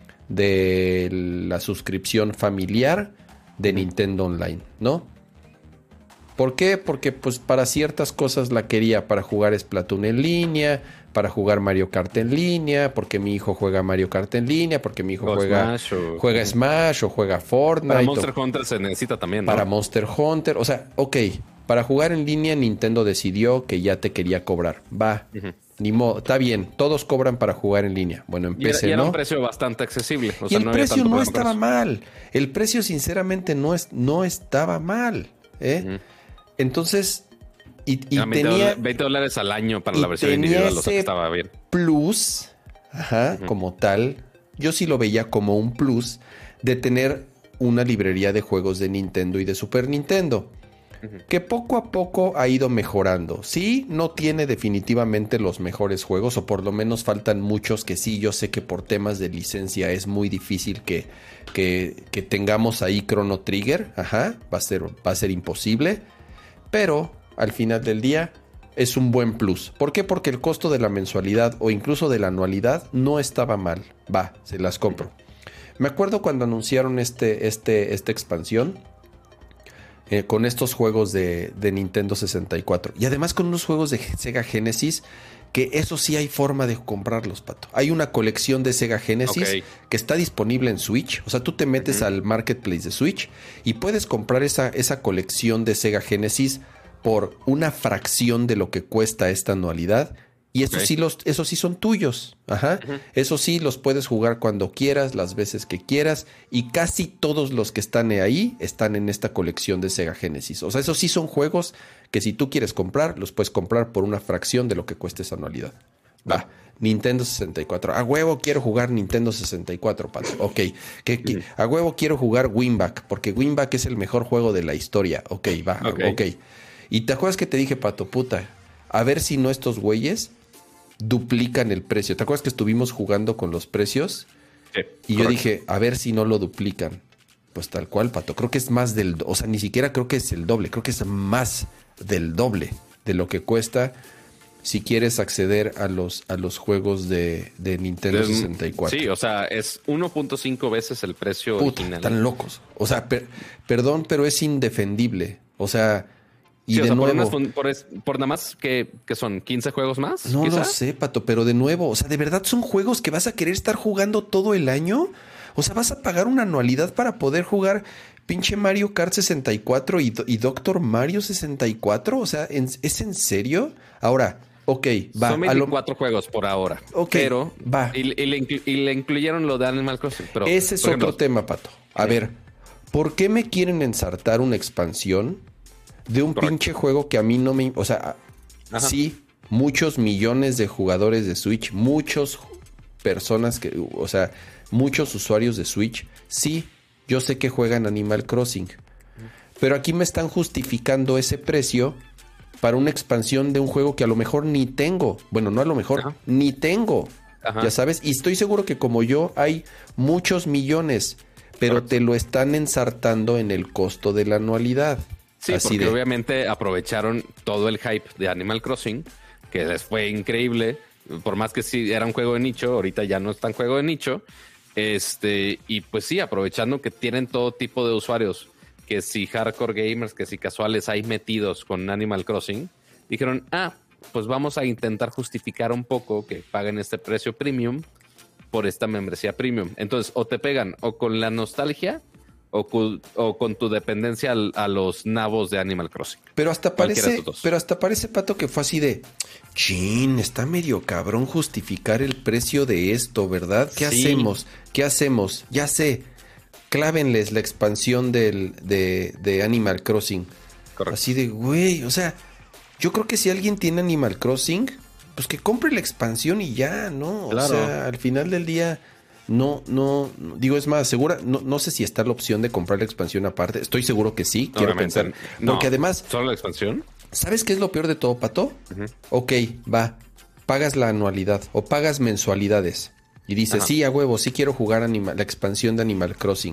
de la suscripción familiar de uh-huh. Nintendo Online, ¿no? ¿Por qué? Porque pues para ciertas cosas la quería, para jugar Splatoon en línea, para jugar Mario Kart en línea, porque mi hijo juega Mario Kart en línea, porque mi hijo o juega Smash o... juega Smash o juega Fortnite. Para Monster o... Hunter se necesita también, ¿no? Para Monster Hunter, o sea, ok, para jugar en línea Nintendo decidió que ya te quería cobrar. Va, uh-huh. ni modo, está bien, todos cobran para jugar en línea. Bueno, en P C, y era, y era ¿no? un precio bastante accesible. O y sea, el no precio había no estaba mal. El precio sinceramente no, es, no estaba mal, ¿eh? Uh-huh. Entonces, y, y tenía veinte dólares al año para la versión individual, o sea que estaba bien. Plus, ajá, uh-huh. como tal, yo sí lo veía como un plus de tener una librería de juegos de Nintendo y de Super Nintendo, uh-huh. que poco a poco ha ido mejorando. Sí, no tiene definitivamente los mejores juegos, o por lo menos faltan muchos que sí, yo sé que por temas de licencia es muy difícil que, que, que tengamos ahí Chrono Trigger, ajá, va a ser, va a ser imposible. Pero al final del día es un buen plus. ¿Por qué? Porque el costo de la mensualidad o incluso de la anualidad no estaba mal. Va, se las compro. Me acuerdo cuando anunciaron este, este, esta expansión eh, con estos juegos de, de Nintendo sesenta y cuatro. Y además con unos juegos de Sega Genesis, que eso sí hay forma de comprarlos, Pato. Hay una colección de Sega Genesis okay. que está disponible en Switch. O sea, tú te metes uh-huh. al marketplace de Switch y puedes comprar esa, esa colección de Sega Genesis por una fracción de lo que cuesta esta anualidad. Y esos okay. sí los, esos sí son tuyos. Ajá. Uh-huh. Esos sí los puedes jugar cuando quieras, las veces que quieras. Y casi todos los que están ahí están en esta colección de Sega Genesis. O sea, esos sí son juegos que si tú quieres comprar, los puedes comprar por una fracción de lo que cuesta esa anualidad. Va, ah. Nintendo sesenta y cuatro. A huevo quiero jugar Nintendo sesenta y cuatro, Pato. Ok. ¿Qué, qué? A huevo quiero jugar Winback, porque Winback es el mejor juego de la historia. Ok, va, ok. okay. Y te acuerdas que te dije, Pato, puta, a ver si no estos güeyes duplican el precio. ¿Te acuerdas que estuvimos jugando con los precios? Sí, y correcto. Yo dije, a ver si no lo duplican. Pues tal cual, Pato. Creo que es más del... O sea, ni siquiera creo que es el doble. Creo que es más del doble de lo que cuesta si quieres acceder a los, a los juegos de, de Nintendo sesenta y cuatro. Sí, o sea, es uno punto cinco veces el precio Puta, original. Están locos. O sea, per, perdón, pero es indefendible. O sea... Y sí, de o sea, nuevo... Por, unas, por, por nada más que, que son quince juegos más. No ¿quizá? lo sé, Pato, pero de nuevo, o sea, ¿de verdad son juegos que vas a querer estar jugando todo el año? O sea, ¿vas a pagar una anualidad para poder jugar pinche Mario Kart sesenta y cuatro y, y Doctor Mario sesenta y cuatro? O sea, ¿en, ¿es en serio? Ahora, ok, va. Son veinticuatro a lo... juegos por ahora. Ok, pero, va. Y, y, le inclu y, le incluyeron lo de Animal Crossing. Pero, Ese es ejemplo, otro tema, Pato. A eh. ver, ¿por qué me quieren ensartar una expansión de un Correcto. pinche juego que a mí no me... O sea, Ajá. sí, muchos millones de jugadores de Switch, muchos personas que... O sea, muchos usuarios de Switch, sí, yo sé que juegan Animal Crossing. Pero aquí me están justificando ese precio para una expansión de un juego que a lo mejor ni tengo. Bueno, no a lo mejor, Ajá. ni tengo. Ajá. Ya sabes, y estoy seguro que como yo hay muchos millones, pero Correcto. te lo están ensartando en el costo de la anualidad. Sí, Así porque de... obviamente aprovecharon todo el hype de Animal Crossing, que les fue increíble. Por más que sí era un juego de nicho, ahorita ya no es tan juego de nicho. Este, y pues sí, aprovechando que tienen todo tipo de usuarios, que si hardcore gamers, que si casuales hay metidos con Animal Crossing, dijeron, ah, pues vamos a intentar justificar un poco que paguen este precio premium por esta membresía premium. Entonces, o te pegan o con la nostalgia o con, o con tu dependencia al, a los nabos de Animal Crossing. Pero hasta parece, pero hasta parece, Pato, que fue así de, chin, está medio cabrón justificar el precio de esto, ¿verdad? ¿Qué sí. hacemos? ¿Qué hacemos? Ya sé, clávenles la expansión del, de, de Animal Crossing. Correcto. Así de, güey, o sea, yo creo que si alguien tiene Animal Crossing, pues que compre la expansión y ya, ¿no? Claro. O sea, al final del día... No, no, digo, es más, segura, no, no sé si está la opción de comprar la expansión aparte. Estoy seguro que sí, quiero Obviamente. pensar. No, porque además... ¿Solo la expansión? ¿Sabes qué es lo peor de todo, Pato? Uh-huh. Ok, va, pagas la anualidad o pagas mensualidades. Y dices, Ajá. sí, a huevo, sí quiero jugar anima, la expansión de Animal Crossing.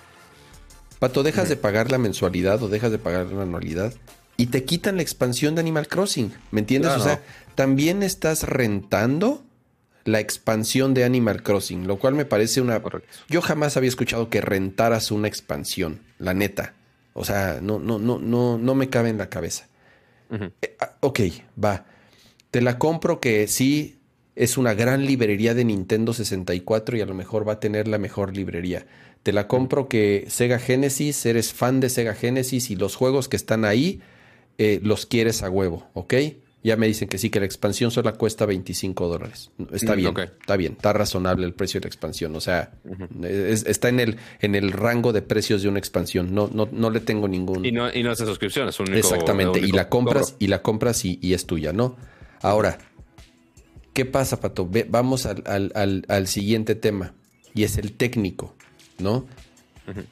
Pato, dejas uh-huh. de pagar la mensualidad o dejas de pagar la anualidad y te quitan la expansión de Animal Crossing. ¿Me entiendes? Claro. O sea, también estás rentando la expansión de Animal Crossing, lo cual me parece una... Correcto. Yo jamás había escuchado que rentaras una expansión, la neta. O sea, no, no, no, no, no me cabe en la cabeza. Uh-huh. Eh, ok, va. Te la compro que sí es una gran librería de Nintendo sesenta y cuatro y a lo mejor va a tener la mejor librería. Te la compro uh-huh. que Sega Genesis, eres fan de Sega Genesis y los juegos que están ahí eh, los quieres a huevo, ¿ok? Ya me dicen que sí, que la expansión solo cuesta veinticinco dólares. Está mm, bien, okay. está bien, está razonable el precio de la expansión. O sea, uh-huh. es, está en el, en el rango de precios de una expansión. No, no, no le tengo ningún... Y no, y no es de suscripción, es un único... Exactamente, único y la compras, cobro. y la compras y, y es tuya, ¿no? Ahora, ¿qué pasa, Pato? Ve, vamos al, al, al, al siguiente tema, y es el técnico, ¿no? Uh-huh.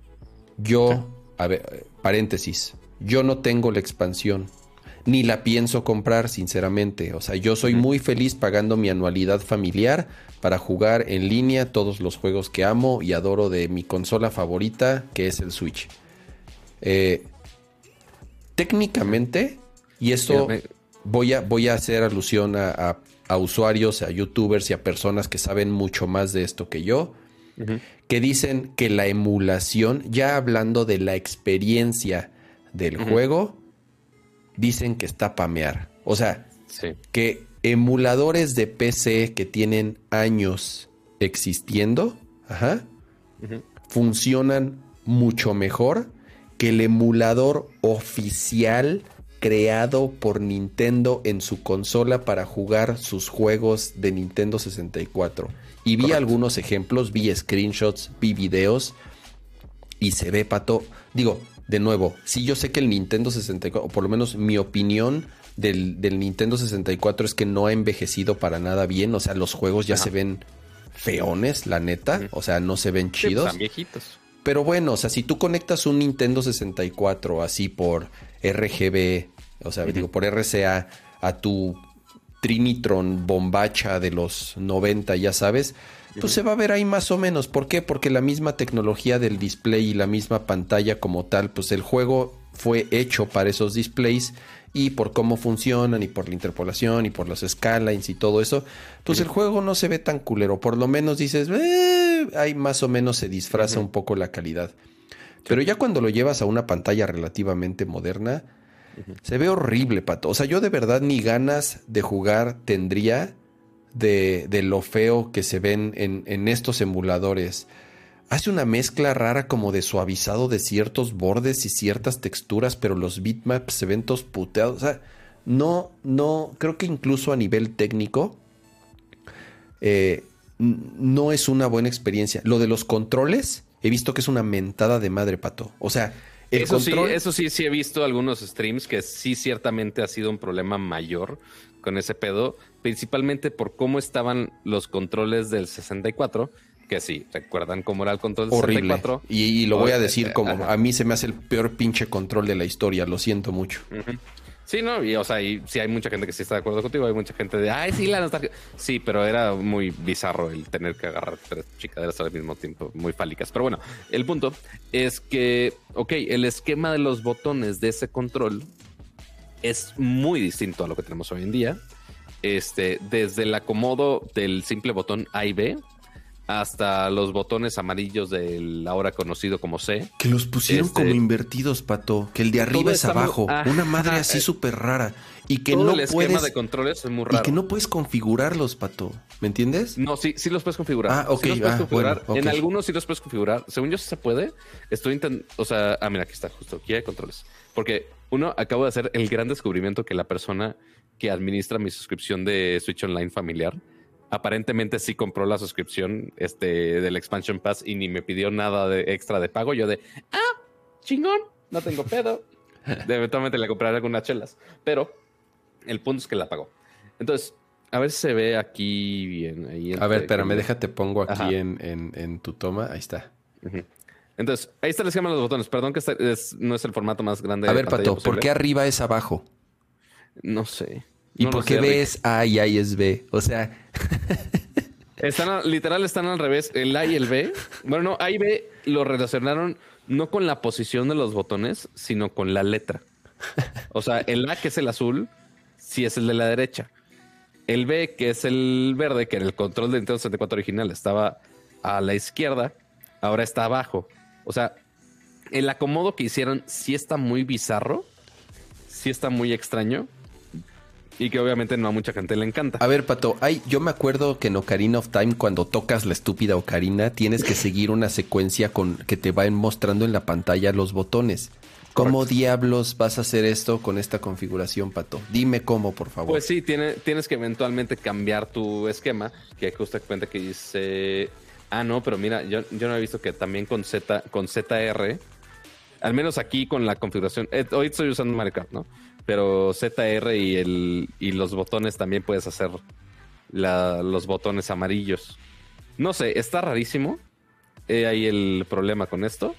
Yo, okay. a ver, paréntesis, yo no tengo la expansión. Ni la pienso comprar, sinceramente. O sea, yo soy uh-huh. muy feliz pagando mi anualidad familiar para jugar en línea todos los juegos que amo y adoro de mi consola favorita, que es el Switch. Eh, técnicamente, y eso voy a, voy a hacer alusión a, a, a usuarios, a youtubers y a personas que saben mucho más de esto que yo, uh-huh. que dicen que la emulación, ya hablando de la experiencia del uh-huh. juego... dicen que está pamear. O sea, sí. que emuladores de P C que tienen años existiendo, ajá, uh-huh. funcionan mucho mejor que el emulador oficial creado por Nintendo en su consola para jugar sus juegos de Nintendo sesenta y cuatro. Y vi Correcto. algunos ejemplos, vi screenshots, vi videos y se ve, Pato, digo... De nuevo, sí, yo sé que el Nintendo sesenta y cuatro, o por lo menos mi opinión del, del Nintendo sesenta y cuatro es que no ha envejecido para nada bien. O sea, los juegos ya Ajá. se ven feones, la neta. Uh-huh. O sea, no se ven chidos. Sí, pues, están viejitos. Pero bueno, o sea, si tú conectas un Nintendo sesenta y cuatro así por R G B, o sea, uh-huh. digo, por R C A a tu Trinitron bombacha de los noventa, ya sabes... pues se va a ver ahí más o menos. ¿Por qué? Porque la misma tecnología del display y la misma pantalla como tal, pues el juego fue hecho para esos displays y por cómo funcionan y por la interpolación y por los scalines y todo eso, pues sí. el juego no se ve tan culero. Por lo menos dices, eh, ahí más o menos se disfraza uh-huh. un poco la calidad. Sí. Pero ya cuando lo llevas a una pantalla relativamente moderna, Uh-huh. Se ve horrible, Pato. O sea, yo de verdad ni ganas de jugar tendría de, de lo feo que se ven en, en estos emuladores. Hace una mezcla rara como de suavizado de ciertos bordes y ciertas texturas, pero los bitmaps se ven todos puteados. O sea, no, no, creo que incluso a nivel técnico eh, no es una buena experiencia. Lo de los controles, he visto que es una mentada de madre, Pato. O sea, el eso control... sí, eso sí, sí he visto algunos streams que sí ciertamente ha sido un problema mayor con ese pedo, principalmente por cómo estaban los controles del sesenta y cuatro. Que sí, ¿recuerdan cómo era el control del horrible. sesenta y cuatro? Y, y lo voy a decir como, Ajá. a mí se me hace el peor pinche control de la historia, lo siento mucho. Uh-huh. Sí, no, y o sea, y sí hay mucha gente que sí está de acuerdo contigo, hay mucha gente de, ay, sí, la nostalgia. Sí, pero era muy bizarro el tener que agarrar tres chicaderas al mismo tiempo, muy fálicas. Pero bueno, el punto es que, ok, el esquema de los botones de ese control es muy distinto a lo que tenemos hoy en día. Este, desde el acomodo del simple botón A y B hasta los botones amarillos del ahora conocido como C. Que los pusieron Este, como invertidos, Pato. Que el de arriba es abajo. Muy, ah, una madre ah, así eh, súper rara. Y que todo no el esquema puedes... de controles es muy raro. Y que no puedes configurarlos, Pato. ¿Me entiendes? No, sí, sí los puedes configurar. Ah, ok. Sí los puedes ah, configurar. bueno, En okay. algunos sí los puedes configurar. Según yo sí se puede. Estoy intentando... O sea, ah, mira, aquí está justo. Aquí hay controles. Porque uno, acabo de hacer el gran descubrimiento que la persona que administra mi suscripción de Switch Online familiar aparentemente sí compró la suscripción este, del Expansion Pass y ni me pidió nada de extra de pago. Yo de, ah, chingón, no tengo pedo. De eventualmente le compraré algunas chelas. Pero el punto es que la pagó. Entonces, a ver si se ve aquí bien. Ahí A ver, espérame, déjate, pongo aquí en, en, en tu toma. Ahí está. Uh-huh. Entonces, ahí está el esquema de los botones. Perdón que este es, no es el formato más grande. A ver, Pato, posible. ¿por qué arriba es abajo? No sé. ¿Y no por qué sé, B Rick. es A y A y es B? O sea... Están, literal, están al revés. El A y el B. Bueno, no, A y B lo relacionaron no con la posición de los botones, sino con la letra. O sea, el A, que es el azul, sí es el de la derecha. El B, que es el verde, que era el control de Nintendo sesenta y cuatro original, estaba a la izquierda, ahora está abajo. O sea, el acomodo que hicieron sí está muy bizarro, sí está muy extraño. Y que obviamente no a mucha gente le encanta. A ver, Pato, ay, yo me acuerdo que en Ocarina of Time, cuando tocas la estúpida ocarina, tienes que seguir una secuencia con que te va mostrando en la pantalla los botones. ¿Cómo Correcto. diablos vas a hacer esto con esta configuración, Pato? Dime cómo, por favor. Pues sí, tiene, tienes que eventualmente cambiar tu esquema, que justamente que dice... Ah, no, pero mira, yo, yo no he visto que también con Z, con Z R, al menos aquí con la configuración... Eh, hoy estoy usando Mario Kart, ¿no? Pero Z R y, el, y los botones también puedes hacer la, los botones amarillos. No sé, está rarísimo. He ahí el problema con esto.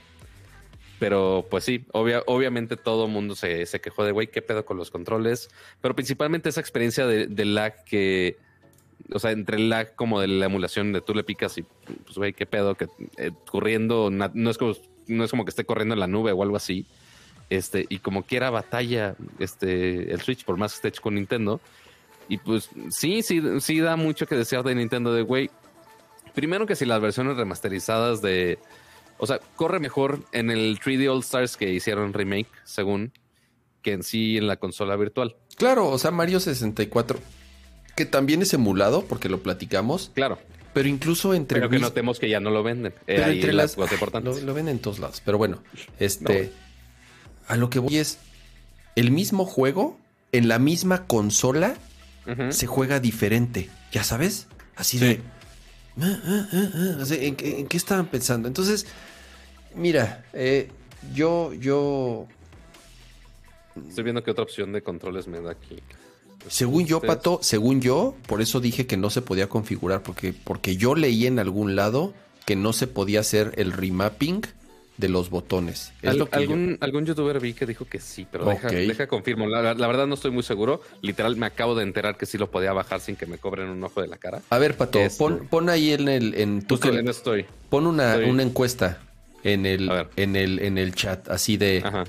Pero pues sí, obvia, obviamente todo el mundo se, se quejó de, güey, ¿qué pedo con los controles? Pero principalmente esa experiencia de, de lag que... O sea, entre el lag como de la emulación de tú le picas y, pues, güey, ¿qué pedo? Que eh, corriendo, na, no, es como, no es como que esté corriendo en la nube o algo así. Este, y como quiera batalla este, el Switch, por más que esté hecho con Nintendo. Y pues sí, sí, sí da mucho que desear de Nintendo de, güey, primero que si las versiones remasterizadas de... O sea, corre mejor en el tres D All Stars que hicieron remake, según, que en sí en la consola virtual. Claro, o sea, Mario sesenta y cuatro, que también es emulado, porque lo platicamos. Claro. Pero incluso entre... Pero que Wii... notemos que ya no lo venden. Eh, Pero ahí entre las las... cosas importantes. Lo, lo venden en todos lados. Pero bueno, este... No. A lo que voy es... El mismo juego, en la misma consola, Uh-huh. se juega diferente. ¿Ya sabes? Así Sí. de... Ah, ah, ah, ah. O sea, ¿en, qué- en qué estaban pensando? Entonces, mira, eh, yo, yo... Estoy viendo qué otra opción de controles me da aquí. Según yo, Ustedes- Pato, según yo, por eso dije que no se podía configurar, porque, porque yo leí en algún lado que no se podía hacer el remapping de los botones. Es Al- lo que yo- algún, algún youtuber vi que dijo que sí, pero deja, Ok. deja confirmo. La, la verdad no estoy muy seguro. Literal, me acabo de enterar que sí lo podía bajar sin que me cobren un ojo de la cara. A ver, Pato, Este- pon, pon ahí en el... En tu Justo que- en eso estoy. pon una, estoy- una encuesta en el, A ver. en, el, en el chat, así de... Ajá.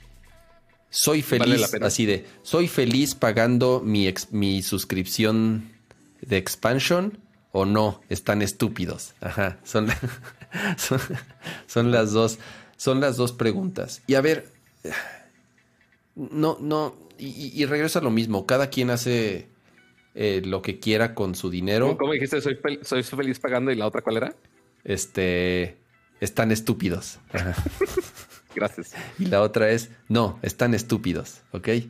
Soy Vale feliz, la pena. así de... Soy feliz pagando mi, ex- mi suscripción de expansion o no, están estúpidos. Ajá, son, la- son, son las dos... Son las dos preguntas. Y a ver, No, no, y, y regreso a lo mismo. Cada quien hace eh, lo que quiera con su dinero. ¿Cómo, cómo dijiste? Soy, fel- soy feliz pagando y la otra ¿cuál era? Este, están estúpidos. Ajá. Gracias. Y la otra es, no, están estúpidos, ¿ok? Eh,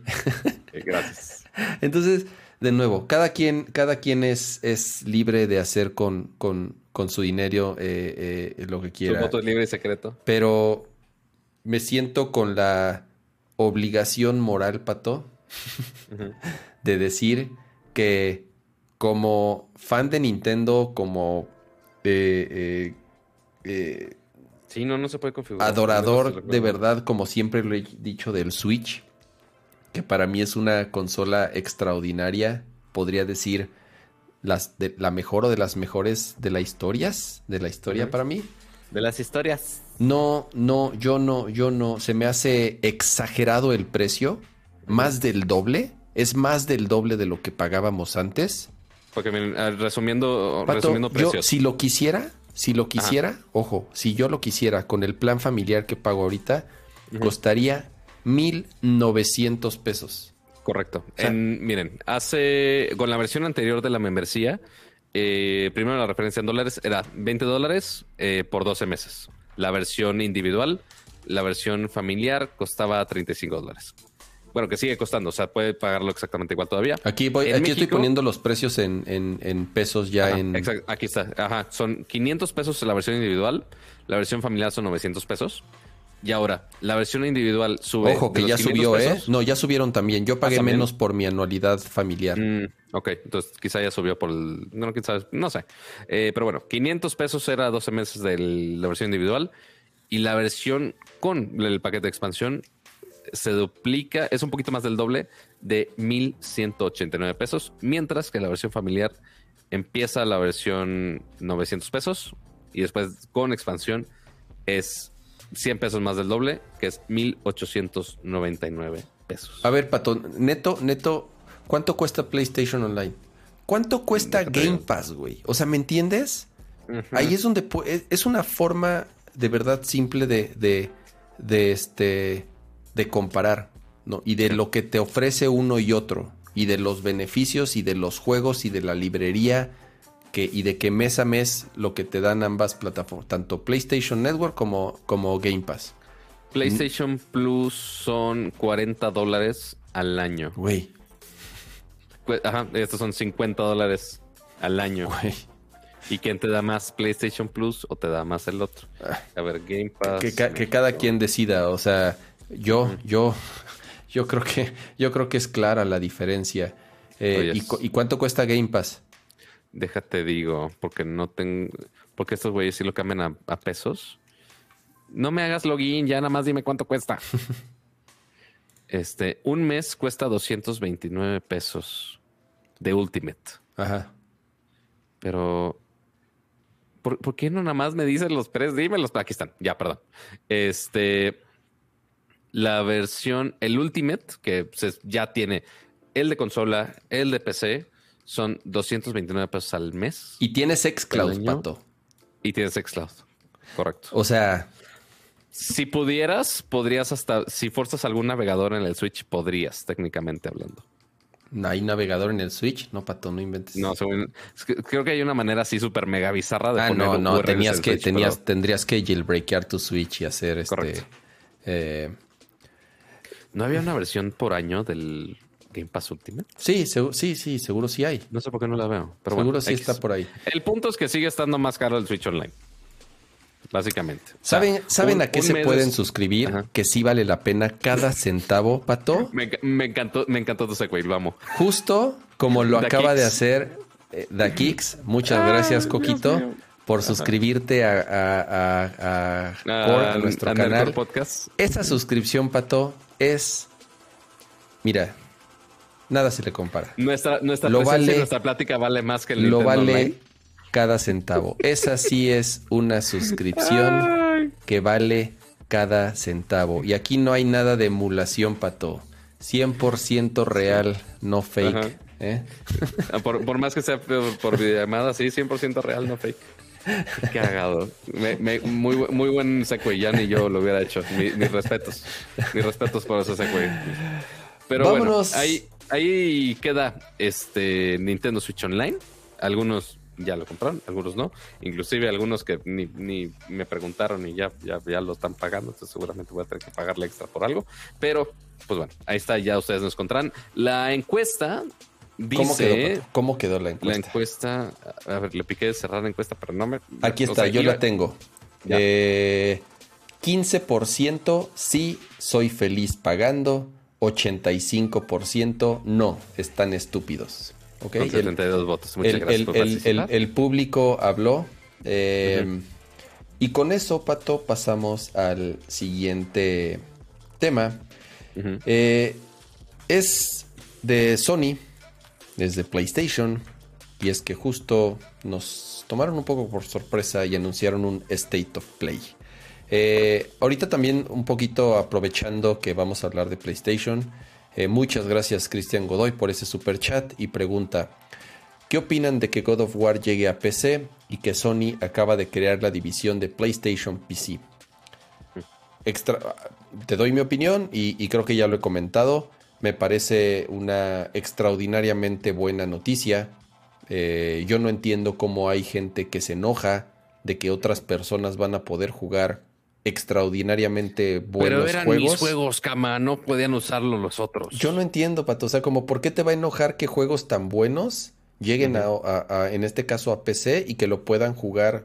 Gracias. Entonces, de nuevo, cada quien, cada quien es, es libre de hacer con, con, con su dinero eh, eh, lo que Su quiera. voto es libre y secreto. Pero me siento con la obligación moral, Pato, Ujú. de decir que como fan de Nintendo, como eh, eh, eh, Sí, no, no se puede configurar. adorador de verdad, como siempre lo he dicho del Switch, que para mí es una consola extraordinaria, podría decir las de, la mejor o de las mejores de la historias, de la historia Ujú. para mí. De las historias. No, no, yo no, yo no. Se me hace exagerado el precio, más del doble. Es más del doble de lo que pagábamos antes. Porque miren, ah, resumiendo, Pato, resumiendo yo precios. si lo quisiera, si lo quisiera, ojo, si yo lo quisiera con el plan familiar que pago ahorita, Ujú. costaría mil novecientos pesos. Correcto. sea- En- miren, hace con la versión anterior de la membresía, eh, primero la referencia en dólares era veinte dólares eh, por doce meses. La versión individual, la versión familiar costaba treinta y cinco dólares. Bueno, que sigue costando, o sea, puede pagarlo exactamente igual todavía. Aquí voy, En aquí estoy México- poniendo los precios en, en- en pesos ya Ajá, en. exacto, aquí está. Ajá, son quinientos pesos la versión individual, la versión familiar son novecientos pesos. Y ahora, la versión individual sube. Ojo, de que los ya quinientos subió, ¿eh? pesos. No, ya subieron también. Yo pagué ¿también? menos por mi anualidad familiar. Mm, ok, entonces quizá ya subió por el... No, quién sabe, no sé. Eh, pero bueno, quinientos pesos era doce meses de la versión individual y la versión con el paquete de expansión se duplica, es un poquito más del doble de mil ciento ochenta y nueve pesos, mientras que la versión familiar empieza la versión novecientos pesos y después con expansión es cien pesos más del doble, que es mil ochocientos noventa y nueve pesos. A ver, Pato, neto, neto, ¿cuánto cuesta PlayStation Online? ¿Cuánto cuesta Déjate Game ver. Pass, güey? O sea, ¿me entiendes? Ujú. Ahí es donde pu- es, es una forma de verdad simple de, de, de este de comparar, ¿no? Y de lo que te ofrece uno y otro, y de los beneficios, y de los juegos, y de la librería, que, y de que mes a mes lo que te dan ambas plataformas, tanto PlayStation Network como, como Game Pass. PlayStation Plus son cuarenta dólares al año. Güey, Pues, Ajá, estos son cincuenta dólares al año. güey. ¿Y quién te da más PlayStation Plus o te da más el otro? A ver, Game Pass. Que, ca- que cada quien decida, o sea, yo, yo, yo creo que, yo creo que es clara la diferencia. Eh, Oh, yes. ¿y, cu- ¿Y cuánto cuesta Game Pass? Déjate digo, porque no tengo... Porque estos güeyes sí lo cambian a, a pesos. No me hagas login, ya nada más dime cuánto cuesta. Este, un mes cuesta doscientos veintinueve pesos de Ultimate. Ajá. Pero, ¿por, por qué no nada más me dices los precios? Dímelos. Aquí están. Ya, perdón. Este, la versión, el Ultimate, que se- ya tiene el de consola, el de P C, son doscientos veintinueve pesos al mes. Y, Y tienes xCloud, ¿El año? Pato. tienes xCloud. Correcto. O sea, Si pudieras, podrías hasta, si forzas algún navegador en el Switch, podrías, técnicamente hablando. ¿hay navegador en el Switch? No, Pato, no inventes. No, según- es que creo que hay una manera así súper mega bizarra de Ah, poner no, no, U R Ls tenías en que, Switch, tenías, pero- tendrías que jailbreakear tu Switch y hacer este. Correcto. eh, ¿No había una versión por año del Game Pass Ultimate? sí, segu- sí, sí, seguro sí hay. No sé por qué no la veo. Pero seguro bueno, sí X. está por ahí. El punto es que sigue estando más caro el Switch Online. Básicamente. O sea, ¿Saben, ¿saben un- a qué un se mes pueden es- suscribir? Ajá. Que sí vale la pena cada centavo, Pato. Me, enc- me encantó, me encantó tu segue, lo amo. Justo como lo Da acaba de Kicks. hacer eh, Da Kicks. Muchas gracias, Coquito, por suscribirte a, a, a, a, Core, a nuestro a canal. Nerdcore Podcast. Esa suscripción, Pato, es... Mira, nada se le compara. Nuestra, nuestra Lo presencia vale- y nuestra plática vale más que el Lo Nintendo vale Online. cada centavo. Esa sí es una suscripción Ay. que vale cada centavo. Y aquí no hay nada de emulación, Pato. cien por ciento real, no fake. Ajá. ¿eh? Por, por más que sea por, por videollamada, sí, cien por ciento real, no fake. Qué cagado. Me, me, muy, muy buen segue. Ya ni yo lo hubiera hecho. Mi, mis respetos. Mis respetos por ese segue. Pero Vámonos. bueno, ahí, ahí queda este Nintendo Switch Online. Algunos ya lo compraron, algunos no. Inclusive algunos que ni, ni me preguntaron y ya, ya, ya lo están pagando. Entonces seguramente voy a tener que pagarle extra por algo. Pero, pues bueno, ahí está. Ya ustedes nos contarán. La encuesta... Dice, ¿Cómo quedó, Pato? ¿Cómo quedó la encuesta? La encuesta, a ver, le piqué de cerrar la encuesta, pero no me... Aquí está, o sea, yo iba, la tengo. Eh, quince por ciento sí, soy feliz pagando. ochenta y cinco por ciento no, están estúpidos. ¿Okay? Con setenta y dos el, votos. Muchas el, gracias el, por el, el, el público habló. Eh, uh-huh. Y con eso, Pato, pasamos al siguiente tema. Uh-huh. Eh, es de Sony. Desde PlayStation, y es que justo nos tomaron un poco por sorpresa y anunciaron un State of Play. Eh, ahorita también un poquito aprovechando que vamos a hablar de PlayStation, eh, muchas gracias Cristian Godoy por ese super chat y pregunta, ¿qué opinan de que God of War llegue a P C y que Sony acaba de crear la división de PlayStation P C? Extra, te doy mi opinión y, y creo que ya lo he comentado. Me parece una extraordinariamente buena noticia. Eh, yo no entiendo cómo hay gente que se enoja de que otras personas van a poder jugar extraordinariamente buenos Pero eran juegos. mis juegos, cama, no podían usarlo los otros. Yo no entiendo, Pato. O sea, como ¿por qué te va a enojar que juegos tan buenos lleguen uh-huh. a, a, a, en este caso, a P C y que lo puedan jugar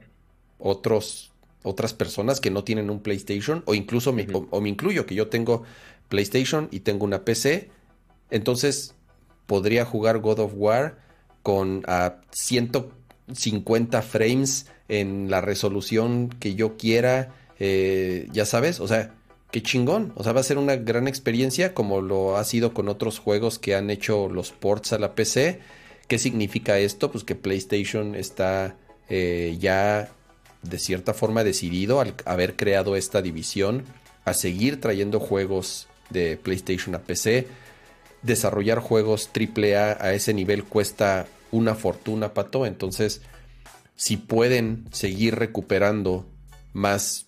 otros, otras personas que no tienen un PlayStation? O incluso, uh-huh. me, o, o me incluyo, que yo tengo PlayStation y tengo una P C, entonces podría jugar God of War con a ciento cincuenta frames en la resolución que yo quiera, eh, ya sabes, o sea, qué chingón, o sea, va a ser una gran experiencia como lo ha sido con otros juegos que han hecho los ports a la P C. ¿Qué significa esto? Pues que PlayStation está eh, ya de cierta forma decidido al haber creado esta división a seguir trayendo juegos de PlayStation a P C. Desarrollar juegos triple A a ese nivel cuesta una fortuna, Pato. Entonces, si pueden seguir recuperando más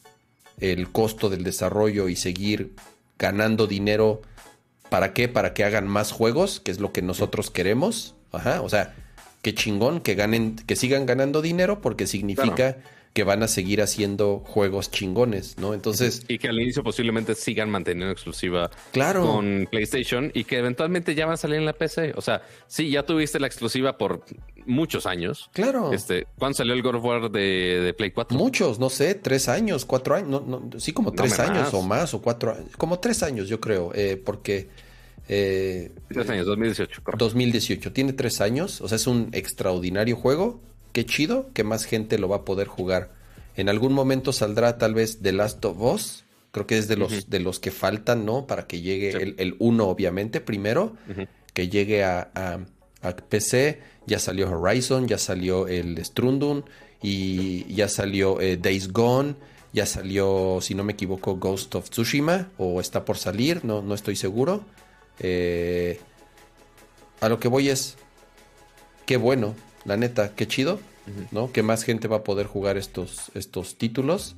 el costo del desarrollo y seguir ganando dinero, ¿para qué? Para que hagan más juegos, que es lo que nosotros queremos. Ajá, o sea, qué chingón que ganen, que sigan ganando dinero porque significa... Claro. Que van a seguir haciendo juegos chingones, ¿no? Entonces... Y que al inicio posiblemente sigan manteniendo exclusiva claro. con PlayStation y que eventualmente ya van a salir en la P C. O sea, sí, ya tuviste la exclusiva por muchos años. Claro. Este, ¿cuándo salió el God of War de, de Play cuatro? Muchos, no sé, tres años, cuatro años, no, no, sí, como tres no años más. o más, o cuatro años, como tres años yo creo, eh, porque... Eh, tres años, dos mil dieciocho. Correcto. dos mil dieciocho, tiene tres años, o sea, es un extraordinario juego. Qué chido que más gente lo va a poder jugar. En algún momento saldrá tal vez The Last of Us. Creo que es de los, uh-huh. de los que faltan, ¿no? Para que llegue sí. el uno, obviamente, primero. Uh-huh. Que llegue a, a, a P C. Ya salió Horizon, ya salió el Strundum. Y ya salió eh, Days Gone. Ya salió, si no me equivoco, Ghost of Tsushima. O está por salir, no, no estoy seguro. Eh, a lo que voy es... Qué bueno. La neta, qué chido, uh-huh. ¿no? Que más gente va a poder jugar estos, estos títulos.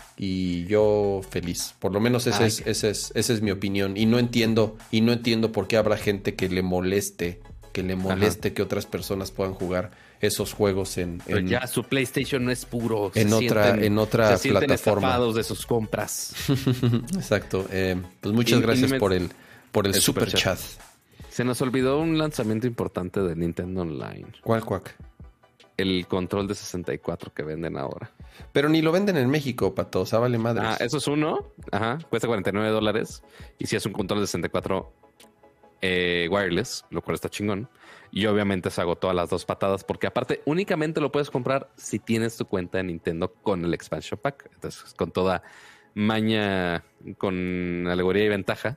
Y yo feliz. Por lo menos ese es, ese es, esa es mi opinión. Y no entiendo, y no entiendo por qué habrá gente que le moleste, que le moleste Ajá. que otras personas puedan jugar esos juegos en. Pero en ya su PlayStation no es puro. En otra, sienten, en otra se plataforma. De sus compras. Exacto. Eh, pues muchas y, gracias y me... por el, por el, el super, super chat. chat. Se nos olvidó un lanzamiento importante de Nintendo Online. ¿Cuál, cuac? El control de sesenta y cuatro que venden ahora. Pero ni lo venden en México, Pato. O sea, vale madres. Ah, eso es uno. Ajá. Cuesta cuarenta y nueve dólares. Y si es un control de sesenta y cuatro eh, wireless, lo cual está chingón. Y obviamente se agotó a las dos patadas. Porque aparte, únicamente lo puedes comprar si tienes tu cuenta de Nintendo con el expansion pack. Entonces, con toda maña, con alegoría y ventaja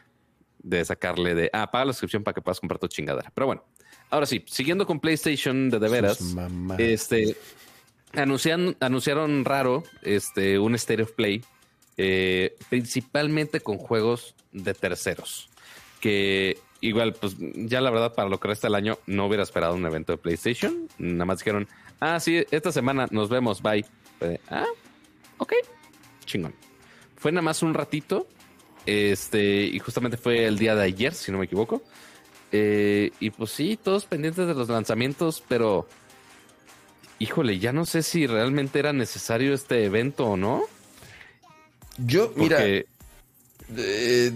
de sacarle de, ah, paga la suscripción para que puedas comprar tu chingadera. Pero bueno, ahora sí, siguiendo con PlayStation de de veras, este, anuncian, anunciaron raro este, un State of Play, eh, principalmente con juegos de terceros, que igual, pues ya la verdad, para lo que resta del año, no hubiera esperado un evento de PlayStation. Nada más dijeron, ah, sí, esta semana nos vemos, bye. Fue, ah, ok, chingón. Fue nada más un ratito. Este, y justamente fue el día de ayer, si no me equivoco. Eh, y pues sí, todos pendientes de los lanzamientos, pero híjole, ya no sé si realmente era necesario este evento o no. Yo, mira, Porque... eh,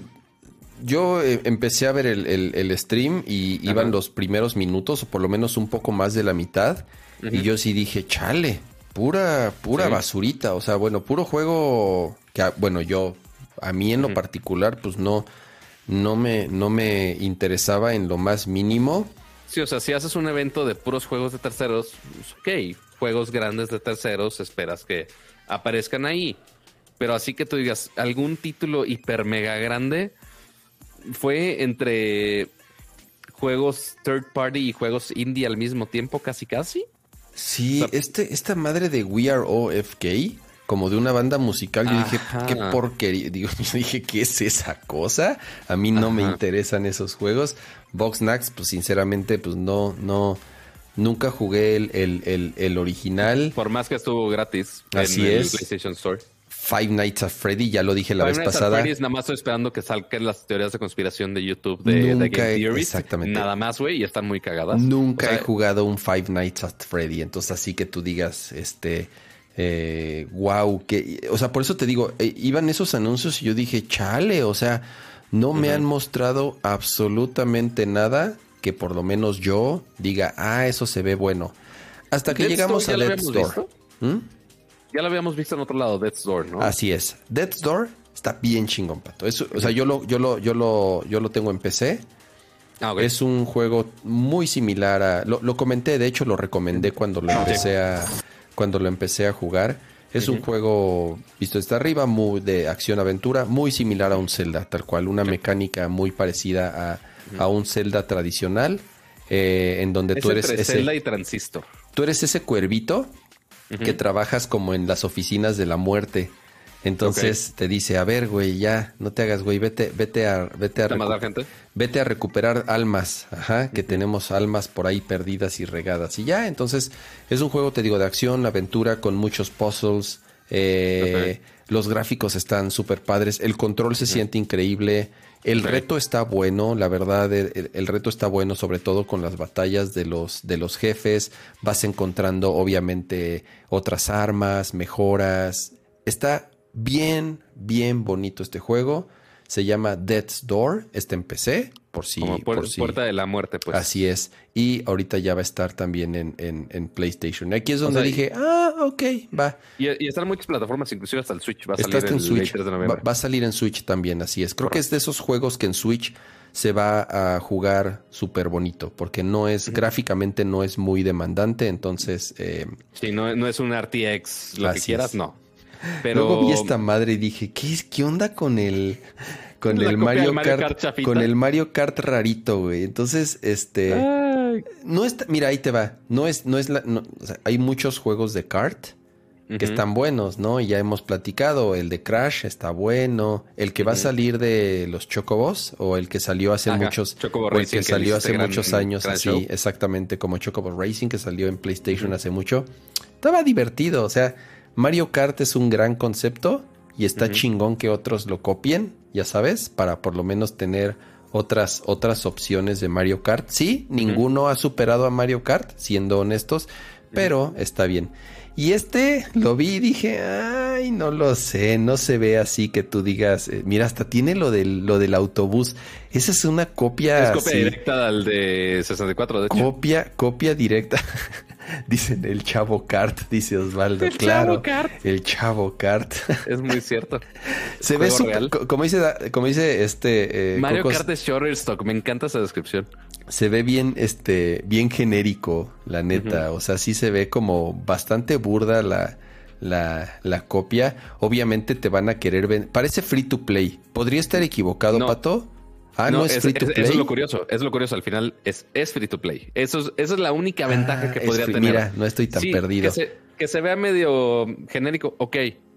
yo eh, empecé a ver el, el, el stream y Ajá. iban los primeros minutos, o por lo menos un poco más de la mitad. Uh-huh. Y yo sí dije, chale, pura, pura sí. basurita. O sea, bueno, puro juego que, bueno, yo, a mí en lo uh-huh. particular, pues no, no me, no me interesaba en lo más mínimo. Sí, o sea, si haces un evento de puros juegos de terceros, pues, ok, juegos grandes de terceros, esperas que aparezcan ahí. Pero así que tú digas, algún título hiper mega grande, fue entre juegos third party y juegos indie al mismo tiempo, casi casi. Sí, o sea, este, esta madre de We Are O F K, como de una banda musical, yo dije, qué porquería. Digo, yo dije, ¿qué es esa cosa? A mí no Ajá. me interesan esos juegos. Boxnax, pues sinceramente, pues no, no, nunca jugué el, el, el, el original. Por más que estuvo gratis Así en es. el PlayStation Store. Five Nights at Freddy, ya lo dije la Five vez Nights pasada. At Freddy's, nada más estoy esperando que salgan las teorías de conspiración de YouTube de, de Game Theory. Exactamente. Nada más, güey, y están muy cagadas. Nunca o sea, he jugado un Five Nights at Freddy, entonces así que tú digas, este, eh, wow, que, o sea, por eso te digo, eh, iban esos anuncios y yo dije, chale, o sea, no me uh-huh. han mostrado absolutamente nada que por lo menos yo diga, ah, eso se ve bueno. Hasta que llegamos a Death's Door. ¿Mm? Ya lo habíamos visto en otro lado, Death's Door, ¿no? Así es. Death's Door está bien chingón, Pato. Eso, o sea, yo lo, yo lo, yo lo, yo lo tengo en P C. Ah, okay. Es un juego muy similar a. Lo, lo comenté, de hecho, lo recomendé cuando lo empecé a. Cuando lo empecé a jugar. Es uh-huh. un juego visto desde arriba, muy de acción-aventura, muy similar a un Zelda, tal cual. Una okay. mecánica muy parecida a, uh-huh. a un Zelda tradicional. Eh, en donde es tú eres. Entre ese, Zelda y Transistor. Tú eres ese cuervito. Uh-huh. Que trabajas como en las oficinas de la muerte. Entonces okay. te dice, a ver, güey, ya, no te hagas, güey, vete, vete a, vete a, recu- gente? vete a recuperar almas, ajá, que uh-huh. tenemos almas por ahí perdidas y regadas. Y ya, entonces, es un juego, te digo, de acción, aventura, con muchos puzzles. Eh, okay. Los gráficos están súper padres. El control se uh-huh. siente increíble. El okay. reto está bueno, la verdad, el, el reto está bueno, sobre todo con las batallas de los, de los jefes. Vas encontrando, obviamente, otras armas, mejoras. Está bien, bien bonito este juego. Se llama Death's Door, está en P C, por si... Como puer- por si... puerta de la muerte, pues. Así es. Y ahorita ya va a estar también en, en, en PlayStation. Aquí es donde o sea, dije, ah, ok, va. Y, y están muchas plataformas, inclusive hasta el Switch. Va a salir salir en Switch. el de noviembre. Va, va a salir en Switch también, así es. Creo Correcto. que es de esos juegos que en Switch se va a jugar súper bonito, porque no es, uh-huh. gráficamente no es muy demandante, entonces... Eh, sí, no, no es un R T X, lo que quieras, es. no. Pero... Luego vi esta madre y dije, ¿qué, qué onda con el... Con el Mario, Mario Kart, Kart con el Mario Kart rarito, güey. Entonces, este... Ay. No está... Mira, ahí te va. No es... No es la, no, o sea, hay muchos juegos de kart que uh-huh. están buenos, ¿no? Y ya hemos platicado. El de Crash está bueno. El que uh-huh. va a salir de los Chocobos, o el que salió hace Ajá. muchos... Chocobo o el Racing, que salió que hace muchos años, así, show. exactamente, como Chocobo Racing, que salió en PlayStation uh-huh. hace mucho. Estaba divertido. O sea, Mario Kart es un gran concepto y está uh-huh. chingón que otros lo copien, ya sabes, para por lo menos tener otras, otras opciones de Mario Kart. Sí, uh-huh. ninguno ha superado a Mario Kart, siendo honestos, uh-huh. pero está bien. Y este lo vi y dije, ay, no lo sé, no se ve así que tú digas, eh, mira, hasta tiene lo del, lo del autobús. Esa es una copia. Es copia así, directa al de sesenta y cuatro, de hecho. Copia, copia directa. Dicen el Chavo Kart, dice Osvaldo. El claro, Chavo Kart. El Chavo Kart. Es muy cierto. Se ve super, como dice, como dice este eh, Mario Cocos, Kart de Shutterstock. Me encanta esa descripción. Se ve bien, este, bien genérico, la neta. Uh-huh. O sea, sí se ve como bastante burda la, la, la copia. Obviamente te van a querer ver. Parece free to play. ¿Podría estar equivocado, no. Pato? Ah, no, no es, es free to es, play. Eso es lo curioso, es lo curioso. Al final es, es free to play. Eso es, esa es la única ventaja ah, que podría free, tener. Mira, no estoy tan sí, perdido. Que se, que se vea medio genérico, ok.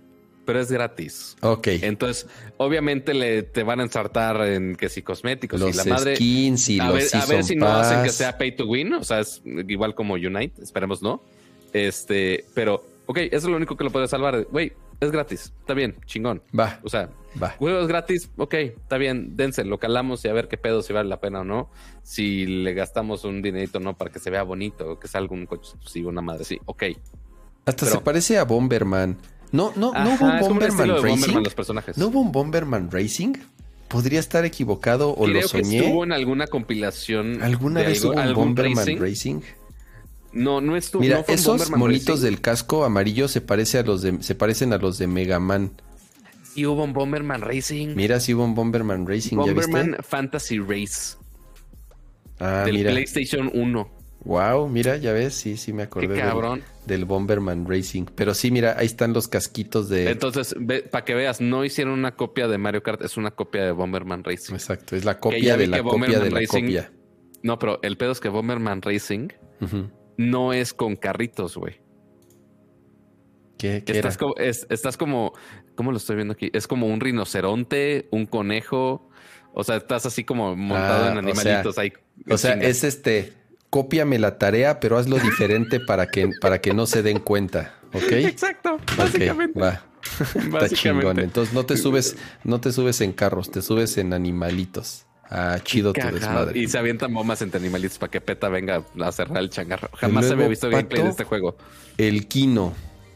pero es gratis. Ok. Entonces, obviamente le, te van a ensartar en que si cosméticos Los y la madre. skins y a los ver, Season a ver si no hacen que Pass. sea pay to win. O sea, es igual como Unite. Esperemos no. Este, pero, ok, eso es lo único que lo puede salvar. Güey, es gratis. Está bien, chingón. Va. O sea, Va. juegos gratis, ok, está bien, dense, lo calamos y a ver qué pedo, si vale la pena o no. Si le gastamos un dinerito no para que se vea bonito, que salga un coche exclusivo, una madre así, ok. Hasta Pero- se parece a Bomberman. No, no, no Ajá, hubo un es como un Bomberman estilo de Racing. Bomberman los personajes. ¿No hubo un Bomberman Racing? Podría estar equivocado o Creo lo que soñé. estuvo en alguna compilación. ¿Alguna de vez algo- hubo un algún Bomberman racing. Racing? No, no estuvo. Mira, no fue un esos Bomberman monitos Racing. del casco amarillo se parece a los de, se parecen a los de Mega Man. Sí hubo un Bomberman Racing. Mira, sí hubo un Bomberman Racing, ¿ya Bomberman viste? Fantasy Race Ah, del mira. PlayStation uno. Wow, mira, ya ves, sí, sí me acordé Qué del, cabrón. del Bomberman Racing. Pero sí, mira, ahí están los casquitos de... Entonces, para que veas, no hicieron una copia de Mario Kart, es una copia de Bomberman Racing. Exacto, es la Que copia ya vi de la que copia Bomberman de la Racing- copia. No, pero el pedo es que Bomberman Racing Ujú. no es con carritos, güey. ¿Qué, qué era? Estás como, es- estás como, ¿cómo lo estoy viendo aquí? Es como un rinoceronte, un conejo. O sea, estás así como montado Ah, en o animalitos sea, ahí. O sea, chinga. es este, cópiame la tarea, pero hazlo diferente para que, para que no se den cuenta, ¿ok? Exacto, básicamente. Ok, va. Está Básicamente. chingón. Entonces no te subes, no te subes en carros, te subes en animalitos. Ah, chido tu Cagado. desmadre. Y se avientan bombas entre animalitos para que PETA venga a cerrar el changarro. Y Jamás se luego, había visto gameplay Pato, de este juego. El Kino.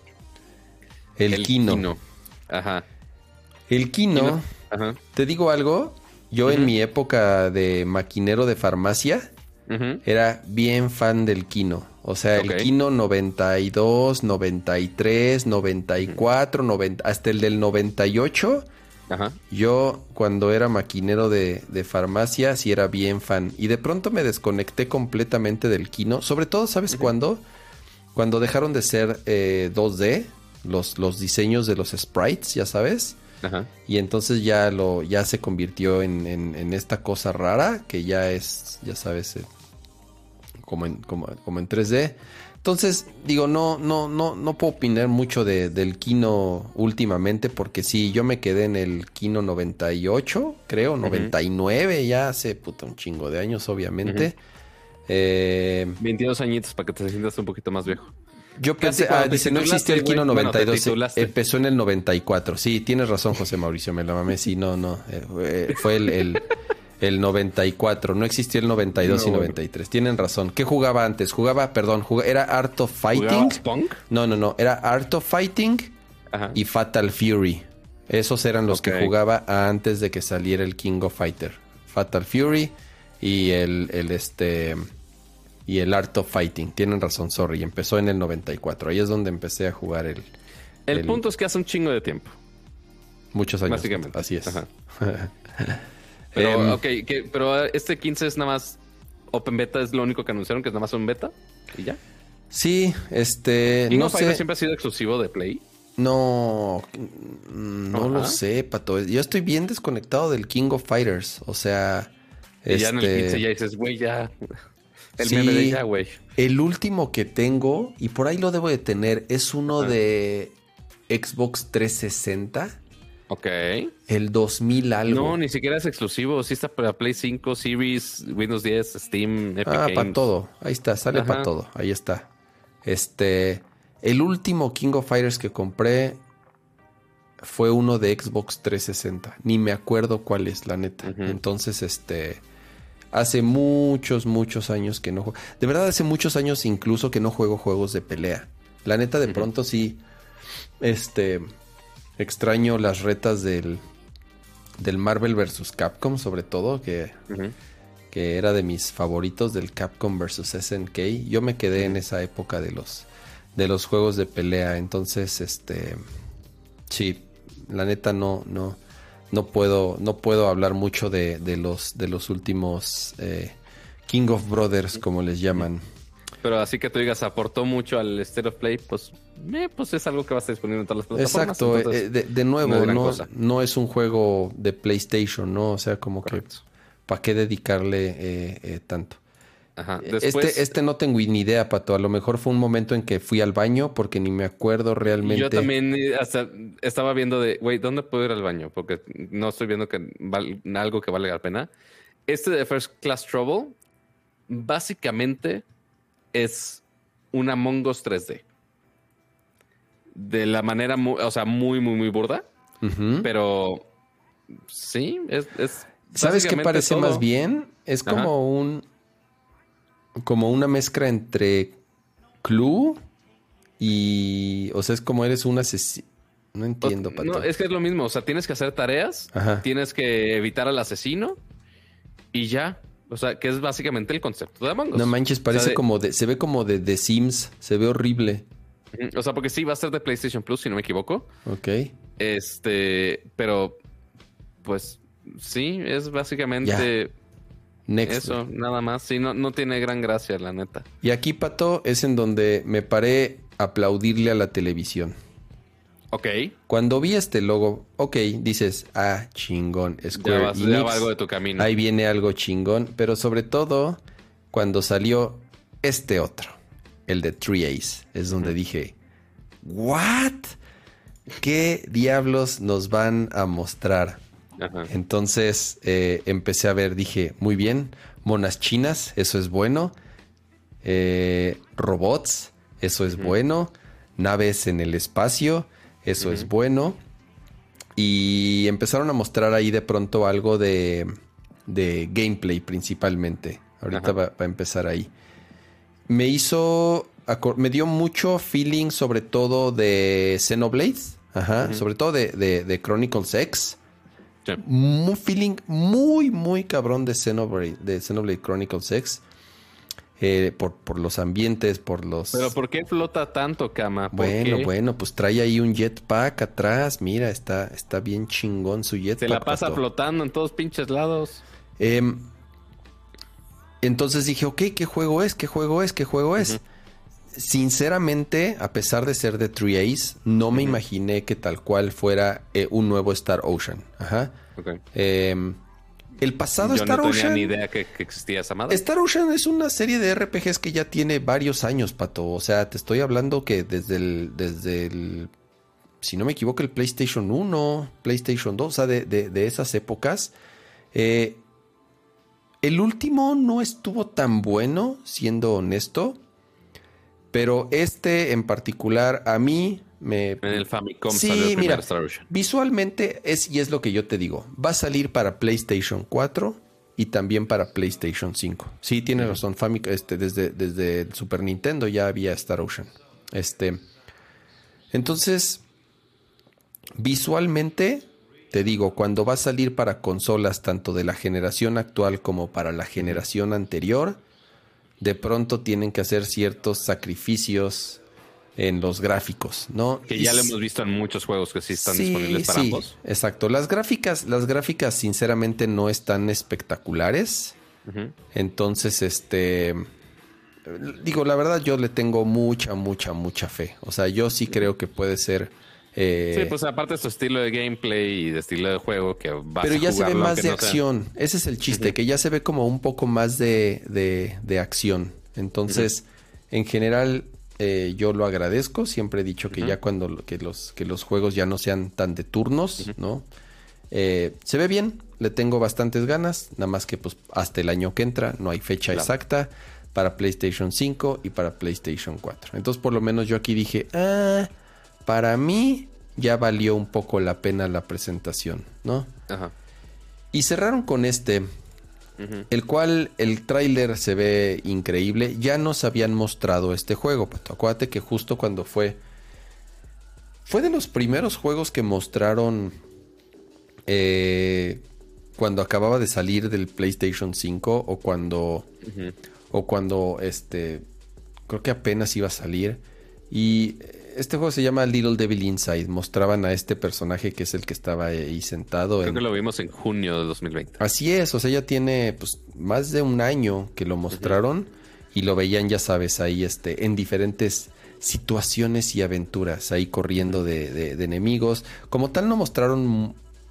El, Kino. Ajá. El Kino, Kino. Ajá. te digo algo, yo Ujú. en mi época de maquinero de farmacia Ujú. era bien fan del Kino. O sea, Ok. el Kino noventa y dos, noventa y tres, noventa y cuatro, noventa, hasta el del noventa y ocho. Ajá. Yo cuando era maquinero de, de farmacia sí era bien fan. Y de pronto me desconecté completamente del Kino. Sobre todo, ¿sabes cuándo? Cuando dejaron de ser eh, dos D, los, los diseños de los sprites, ya sabes. Ajá. Y entonces ya lo ya se convirtió en, en- en esta cosa rara que ya es, ya sabes, eh, como, en, como, como en tres D. Entonces, digo, no, no, no, no puedo opinar mucho de, del Kino últimamente, porque sí, yo me quedé en el Kino noventa y ocho, creo, noventa y nueve, ya hace puta un chingo de años, obviamente. Eh, veintidós añitos para que te sientas un poquito más viejo. yo Casi pensé, cuando ah, te dice, no titulaste, existía el Kino güey. Bueno, noventa y te dos, titulaste. empezó en el noventa y cuatro. Sí, tienes razón, José Mauricio, me la mamé, sí, no, no, eh, eh, fue el, el, el noventa y cuatro, no existió el noventa y dos No, y güey. noventa y tres, tienen razón. ¿Qué jugaba antes? Jugaba, perdón, jugaba, era Art of Fighting. ¿Jugabas Punk? No, no, no, era Art of Fighting Ajá. y Fatal Fury. Esos eran los Ok. que jugaba antes de que saliera el King of Fighter. Fatal Fury y el, el este y el Art of Fighting. Tienen razón, sorry. Empezó en el noventa y cuatro. Ahí es donde empecé a jugar el, El, el- punto es que hace un chingo de tiempo. muchos años. Básicamente. Así es. Ajá. Pero, Em, ok, que- pero este quince es nada más Open Beta, es lo único que anunciaron, que es nada más un beta y ya. Sí, este, King no of Fighters sé, siempre ha sido exclusivo de Play. no, no lo Ajá. sé, Pato. Yo estoy bien desconectado del King of Fighters. O sea, Y ya en el este, quince ya dices, güey, ya. El Sí. meme de ya, güey. el último que tengo, y por ahí lo debo de tener, es uno Ah. de Xbox trescientos sesenta, Ok. el dos mil algo. No, ni siquiera es exclusivo. Sí está para Play cinco, Series, Windows diez, Steam, Epic Ah, Games. para todo. Ahí está, sale Ajá. para todo. Ahí está. Este, el último King of Fighters que compré fue uno de Xbox trescientos sesenta. Ni me acuerdo cuál es, la neta. Ujú. Entonces, este, hace muchos, muchos años que no juego. De verdad, hace muchos años incluso que no juego juegos de pelea. La neta, de Ujú. pronto sí, este, extraño las retas del, del Marvel versus Capcom, sobre todo, que Ujú. que era de mis favoritos del Capcom versus S N K. Yo me quedé en esa época de los de los juegos de pelea, entonces este sí, la neta no no no puedo no puedo hablar mucho de, de los de los últimos eh, King of Brothers, como les llaman. Pero así que tú digas, aportó mucho al State of Play, pues, eh, pues es algo que va a estar disponible en todas las plataformas. Exacto, entonces, eh, de, de no nuevo, es gran no, cosa. no es un juego de PlayStation, ¿no? O sea, como correcto. que ¿para qué dedicarle eh, eh, tanto? Ajá. Después, este, este no tengo ni idea, Pato. A lo mejor fue un momento en que fui al baño porque ni me acuerdo realmente. Yo también eh, hasta estaba viendo de, güey, ¿dónde puedo ir al baño? Porque no estoy viendo que val- algo que valga la pena. Este de First Class Trouble básicamente es una Among Us tres D. De la manera, muy, o sea, muy, muy, muy burda. Ujú. Pero sí, es... es ¿Sabes qué parece todo. más bien? Es como Ajá. un... Como una mezcla entre Clue y... O sea, es como eres un asesino. No entiendo, Pato. No, es que es lo mismo. O sea, tienes que hacer tareas, Ajá. tienes que evitar al asesino y ya. O sea, que es básicamente el concepto de Among Us. No manches, parece O sea, de- como de... Se ve como de The Sims. Se ve horrible. O sea, porque sí va a ser de PlayStation Plus, si no me equivoco. Ok. Este, pero pues sí, es básicamente Next. eso, güey. nada más. Sí, no, no tiene gran gracia, la neta. Y aquí, Pato, es en donde me paré a aplaudirle a la televisión. Ok, Cuando vi este logo, ok, dices, ah, chingón, ya, Square vas, ya Enix, va algo de tu camino. ahí viene algo chingón, pero sobre todo cuando salió este otro, el de Three Ace, es donde dije, ¿what? ¿Qué diablos nos van a mostrar? Ajá. Entonces eh, empecé a ver, dije, muy bien, monas chinas, eso es bueno, eh, robots, eso es bueno, naves en el espacio, eso es bueno. Y empezaron a mostrar ahí de pronto algo de, de gameplay principalmente. Ahorita va, va a empezar ahí. Me hizo, acor- me dio mucho feeling sobre todo de Xenoblade. Ajá, Ujú. sobre todo de, de, de Chronicles X. Sí. Un feeling muy, muy cabrón de Xenoblade, de Xenoblade Chronicles X. Eh, por, por los ambientes, por los... Pero ¿por qué flota tanto, Kama? ¿Por Bueno, qué? bueno, pues trae ahí un jetpack atrás. Mira, está, está bien chingón su jetpack. Se la pasa Pato. flotando en todos pinches lados. Em, entonces dije, ok, ¿qué juego es? ¿Qué juego es? ¿Qué juego es? Ujú. Sinceramente, a pesar de ser de Three Ace, no me Ujú. imaginé que tal cual fuera eh, un nuevo Star Ocean. Ajá. Ok. Em, el pasado Yo Star no tenía Ocean... ni idea que, que existía esa madre. Star Ocean es una serie de R P Gs que ya tiene varios años, Pato. O sea, te estoy hablando que desde el... Desde el si no me equivoco, el PlayStation uno, PlayStation dos, o sea, de, de, de esas épocas. Eh, el último no estuvo tan bueno, siendo honesto. Pero este en particular a mí me... En el Famicom Sí, salió el primer mira, Star Ocean. visualmente es, y es lo que yo te digo, va a salir para PlayStation cuatro y también para PlayStation cinco. Sí, tienes razón, Famicom, este, desde, desde el Super Nintendo ya había Star Ocean. Este, entonces, visualmente, te digo, cuando va a salir para consolas tanto de la generación actual como para la generación anterior, de pronto tienen que hacer ciertos sacrificios en los gráficos, ¿no? Que Y ya lo s- hemos visto en muchos juegos que sí están sí, disponibles para sí, ambos. exacto. Las gráficas, las gráficas sinceramente no están espectaculares. Ujú. Entonces, este... Digo, la verdad yo le tengo mucha, mucha, mucha fe. O sea, yo sí creo que puede ser... eh, Sí, pues aparte de su estilo de gameplay y de estilo de juego que vas pero a ya se ve jugarlo más aunque de no sea- acción. Ese es el chiste, que ya se ve como un poco más de, de, de acción. Entonces, en general, eh, yo lo agradezco. Siempre he dicho que Ujú. ya cuando lo- que los, que los juegos ya no sean tan de turnos, ¿no? Eh, se ve bien, le tengo bastantes ganas. Nada más que pues hasta el año que entra, no hay fecha Claro. exacta para PlayStation cinco y para PlayStation cuatro. Entonces, por lo menos yo aquí dije, ah, para mí ya valió un poco la pena la presentación, ¿no? Ajá. Y cerraron con este, Ujú. el cual el tráiler se ve increíble. Ya nos habían mostrado este juego, Pato. Acuérdate que justo cuando fue... Fue de los primeros juegos que mostraron eh, cuando acababa de salir del PlayStation cinco o cuando... Ujú. O cuando este... Creo que apenas iba a salir. Y este juego se llama Little Devil Inside. Mostraban a este personaje que es el que estaba ahí sentado. Creo en- que lo vimos en junio de dos mil veinte. Así es, o sea, ya tiene pues más de un año que lo mostraron y lo veían, ya sabes, ahí este, en diferentes situaciones y aventuras, ahí corriendo de, de- de enemigos. Como tal no mostraron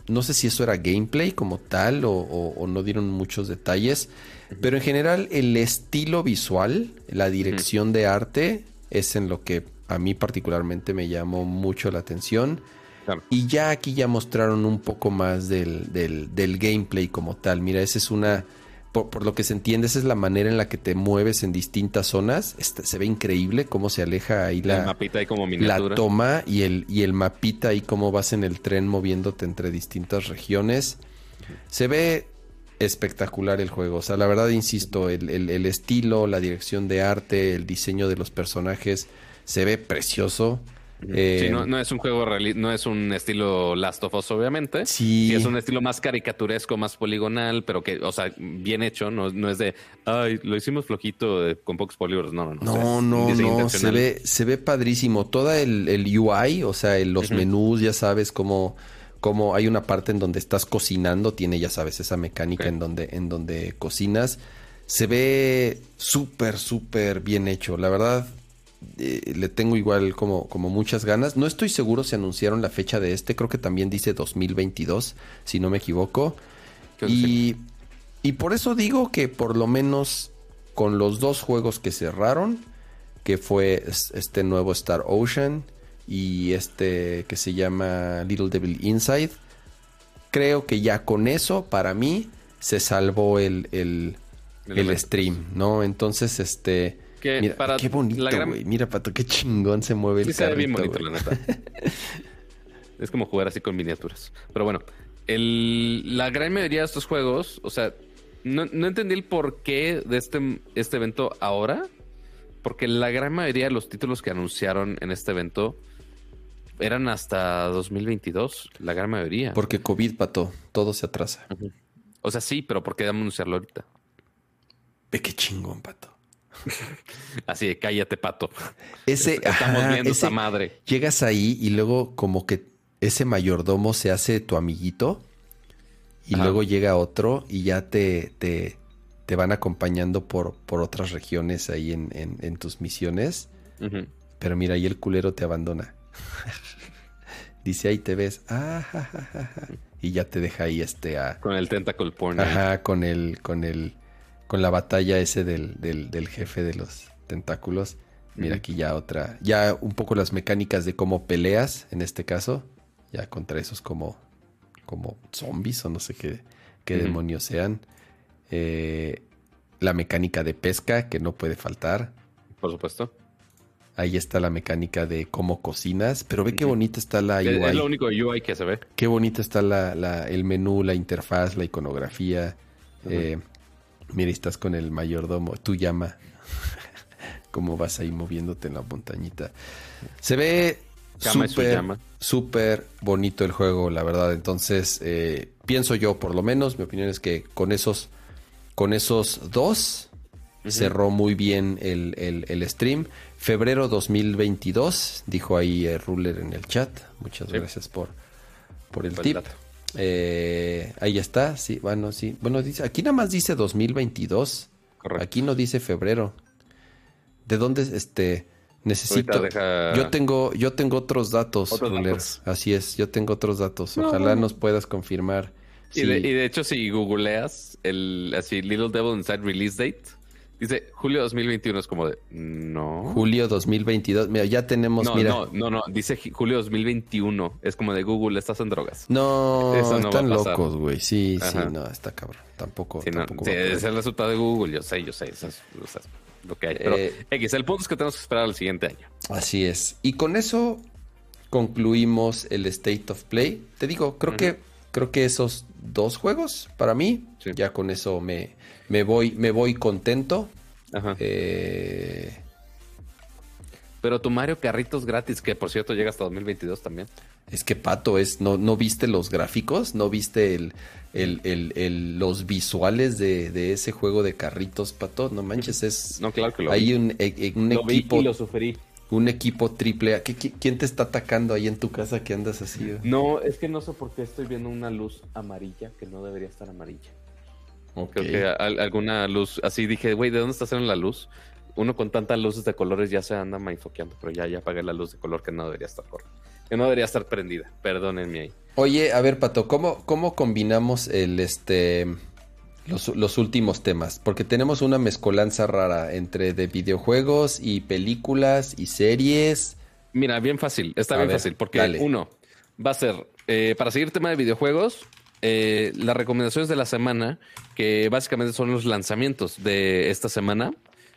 no sé si eso era gameplay como tal o, o, o no dieron muchos detalles, uh-huh. pero en general el estilo visual, la dirección uh-huh. de arte es en lo que a mí particularmente me llamó mucho la atención. Claro. Y ya aquí ya mostraron un poco más del, del, del gameplay como tal. Mira, esa es una... Por, por lo que se entiende, esa es la manera en la que te mueves en distintas zonas. Este, se ve increíble cómo se aleja ahí la, el mapita ahí como miniatura. La toma y el, y el mapita ahí cómo vas en el tren moviéndote entre distintas regiones. Se ve espectacular el juego. O sea, la verdad, insisto, el, el, el estilo, la dirección de arte, el diseño de los personajes, se ve precioso. Eh, sí, no, no es un juego reali- no es un estilo Last of Us, obviamente. Sí. sí. Es un estilo más caricaturesco, más poligonal, pero que, o sea, bien hecho. No, no es de, ay, lo hicimos flojito eh, con pocos polígonos. No, no, no. No, no, no. Se ve, se ve padrísimo. Toda el, el U I, o sea, el, los uh-huh. menús, ya sabes, como, como hay una parte en donde estás cocinando, tiene, ya sabes, esa mecánica okay. en donde, en donde cocinas. Se ve súper, súper bien hecho. La verdad. Eh, le tengo igual como, como muchas ganas. No estoy seguro si anunciaron la fecha de este. Creo que también dice dos mil veintidós, si no me equivoco. Y, y por eso digo que por lo menos con los dos juegos que cerraron, que fue este nuevo Star Ocean y este que se llama Little Devil Inside, creo que ya con eso, para mí, se salvó el, el, el, el stream, ¿no? Entonces, este... Que mira, para qué bonito, güey. Gran... Mira, Pato, qué chingón se mueve el sí, carrito. Se ve bien bonito, wey. La neta. Es como jugar así con miniaturas. Pero bueno, el, la gran mayoría de estos juegos, o sea, no, no entendí el porqué de este, este evento ahora. Porque la gran mayoría de los títulos que anunciaron en este evento eran hasta dos mil veintidós. La gran mayoría. Porque COVID, Pato, todo se atrasa. Uh-huh. O sea, sí, pero ¿por qué damos anunciarlo ahorita? Ve qué chingón, Pato. Así de cállate, Pato. Ese, Estamos ajá, viendo ese, esa madre. Llegas ahí y luego como que ese mayordomo se hace tu amiguito y ajá. luego llega otro y ya te, te, te van acompañando por, por otras regiones ahí en, en, en tus misiones. Uh-huh. Pero mira, ahí el culero te abandona. Dice, ahí te ves. Ah, ja, ja, ja, ja. Y ya te deja ahí este a... Con el tentacle porn. Ajá, ahí. con el... Con el Con la batalla ese del, del, del jefe de los tentáculos. Mira, uh-huh. aquí ya otra... Ya un poco las mecánicas de cómo peleas, en este caso. Ya contra esos como... Como zombies o no sé qué, qué uh-huh. demonios sean. Eh, la mecánica de pesca, que no puede faltar. Por supuesto. Ahí está la mecánica de cómo cocinas. Pero ve uh-huh. qué bonita está la es, U I. Es lo único U I que se ve. Qué bonita está la, la, el menú, la interfaz, la iconografía. Uh-huh. Eh... Mira, estás con el mayordomo, tú llama. Cómo vas ahí moviéndote en la montañita. Se ve súper, súper bonito el juego, la verdad. Entonces, eh, pienso yo, por lo menos, mi opinión es que con esos, con esos dos uh-huh. cerró muy bien el, el, el stream. Febrero dos mil veintidós, dijo ahí eh, Ruler en el chat. Muchas sí. gracias por, por el por tip. El Eh, ahí está, sí, bueno, sí. Bueno, dice, aquí nada más dice dos mil veintidós. Correcto. Aquí no dice febrero. ¿De dónde este necesito? Deja... Yo tengo, yo tengo otros datos, ¿Otros datos? Así es, yo tengo otros datos. Ojalá no. nos puedas confirmar. Y, sí. de, y de hecho, si googleas el así Little Devil Inside Release Date, dice julio dos mil veintiuno, es como de no. Julio dos mil veintidós. Mira, ya tenemos, no, mira. No, no, no, dice julio dos mil veintiuno. Es como de Google, estás en drogas. No, Eso no están locos, güey. Sí, Ajá. sí, no, está cabrón. Tampoco, sí, tampoco. No, sí, es el resultado de Google, yo sé, yo sé, eso es, eso es lo que hay. Pero eh, X, el punto es que tenemos que esperar al siguiente año. Así es. Y con eso concluimos el State of Play. Te digo, creo uh-huh. que creo que esos dos juegos, para mí, sí. ya con eso me, me voy, me voy contento. Ajá. Eh... Pero tu Mario Carritos gratis, que por cierto llega hasta dos mil veintidós también. Es que Pato, es, ¿no, no viste los gráficos? ¿No viste el, el, el, el, los visuales de, de ese juego de carritos, Pato? No manches, es... No, claro que lo Hay vi. un, un lo equipo... Vi y lo sufrí. Un equipo triple A. ¿Qué, qué, ¿Quién te está atacando ahí en tu casa que andas así? No, es que no sé por qué estoy viendo una luz amarilla que no debería estar amarilla. Okay. Creo que a, alguna luz, así dije, güey, ¿de dónde está saliendo la luz? Uno con tantas luces de colores ya se anda mindfoqueando, pero ya, ya apagué la luz de color que no debería estar por. que no debería estar prendida. Perdónenme ahí. Oye, a ver, Pato, ¿cómo, cómo combinamos el este los, los últimos temas? Porque tenemos una mezcolanza rara entre de videojuegos y películas y series. Mira, bien fácil, está A bien ver, fácil, porque dale. uno, va a ser, eh, para seguir tema de videojuegos, eh, las recomendaciones de la semana, que básicamente son los lanzamientos de esta semana.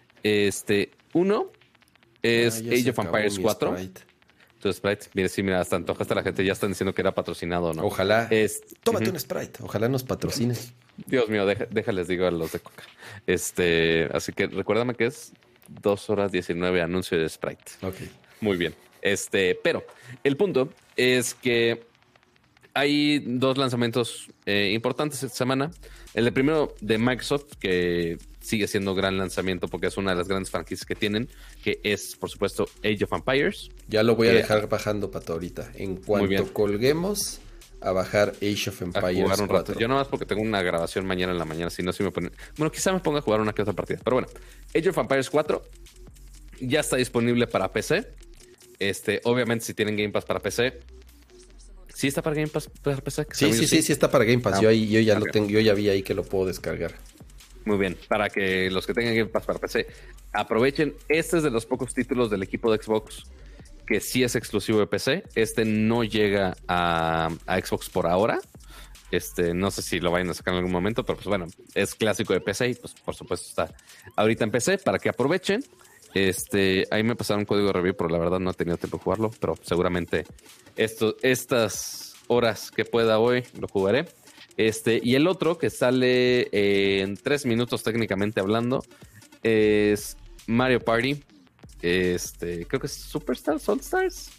Este, uno es Ah, ya Age se of acabó Empires mi cuatro. Sprite. Tu Sprite, mire, sí, mira, hasta antojaste a la gente, ya están diciendo que era patrocinado, ¿no? Ojalá. Es, Tómate ujú. un Sprite. Ojalá nos patrocinen. Dios mío, deja- déjales digo a los de Coca. Este, así que recuérdame que es dos horas diecinueve anuncio de Sprite. Ok. Muy bien. Este, pero el punto es que hay dos lanzamientos eh, importantes esta semana. El de primero de Microsoft, que sigue siendo gran lanzamiento porque es una de las grandes franquicias que tienen, que es, por supuesto, Age of Empires. Ya lo voy a Eh, dejar bajando, Pato, ahorita. En bien. cuanto colguemos, a bajar Age of A Empires jugar un rato. cuatro. Yo nada más porque tengo una grabación mañana en la mañana, si no, si me ponen... Bueno, quizá me ponga a jugar una que otra partida. Pero bueno, Age of Empires cuatro ya está disponible para P C. Este, obviamente, si tienen Game Pass para P C. ¿Sí está para Game Pass para P C? Que Sí, según sí, yo sí, sí está para Game Pass. Ah, yo, ahí, yo ya ok. lo tengo, yo ya vi ahí que lo puedo descargar. Muy bien, para que los que tengan Game Pass para P C aprovechen. Este es de los pocos títulos del equipo de Xbox que sí es exclusivo de P C. Este no llega a, a Xbox por ahora. Este, no sé si lo vayan a sacar en algún momento, pero pues bueno, es clásico de P C y pues por supuesto está ahorita en P C para que aprovechen. Este, ahí me pasaron un código de review, pero la verdad no he tenido tiempo de jugarlo, pero seguramente esto, estas horas que pueda hoy lo jugaré. Este, y el otro que sale eh, en tres minutos técnicamente hablando es Mario Party. Este, creo que es Superstars, All Stars.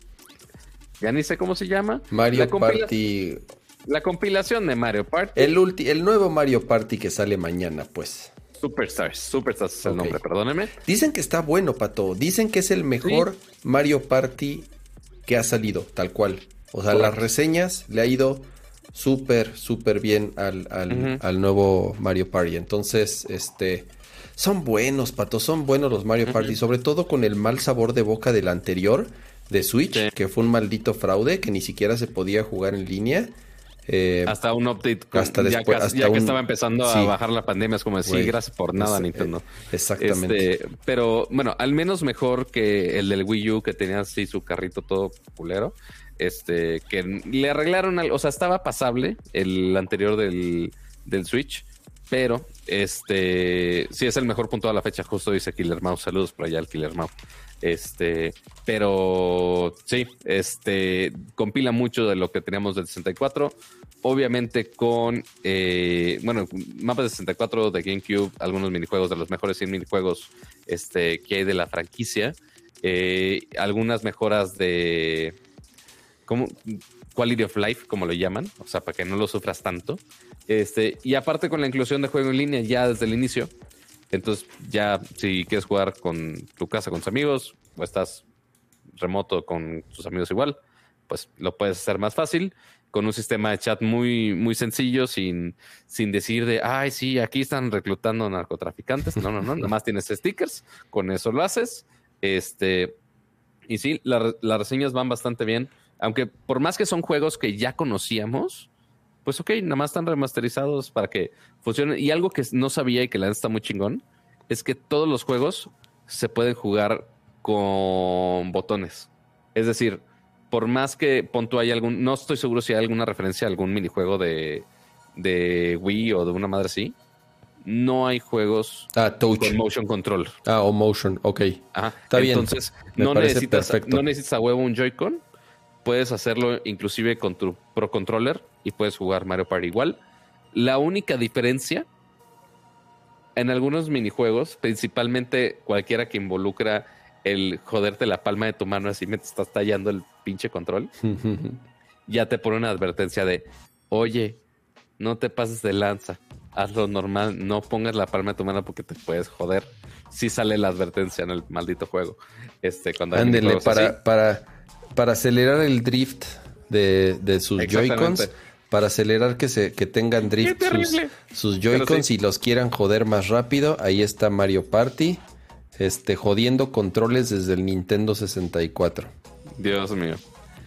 Ya ni sé cómo se llama. Mario La compila- Party. La compilación de Mario Party. El, ulti- el nuevo Mario Party que sale mañana, pues. Superstars. Superstars es el Ok. nombre, perdóneme. Dicen que está bueno, Pato. Dicen que es el mejor Mario Party que ha salido, tal cual. O sea, Correcto. las reseñas le ha ido súper, súper bien al, al, Ujú. al nuevo Mario Party. Entonces, este... son buenos, Pato. Son buenos los Mario Party. Sobre todo con el mal sabor de boca del anterior, de Switch, Sí. que fue un maldito fraude, que ni siquiera se podía jugar en línea. Eh, Hasta un update. Con, hasta ya después- que, hasta ya que un- estaba empezando sí. a bajar la pandemia. Es como decir, Güey, sí, gracias por nada, es- Nintendo. eh, exactamente. Este, pero bueno, al menos mejor que el del Wii U, que tenía así su carrito todo culero. Este, que le arreglaron algo. O sea, estaba pasable el anterior del, del Switch. Pero, este, sí es el mejor punto a la fecha. Justo dice Killer Mouse. Saludos por allá al Killer Mouse. Este, pero sí, este, compila mucho de lo que teníamos del sesenta y cuatro. Obviamente con, eh, bueno, mapas de sesenta y cuatro, de GameCube, algunos minijuegos, de los mejores cien minijuegos este, que hay de la franquicia. Eh, algunas mejoras de, ¿cómo? Quality of Life, como lo llaman, o sea, para que no lo sufras tanto. Este, y aparte con la inclusión de juego en línea ya desde el inicio. Entonces, ya si quieres jugar con tu casa, con tus amigos, o estás remoto con tus amigos igual, pues lo puedes hacer más fácil, con un sistema de chat muy, muy sencillo, sin, sin decir de, ay, sí, aquí están reclutando narcotraficantes. No, no, no, nada más tienes stickers, con eso lo haces. Este, y sí, la, las reseñas van bastante bien, aunque por más que son juegos que ya conocíamos, pues ok, nada más están remasterizados para que funcionen. Y algo que no sabía y que la neta está muy chingón, es que todos los juegos se pueden jugar con botones. Es decir, por más que pon tú hay algún, no estoy seguro si hay alguna referencia a algún minijuego de, de Wii o de una madre así, no hay juegos Ah, Touch. con motion control. Ah, o Motion, ok. Ajá. Está bien. Entonces, Me no parece necesitas, perfecto. no necesitas a huevo un Joy-Con. Puedes hacerlo inclusive con tu Pro Controller y puedes jugar Mario Party igual. La única diferencia en algunos minijuegos, principalmente cualquiera que involucra el joderte la palma de tu mano así mientras estás tallando el pinche control, ya te pone una advertencia de, oye, no te pases de lanza, hazlo normal, no pongas la palma de tu mano porque te puedes joder. Sí sale la advertencia en el maldito juego. Este, cuando hay Ándele, minijuegos así. para, para, para acelerar el drift de, de sus Exactamente. Joy-Cons, para acelerar que se que tengan drift ¡Qué sus, terrible! sus Joy-Cons sí. y los quieran joder más rápido, ahí está Mario Party, este, jodiendo controles desde el Nintendo sesenta y cuatro. Dios mío.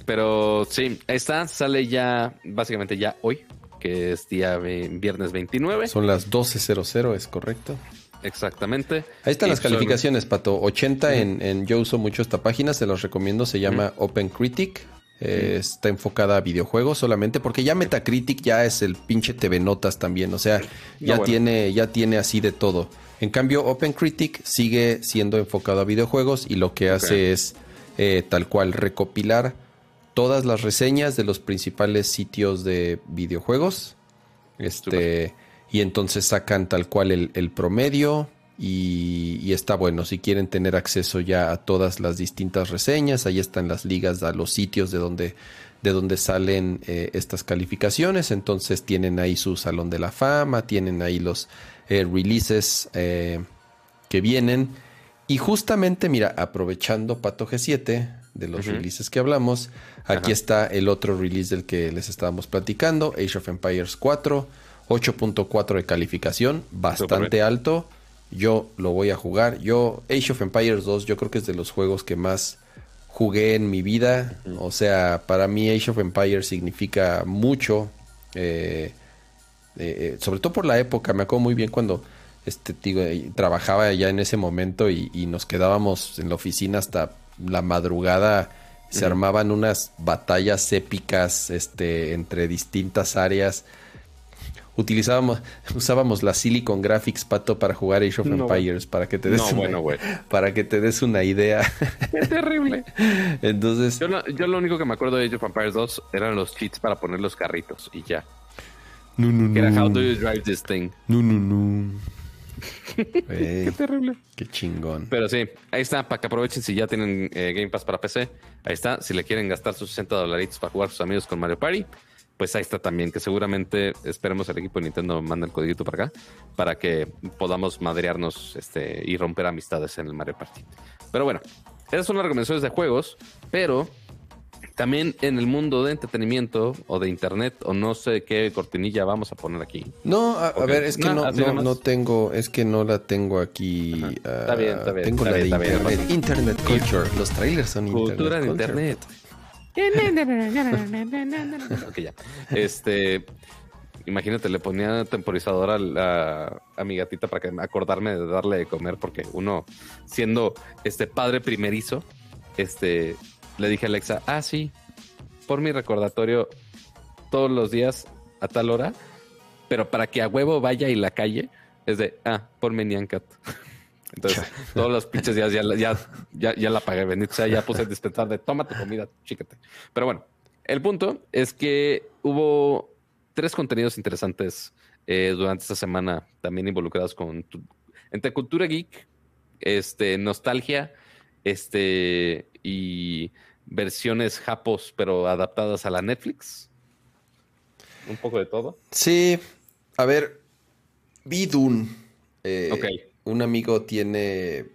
Pero sí, ahí está, sale ya, básicamente ya hoy, que es día ve- viernes veintinueve. Son las doce cero cero, ¿es correcto? Exactamente. Ahí están Y las son- calificaciones, Pato. ochenta Ujú. en, en... Yo uso mucho esta página, se los recomiendo. Se llama OpenCritic. Eh, Está enfocada a videojuegos solamente, porque ya Metacritic ya es el pinche T V Notas también. O sea, ya, No, bueno. tiene, ya tiene así de todo. En cambio, OpenCritic sigue siendo enfocado a videojuegos y lo que Ok. hace es eh, tal cual recopilar todas las reseñas de los principales sitios de videojuegos. Este, y entonces sacan tal cual el, el promedio y, y está bueno. Si quieren tener acceso ya a todas las distintas reseñas, ahí están las ligas a los sitios de donde, de donde salen eh, estas calificaciones. Entonces tienen ahí su Salón de la Fama, tienen ahí los eh, releases eh, que vienen. Y justamente, mira, aprovechando Pato G siete, de los Ujú. releases que hablamos, aquí Ajá. está el otro release del que les estábamos platicando, Age of Empires cuatro, ocho punto cuatro de calificación, bastante alto. Yo lo voy a jugar. Yo, Age of Empires dos, yo creo que es de los juegos que más jugué en mi vida. O sea, para mí Age of Empires significa mucho. Eh, eh, sobre todo por la época. Me acuerdo muy bien cuando este, digo, eh, trabajaba ya en ese momento y, y nos quedábamos en la oficina hasta la madrugada. Se Ujú. armaban unas batallas épicas este, entre distintas áreas. Utilizábamos, usábamos la Silicon Graphics, Pato, para jugar Age of No, Empires, para que te des No, una, bueno, güey. para que te des una idea. Qué terrible. Entonces, Yo, lo- yo lo único que me acuerdo de Age of Empires dos eran los cheats para poner los carritos y ya. no, no, Que era How no, do you drive this thing. no, no, no. Güey, Qué terrible. qué chingón. Pero sí, ahí está, para que aprovechen si ya tienen eh, Game Pass para P C. Ahí está, si le quieren gastar sus sesenta dolaritos para jugar con sus amigos con Mario Party, pues ahí está también, que seguramente esperemos el equipo de Nintendo manda el codiguito para acá, para que podamos madrearnos este, y romper amistades en el Mario Party. Pero bueno, esas son las recomendaciones de juegos, pero también en el mundo de entretenimiento o de internet, o no sé qué cortinilla vamos a poner aquí. No, a, a Ok. ver, es que No, no, así no, nomás. no tengo, es que no la tengo aquí. Ajá. ah, Está bien, está bien, Tengo está la bien, de está bien, internet. Pato. Internet culture. Los trailers son Cultura de internet. internet. Ok, ya. Este, imagínate, le ponía temporizador a, la- a mi gatita para que acordarme de darle de comer, porque uno, siendo este padre primerizo, este, le dije a Alexa, ah, sí, por mi recordatorio todos los días a tal hora, pero para que a huevo vaya y la calle, es de, ah, ponme Nyan Cat. Entonces, todos los pinches días ya, la- ya, ya, ya la pagué, bendito. O sea, ya puse el dispensar de toma tu comida, chíquete. Pero bueno, el punto es que hubo tres contenidos interesantes eh, durante esta semana, también involucrados con tu- entre cultura geek, este, nostalgia, este, y versiones japos, pero adaptadas a la Netflix. Un poco de todo. Sí, a ver, vi Dune. Eh, Ok. Un amigo tiene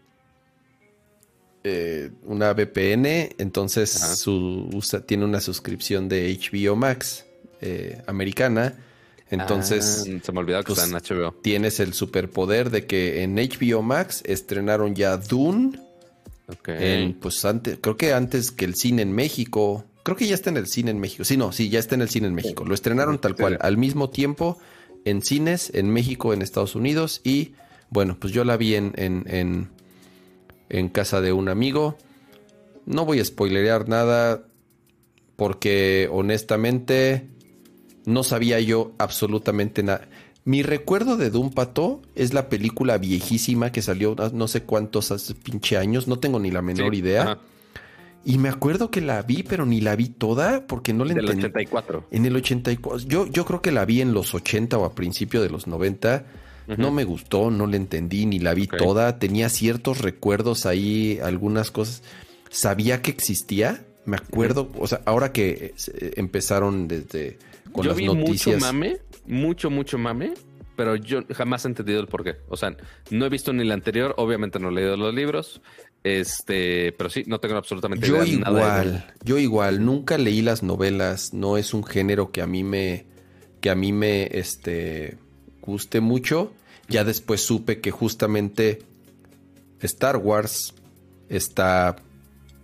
eh, una V P N, entonces Ajá. su, usa, tiene una suscripción de H B O Max eh, americana. Entonces, Ah, se me olvidaba que pues, está en H B O. tienes el superpoder de que en H B O Max estrenaron ya Dune. Ok. En, pues antes, creo que antes que el cine en México. Creo que ya está en el cine en México. Sí, no, sí, ya está en el cine en México. Lo estrenaron tal Sí, cual, sí. al mismo tiempo en cines, en México, en Estados Unidos. Y bueno, pues yo la vi en, en, en, en casa de un amigo. No voy a spoilerear nada porque honestamente no sabía yo absolutamente nada. Mi recuerdo de Doom, Pato, es la película viejísima que salió no sé cuántos hace pinche años. No tengo ni la menor Sí, idea. ajá. Y me acuerdo que la vi, pero ni la vi toda porque no la Del entendí. ochenta y cuatro. En el ochenta y cuatro. Yo, yo creo que la vi en los ochenta o a principio de los noventa. Ujú. No me gustó, no la entendí, ni la vi Ok. toda. Tenía ciertos recuerdos ahí, algunas cosas. Sabía que existía. Me acuerdo, o sea, ahora que eh, empezaron desde con Yo las vi noticias. mucho mame, mucho, mucho mame, pero yo jamás he entendido el porqué. O sea, no he visto ni la anterior, obviamente no he leído los libros, este, pero sí, no tengo absolutamente Yo idea nada de igual, yo igual, nunca leí las novelas, no es un género que a mí me, que a mí me, este, guste mucho. Ya después supe que justamente Star Wars está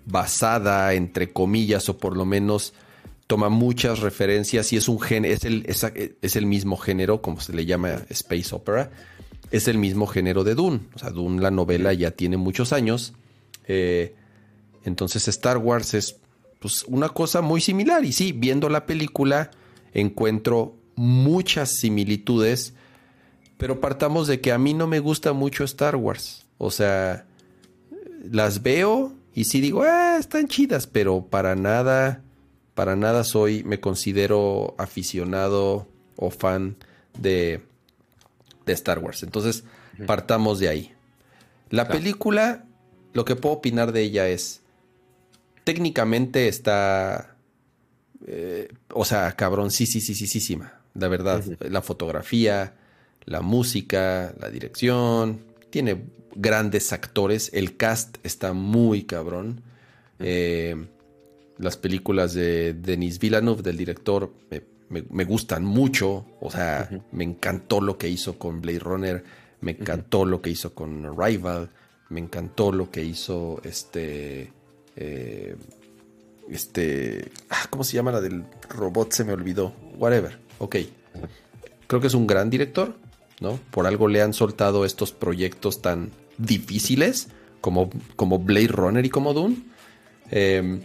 basada, entre comillas, o por lo menos toma muchas referencias y es un gen, es el, es, es el mismo género, como se le llama Space Opera, es el mismo género de Dune. O sea, Dune, la novela, ya tiene muchos años. Eh, entonces Star Wars es pues, una cosa muy similar. Y sí, viendo la película encuentro muchas similitudes, pero partamos de que a mí no me gusta mucho Star Wars. O sea, las veo y sí digo, ah, están chidas, pero para nada... Para nada soy, me considero aficionado o fan de, de Star Wars. Entonces, uh-huh. partamos de ahí. La claro. película, lo que puedo opinar de ella es, técnicamente está, eh, o sea, cabrón, sí, sí, sí, sí, sí, sí, la verdad. Uh-huh. La fotografía, la música, la dirección, tiene grandes actores. El cast está muy cabrón. Uh-huh. Eh... Las películas de Denis Villeneuve, del director, me, me, me gustan mucho. O sea, uh-huh. me encantó lo que hizo con Blade Runner. Me encantó uh-huh. lo que hizo con Arrival. Me encantó lo que hizo este... Eh, este... Ah, ¿cómo se llama la del robot? Se me olvidó. Whatever. Ok. Creo que es un gran director, ¿no? Por algo le han soltado estos proyectos tan difíciles como, como Blade Runner y como Dune. Eh...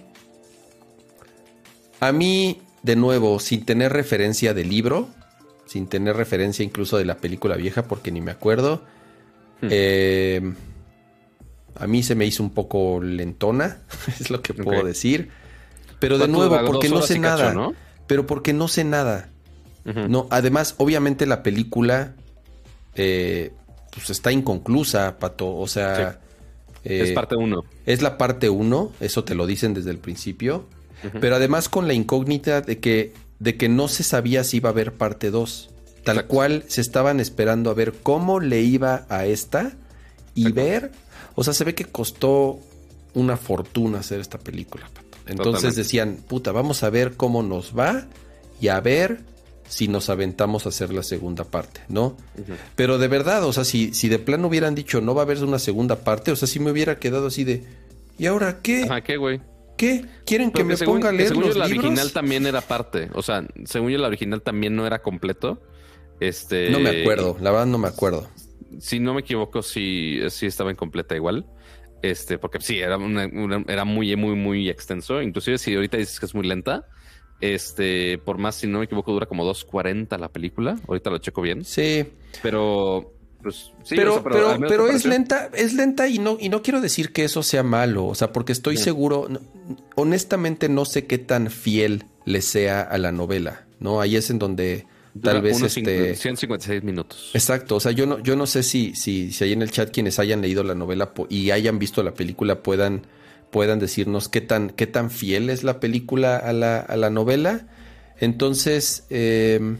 A mí, de nuevo, sin tener referencia del libro, sin tener referencia incluso de la película vieja, porque ni me acuerdo, hmm. eh, a mí se me hizo un poco lentona, es lo que puedo okay. decir. Pero de nuevo, porque no sé nada. Cacho, ¿no? Pero porque no sé nada. Uh-huh. No, además, obviamente la película eh, pues está inconclusa, Pato. O sea... Sí. Eh, es parte uno. Es la parte uno, eso te lo dicen desde el principio. Uh-huh. Pero además con la incógnita de que, de que no se sabía si iba a haber parte dos. Tal Exacto. cual se estaban esperando a ver cómo le iba a esta y Exacto. ver... O sea, se ve que costó una fortuna hacer esta película. Entonces Totalmente. decían, puta, vamos a ver cómo nos va y a ver si nos aventamos a hacer la segunda parte, ¿no? Uh-huh. Pero de verdad, o sea, si, si de plano hubieran dicho no va a haber una segunda parte, o sea, si me hubiera quedado así de... ¿Y ahora qué? Ajá, ¿qué, güey? ¿Qué? ¿Quieren que, que me según, ponga a leer según los yo, la libros? original también era parte. O sea, según yo, la original también no era completo. Este... No me acuerdo, la verdad no me acuerdo. Si no me equivoco, sí, sí estaba incompleta igual. Este, porque sí, era, una, una, era muy, muy, muy extenso. Inclusive si ahorita dices que es muy lenta, este, por más, si no me equivoco, dura como dos cuarenta la película. Ahorita lo checo bien. Sí. Pero... Pues, sí, pero, o sea, pero, pero, pero es lenta, es lenta y no, y no quiero decir que eso sea malo, o sea, porque estoy sí. seguro, no, honestamente no sé qué tan fiel le sea a la novela, ¿no? Ahí es en donde Dura tal vez este ciento cincuenta y seis minutos. Exacto, o sea, yo no, yo no sé si, si, si hay en el chat quienes hayan leído la novela y hayan visto la película puedan, puedan decirnos qué tan, qué tan fiel es la película a la, a la novela. Entonces, eh,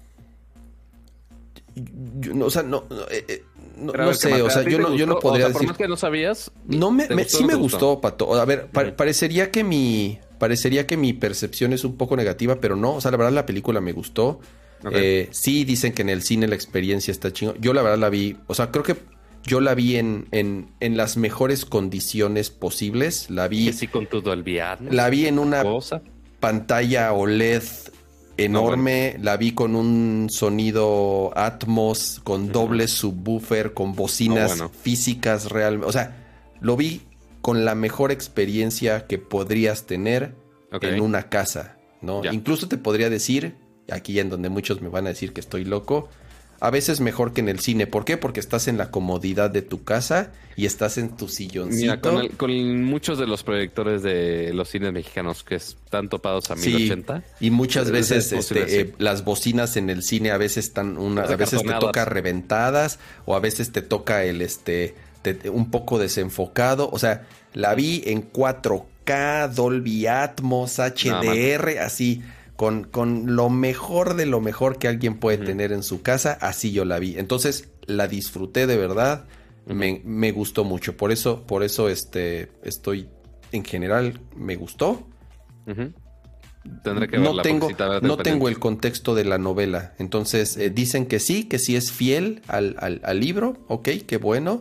Yo, no, o sea, no, eh, no, no sé, o sea, yo no, yo no podría o sea, por decir. más que no sabías. No me, me gustó, sí no me gustó? gustó, Pato. A ver, pa- uh-huh. parecería que mi, parecería que mi percepción es un poco negativa, pero no, o sea, la verdad la película me gustó. Okay. Eh, sí dicen que en el cine la experiencia está chingón. Yo la verdad la vi, o sea, creo que yo la vi en, en, en las mejores condiciones posibles. La vi. Que sí, con tu Dolby Atmos. La vi en una cosa. pantalla O L E D. Enorme, no, bueno. La vi con un sonido Atmos, con uh-huh. doble subwoofer, con bocinas no, bueno. físicas realmente. O sea, lo vi con la mejor experiencia que podrías tener okay. en una casa, ¿no? Ya. Incluso te podría decir, aquí en donde muchos me van a decir que estoy loco, a veces mejor que en el cine. ¿Por qué? Porque estás en la comodidad de tu casa y estás en tu silloncito. Mira, con, el, con muchos de los proyectores de los cines mexicanos que están topados a sí, mil ochenta. Y muchas veces este, eh, las bocinas en el cine a veces están una, a veces te toca reventadas o a veces te toca el este te, un poco desenfocado. O sea, la vi en cuatro K, Dolby Atmos, H D R, no, así. Con, con lo mejor de lo mejor que alguien puede uh-huh. tener en su casa, así yo la vi. Entonces, la disfruté de verdad, uh-huh. me, me gustó mucho. Por eso, por eso este, estoy, en general, me gustó. Uh-huh. Tendré que no verla tengo, está no tengo el contexto de la novela. Entonces, eh, dicen que sí, que sí es fiel al, al, al libro. Ok, qué bueno.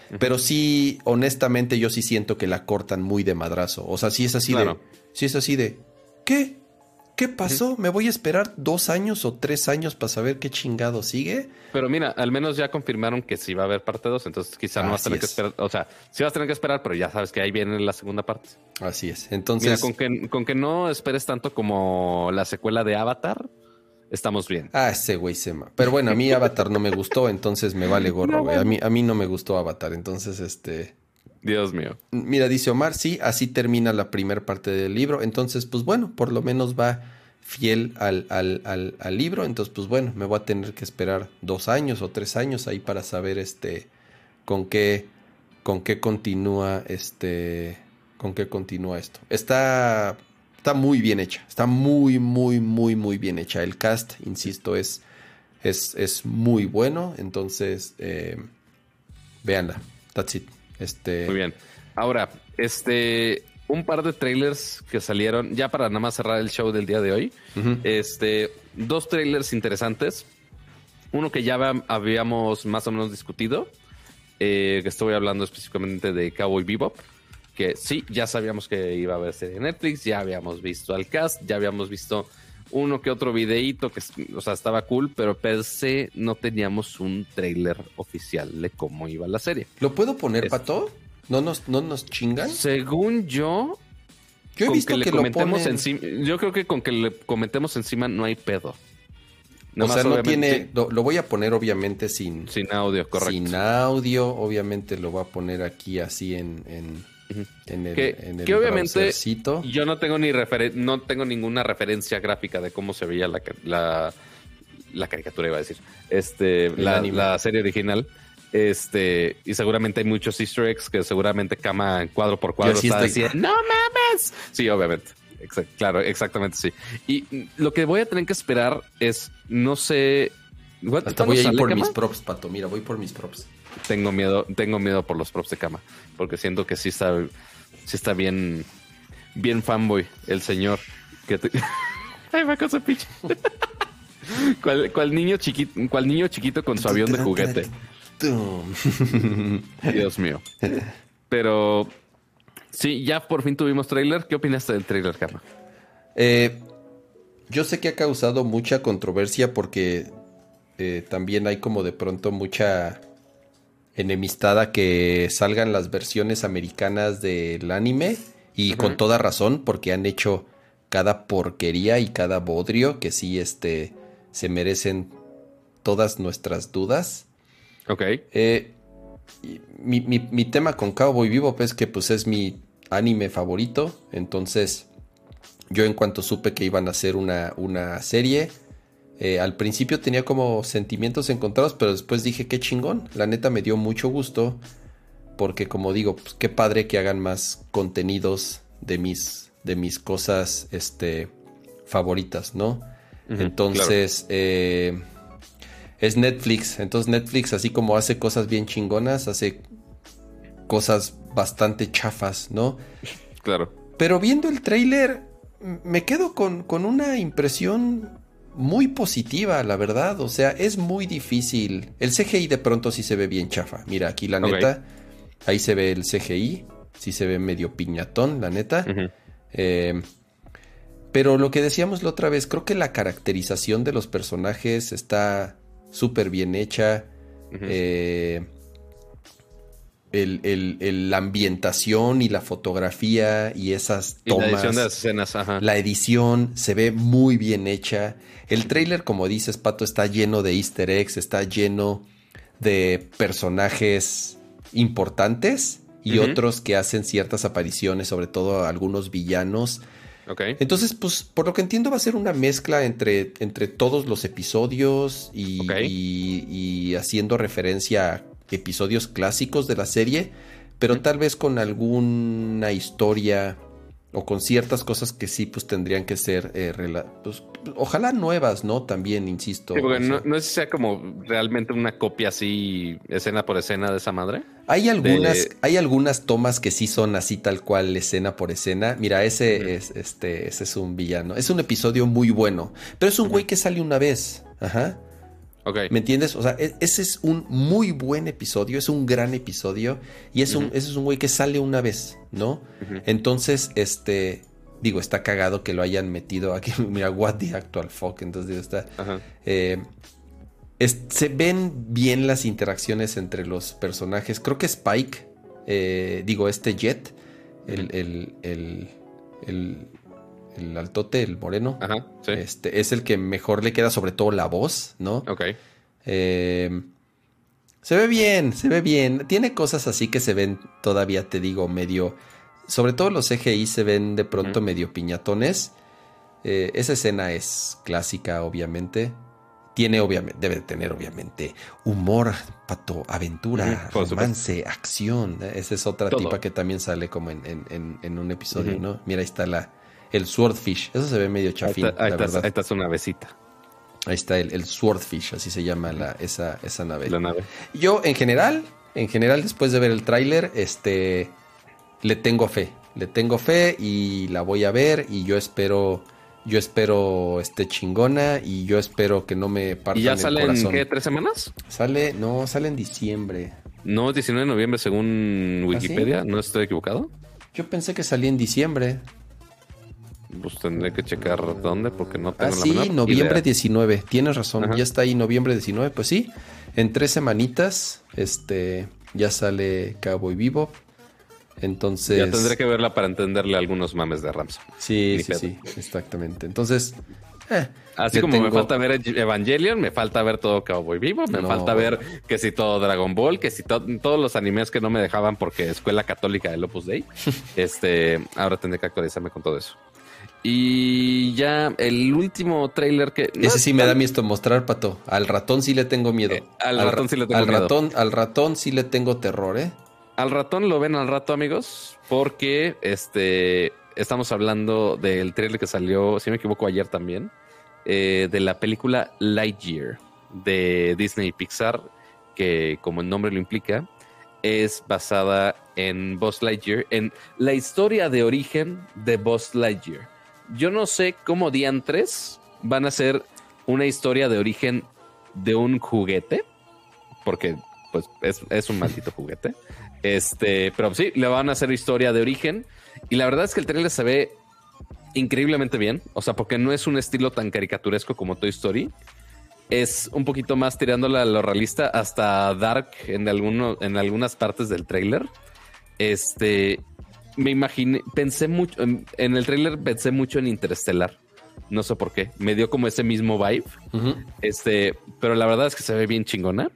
Uh-huh. Pero sí, honestamente, yo sí siento que la cortan muy de madrazo. O sea, sí es así claro. de... Sí es así de... ¿Qué? ¿Qué pasó? ¿Me voy a esperar dos años o tres años para saber qué chingado sigue? Pero mira, al menos ya confirmaron que sí va a haber parte dos, entonces quizá no vas a tener que esperar. O sea, sí vas a tener que esperar, pero ya sabes que ahí viene la segunda parte. Así es. Entonces... Mira, con que, con que no esperes tanto como la secuela de Avatar, estamos bien. Ah, ese güey se ma... Pero bueno, a mí Avatar no me gustó, entonces me vale gorro, no, güey. A mí, a mí no me gustó Avatar, entonces este... Dios mío. Mira, dice Omar, sí, así termina la primera parte del libro. Entonces, pues bueno, por lo menos va fiel al, al, al, al libro. Entonces, pues bueno, me voy a tener que esperar dos años o tres años ahí para saber este con qué, con qué continúa este. Con qué continúa esto. Está. Está muy bien hecha. Está muy, muy, muy, muy bien hecha. El cast, insisto, es. Es, es muy bueno. Entonces, eh, véanla. That's it. Este... Muy bien. Ahora, este, un par de trailers que salieron, ya para nada más cerrar el show del día de hoy. Uh-huh. Este, dos trailers interesantes. Uno que ya habíamos más o menos discutido, eh, que estoy hablando específicamente de Cowboy Bebop, que sí, ya sabíamos que iba a haber serie de Netflix, ya habíamos visto al cast, ya habíamos visto uno que otro videíto que, o sea, estaba cool, pero per se no teníamos un trailer oficial de cómo iba la serie. ¿Lo puedo poner, es... Pato? ¿No nos, no nos chingan? Según yo, yo he visto que, que le comentemos lo ponen... encima, yo creo que con que le comentemos encima no hay pedo. Nada o sea, no tiene, lo, lo voy a poner obviamente sin... Sin audio, correcto. Sin audio, obviamente lo voy a poner aquí así en... en... En el, que, en el que obviamente yo no tengo ni referen- no tengo ninguna referencia gráfica de cómo se veía la, la, la caricatura, iba a decir, este, la, la serie original, este, y seguramente hay muchos Easter eggs que seguramente Kama cuadro por cuadro está diciendo, ¡no mames! Sí, obviamente, Exact, claro, exactamente sí. Y lo que voy a tener que esperar es, no sé... Hasta voy a ir por Kama? mis props, Pato, mira, voy por mis props. Tengo miedo, tengo miedo por los props de Kama, porque siento que sí está, sí está bien, bien fanboy el señor. Que te... Ay, va con su pinche. ¿Cuál, cuál niño chiquito, cuál niño chiquito con su avión de juguete? Dios mío. Pero sí, ya por fin tuvimos trailer. ¿Qué opinaste del trailer, Kama? Eh, yo sé que ha causado mucha controversia porque eh, también hay como de pronto mucha enemistada a que salgan las versiones americanas del anime y uh-huh. con toda razón porque han hecho cada porquería y cada bodrio que sí este se merecen todas nuestras dudas. Ok. Eh, mi, mi, mi tema con Cowboy Bebop es que pues es mi anime favorito, entonces yo en cuanto supe que iban a hacer una, una serie, eh, al principio tenía como sentimientos encontrados, pero después dije qué chingón, la neta me dio mucho gusto, porque como digo, pues, qué padre que hagan más contenidos de mis, de mis cosas este, favoritas, ¿no? Uh-huh, entonces, claro. eh, es Netflix, entonces Netflix así como hace cosas bien chingonas, hace cosas bastante chafas, ¿no? Claro. Pero viendo el tráiler, me quedo con, con una impresión muy positiva, la verdad. O sea, es muy difícil. El C G I de pronto sí se ve bien chafa. Mira, aquí la neta, okay. Ahí se ve el C G I. Sí se ve medio piñatón, la neta. Uh-huh. Eh, pero lo que decíamos la otra vez, creo que la caracterización de los personajes está súper bien hecha. Uh-huh. Eh, el, el, el, la ambientación y la fotografía y esas tomas. Y la edición de las escenas, ajá. La edición se ve muy bien hecha. El tráiler, como dices, Pato, está lleno de easter eggs, está lleno de personajes importantes y uh-huh. otros que hacen ciertas apariciones, sobre todo algunos villanos. Okay. Entonces, pues, por lo que entiendo, va a ser una mezcla entre, entre todos los episodios y, okay. y, y haciendo referencia a episodios clásicos de la serie, pero uh-huh. tal vez con alguna historia o con ciertas cosas que sí pues tendrían que ser eh, rela- pues, ojalá nuevas, ¿no? También, insisto. Sí, porque o sea, no, no es que sea como realmente una copia así, escena por escena de esa madre. Hay algunas, de... hay algunas tomas que sí son así tal cual, escena por escena. Mira, ese uh-huh. es, este, ese es un villano. Es un episodio muy bueno, pero es un uh-huh. güey que sale una vez. Ajá. Okay. ¿Me entiendes? O sea, e- ese es un muy buen episodio, es un gran episodio. Y es un, Ujú. ese es un güey que sale una vez, ¿no? Ujú. Entonces, este... Digo, está cagado que lo hayan metido aquí. Mira, what the actual fuck. Entonces, digo, está... Ajá. Eh, es- se ven bien las interacciones entre los personajes. Creo que Spike, eh, digo, este Jet, el, Ujú. el, el, el, el altote, el moreno, Ajá, sí. este, es el que mejor le queda, sobre todo la voz, ¿no? Ok. Eh, se ve bien, se ve bien. Tiene cosas así que se ven todavía, te digo, medio... Sobre todo los C G I se ven de pronto Ujú. medio piñatones. Eh, esa escena es clásica, obviamente. Tiene, obviamente, debe de tener, obviamente, humor, pato, aventura, Ujú, por romance, acción. Esa es otra Todo. tipa que también sale como en, en- en- en un episodio, Ujú. ¿no? Mira, ahí está la, el Swordfish. Eso se ve medio Ahí chafín, está, ahí la está- verdad. ahí está una besita, Ahí está el, el Swordfish, así se llama la, esa, esa nave. la nave. Yo, en general, en general, después de ver el tráiler, este, le tengo fe. Le tengo fe y la voy a ver y yo espero, yo espero esté chingona y yo espero que no me ¿Y partan ya el sale en corazón. qué? ¿Tres semanas? Sale, no, sale en diciembre. No, diecinueve de noviembre según ¿Ah, sí? Wikipedia. ¿No estoy equivocado? Yo pensé que salía en diciembre. Pues tendré que checar dónde porque no tengo Ah, la sí, menor noviembre idea. diecinueve. Tienes razón, Ajá. ya está ahí noviembre diecinueve. Pues sí, en tres semanitas, este, ya sale Cowboy Bebop. Entonces, Ya tendré que verla para entenderle algunos mames de Ramsey. sí, Ni sí, pedo. sí, exactamente. Entonces, eh, Así le como me tengo- falta ver Evangelion, me falta ver todo Cowboy Vivo, me No. falta ver que si todo Dragon Ball, que si to- todos los animes que no me dejaban porque escuela católica del Opus Dei. este, ahora tendré que actualizarme con todo eso. Y ya el último tráiler que... no Ese es sí me tan- da miedo mostrar, pato. Al ratón sí le tengo miedo. Eh, al ra- ratón sí le tengo al miedo. Ratón, al ratón sí le tengo terror, ¿eh? Al ratón lo ven al rato, amigos, porque este estamos hablando del tráiler que salió, si no me equivoco, ayer también, eh, de la película Lightyear de Disney y Pixar, que como el nombre lo implica, es basada en Buzz Lightyear, en la historia de origen de Buzz Lightyear. Yo no sé cómo diantres van a ser una historia de origen de un juguete, porque pues es, es un maldito juguete. Este, pero sí, le van a hacer historia de origen. Y la verdad es que el trailer se ve increíblemente bien. O sea, porque no es un estilo tan caricaturesco como Toy Story. Es un poquito más tirándola a lo realista, hasta dark en, alguno, en algunas partes del trailer. Este, me imaginé, pensé mucho, en, en el trailer pensé mucho en Interestelar. No sé por qué. Me dio como ese mismo vibe. Ujú. Este, pero la verdad es que se ve bien chingona.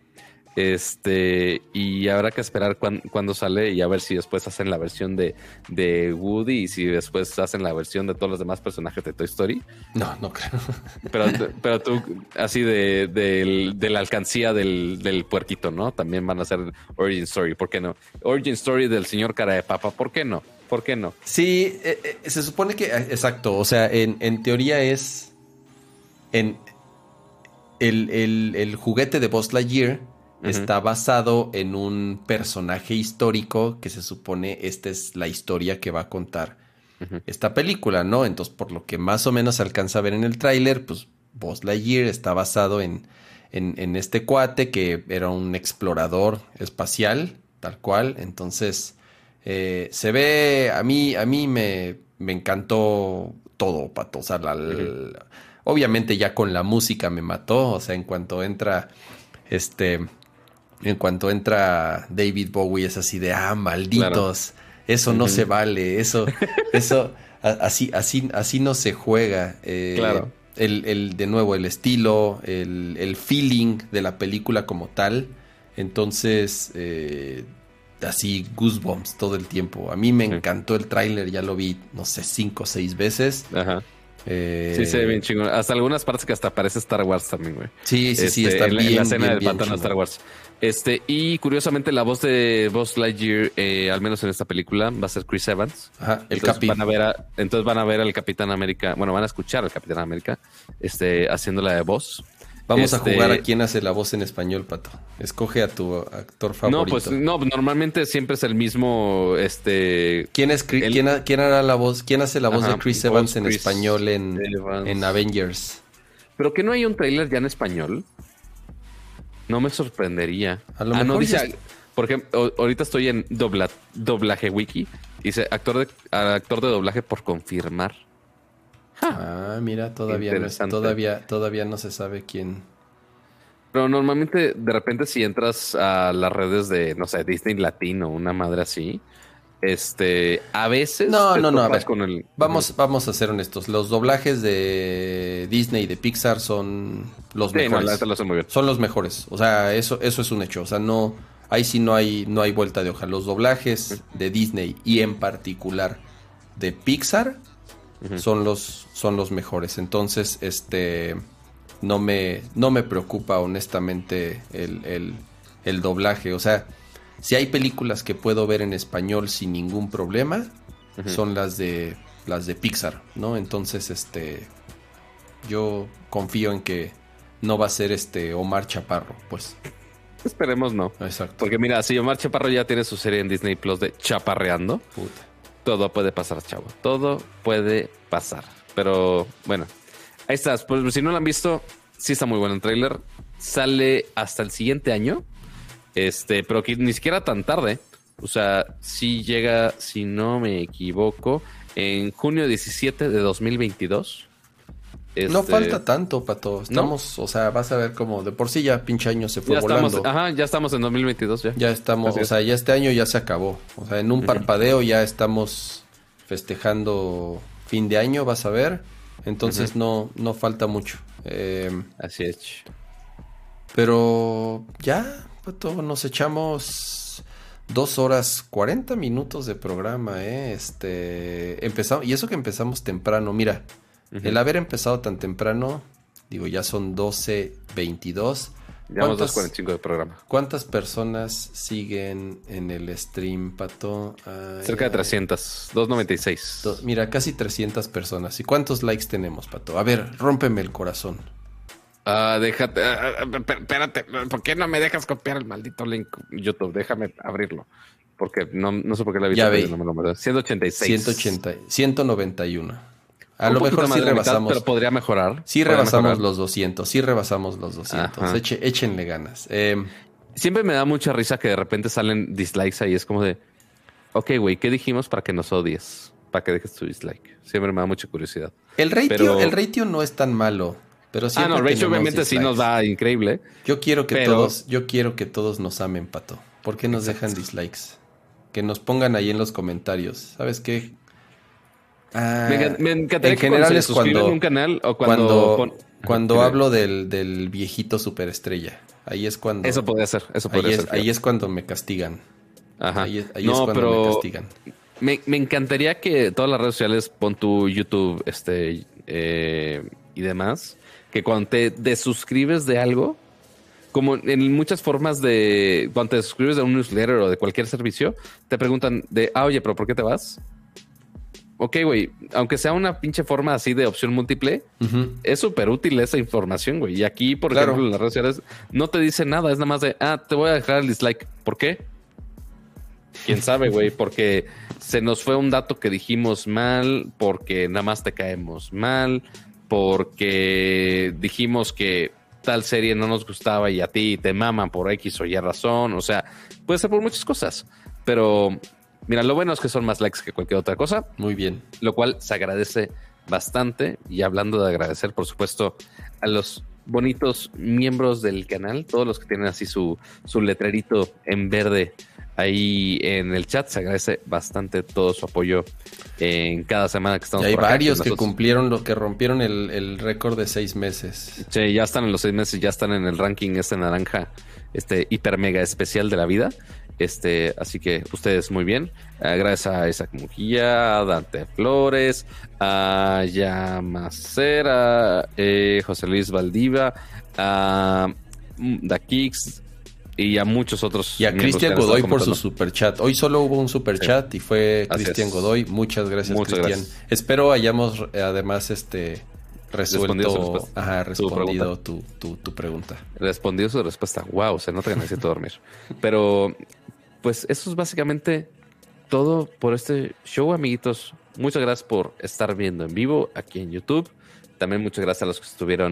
Este, y habrá que esperar cuan, cuando sale y a ver si después hacen la versión de, de Woody y si después hacen la versión de todos los demás personajes de Toy Story. No, no creo. Pero, pero tú, así de, de, de la alcancía del, del puerquito, ¿no? También van a hacer Origin Story, ¿por qué no? Origin Story del señor cara de papa, ¿por qué no? ¿Por qué no? Sí, eh, eh, se supone que, eh, exacto, o sea, en, en teoría es en el, el- el juguete de Buzz Lightyear Ujú. está basado en un personaje histórico que se supone esta es la historia que va a contar Ujú. esta película, ¿no? Entonces, por lo que más o menos se alcanza a ver en el tráiler, pues Buzz Lightyear está basado en, en, en este cuate que era un explorador espacial, tal cual. Entonces, eh, se ve, a mí, a mí me, me encantó todo, Pato. O sea, la- Ujú. la- obviamente ya con la música me mató. O sea, en cuanto entra, este, en cuanto entra David Bowie es así de, ah, malditos. Eso no Ujú. se vale, eso, eso, a- así, así, así no se juega. Eh, Claro. El, el, de nuevo, el estilo, el, el feeling de la película como tal. Entonces, eh, así, goosebumps todo el tiempo. A mí me Sí. encantó el tráiler, ya lo vi, no sé, cinco o seis veces. Ajá. Eh, Sí, se ve bien chingón. Hasta algunas partes que hasta parece Star Wars también, güey. Sí, sí, sí, Este, está en, la- bien, en la escena bien, del bien pantano de chingón. Star Wars. Este, y curiosamente la voz de Buzz Lightyear, eh, al menos en esta película, va a ser Chris Evans. Ajá, el entonces Capi. van a ver a, entonces van a ver al Capitán América, bueno, van a escuchar al Capitán América, este, haciéndola de voz. Vamos Este, a jugar a quién hace la voz en español, Pato. Escoge a tu actor favorito. No, pues no, normalmente siempre es el mismo, este, ¿Quién, es, Cri- el- quién, ha- quién hará la voz? ¿Quién hace la voz Ajá, de Chris voz Evans en Chris español en, Evans. en Avengers? pero que no hay un tráiler ya en español. No me sorprendería. A lo ah, mejor no, dice, ya- por ejemplo, o- ahorita estoy en dobla, doblaje wiki. Dice actor de, actor de doblaje por confirmar. Ah, mira, todavía no, es- Interesante. todavía, todavía no se sabe quién. Pero normalmente, de repente, si entras a las redes de, no sé, Disney Latino, una madre así, este, a veces No, te no, no, a topas ver. con el. Vamos, Ujú. vamos a ser honestos. Los doblajes de Disney y de Pixar son los Sí, no, la mejores. neta lo hace muy bien. Son los mejores. O sea, eso, eso es un hecho. O sea, no, ahí sí no hay, no hay vuelta de hoja. Los doblajes de Disney y en particular de Pixar Ujú. son los, son los mejores. Entonces, este, no me, no me preocupa honestamente el, el, el doblaje. O sea, si hay películas que puedo ver en español sin ningún problema, Ujú. son las de las de Pixar, ¿no? Entonces, este, yo confío en que no va a ser este Omar Chaparro, pues. Esperemos no. Exacto. Porque mira, si Omar Chaparro ya tiene su serie en Disney Plus de Chaparreando, Puta. todo puede pasar, chavo. Todo puede pasar. Pero bueno, ahí estás. Pues si no lo han visto, sí está muy bueno el tráiler. Sale hasta el siguiente año. Este, pero que ni siquiera tan tarde. O sea, sí llega, si no me equivoco, en junio diecisiete de dos mil veintidós. No Este, falta tanto, Pato. Estamos, o sea, vas a ver como de por sí ya pinche año se fue ya volando. estamos, ajá, ya estamos en dos mil veintidós ya. Ya estamos, Así o es. sea, ya este año ya se acabó. O sea, en un Ujú. parpadeo ya estamos festejando fin de año, vas a ver. Entonces Ujú. no, no falta mucho. Eh, Así es. pero ya, Pato, nos echamos dos horas cuarenta minutos de programa, ¿eh? Este, empezamos, y eso que empezamos temprano, mira, Ujú. el haber empezado tan temprano, digo, ya son doce veintidós. Llevamos ¿Cuántas- dos cuarenta y cinco de programa. ¿Cuántas personas siguen en el stream, Pato? Ay, Cerca de ay. trescientas, doscientos noventa y seis. Do- Mira, casi trescientas personas. ¿Y cuántos likes tenemos, Pato? A ver, rómpeme el corazón. Ah, déjate, ah, ah, espé- espérate, ¿por qué no me dejas copiar el maldito link YouTube? Déjame abrirlo. Porque no, no sé por qué la he visto, Ya pero ve. no me lo mandó. ciento ochenta y seis. ciento ochenta, ciento noventa y uno. A Un lo poquito mejor más sí de la mitad, rebasamos. pero podría mejorar. Sí Podría rebasamos mejorar. los doscientos. Sí rebasamos los doscientos. Ajá. Eche- échenle ganas. Eh, Siempre me da mucha risa que de repente salen dislikes ahí. Es como de, ok, güey, ¿qué dijimos para que nos odies? Para que dejes tu dislike. Siempre me da mucha curiosidad. el ratio, Pero- el ratio no es tan malo. Pero Ah, siempre no, Rachel tenemos obviamente sí dislikes. nos da increíble. Yo quiero que pero- todos, yo quiero que todos nos amen, Pato. ¿Por qué nos dejan dislikes? Que nos pongan ahí en los comentarios. ¿Sabes qué? Ah, Me, encan- me encantaría en que cuando general se es suscriben cuando a un canal o cuando... cuando, pon- cuando Ajá, hablo del, del viejito superestrella. Ahí es cuando Eso podría ser, eso ahí podría es, ser. ahí es cuando me castigan. Ajá. Ahí es, ahí No, es cuando me pero castigan. me, me encantaría que todas las redes sociales, pon tu YouTube este, eh, y demás, que cuando te desuscribes de algo, como en muchas formas de, cuando te suscribes de un newsletter o de cualquier servicio, te preguntan de, ah, oye, pero ¿por qué te vas? Ok, güey, aunque sea una pinche forma así de opción múltiple, Ujú. es súper útil esa información, güey. Y aquí, por Claro. ejemplo, en las redes sociales no te dice nada, es nada más de, ah, te voy a dejar el dislike. ¿Por qué? Quién sabe, güey, porque se nos fue un dato que dijimos mal, porque nada más te caemos mal, porque dijimos que tal serie no nos gustaba y a ti te maman por X o Y razón. O sea, puede ser por muchas cosas, pero mira, lo bueno es que son más likes que cualquier otra cosa, Muy bien. lo cual se agradece bastante. Y hablando de agradecer, por supuesto, a los bonitos miembros del canal, todos los que tienen así su, su letrerito en verde ahí en el chat, se agradece bastante todo su apoyo en cada semana que estamos Y hay por acá, varios que nosotros- cumplieron lo que rompieron el, el récord de seis meses. Sí, ya están en los seis meses, ya están en el ranking este naranja, este hiper mega especial de la vida. Este, así que ustedes muy bien. Eh, gracias a Isaac Mujía, a Dante Flores, a Yamacera, eh, José Luis Valdiva, a mm, Da Kicks y a muchos otros. Y a miembros Cristian que han estado Godoy por su comentando. superchat. Hoy solo hubo un superchat y fue Así Cristian es. Godoy. Muchas gracias, Muchas Cristian. gracias. Espero hayamos eh, además este Respondido su resuelto, respuesta. ajá, Tu respondido tu, tu, tu pregunta. Respondió su respuesta. Wow, se nota que necesito dormir. Pero, pues, eso es básicamente todo por este show, amiguitos. Muchas gracias por estar viendo en vivo aquí en YouTube. También muchas gracias a los que estuvieron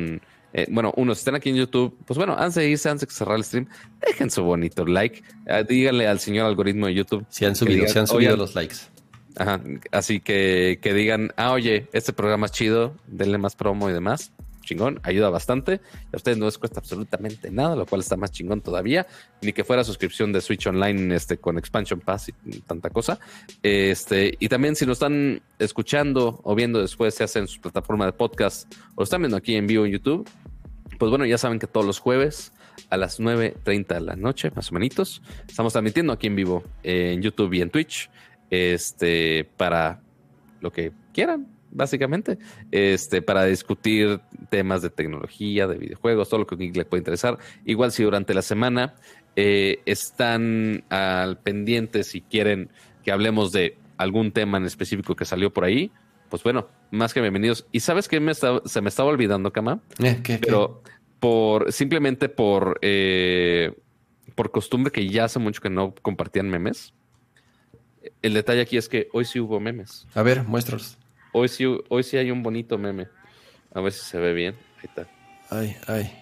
Eh, bueno, uno, si están aquí en YouTube, pues bueno, antes de irse, antes de cerrar el stream, dejen su bonito like. Eh, díganle al señor algoritmo de YouTube. Se han subido, digan, se han subido oigan, los likes. Ajá, así que, que digan, ah, oye, este programa es chido, denle más promo y demás. Chingón, ayuda bastante. A ustedes no les cuesta absolutamente nada, lo cual está más chingón todavía. Ni que fuera suscripción de Switch Online este, con Expansion Pass y tanta cosa. Este, y también si nos están escuchando o viendo después, se hace en su plataforma de podcast o lo están viendo aquí en vivo en YouTube, pues bueno, ya saben que todos los jueves a las nueve treinta de la noche, más o menos, estamos transmitiendo aquí en vivo eh, en YouTube y en Twitch. Este, para lo que quieran, básicamente, este, para discutir temas de tecnología, de videojuegos, todo lo que les puede interesar. Igual si durante la semana eh, están al pendiente, si quieren que hablemos de algún tema en específico que salió por ahí, pues bueno, más que bienvenidos. Y sabes que me está, se me estaba olvidando, Kama, Eh, ¿qué, pero qué? por simplemente por eh, por costumbre que ya hace mucho que no compartían memes. El detalle aquí es que hoy sí hubo memes. A ver, muéstralos. Hoy sí, hoy sí hay un bonito meme. A ver si se ve bien. Ahí está. Ay, ay.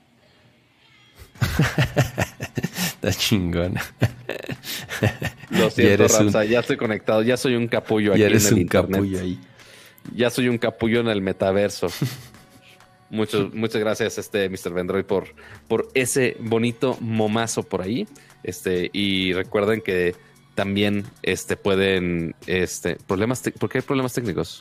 Está chingona. Lo siento, Ramsa, un... ya estoy conectado. Ya soy un capullo aquí ya eres en el un internet. capullo ahí. Ya soy un capullo en el metaverso. Muchos, muchas gracias, este mister Vendroid, por, por ese bonito momazo por ahí. Este, y recuerden que también este, pueden... Este, problemas te- ¿Por qué hay problemas técnicos?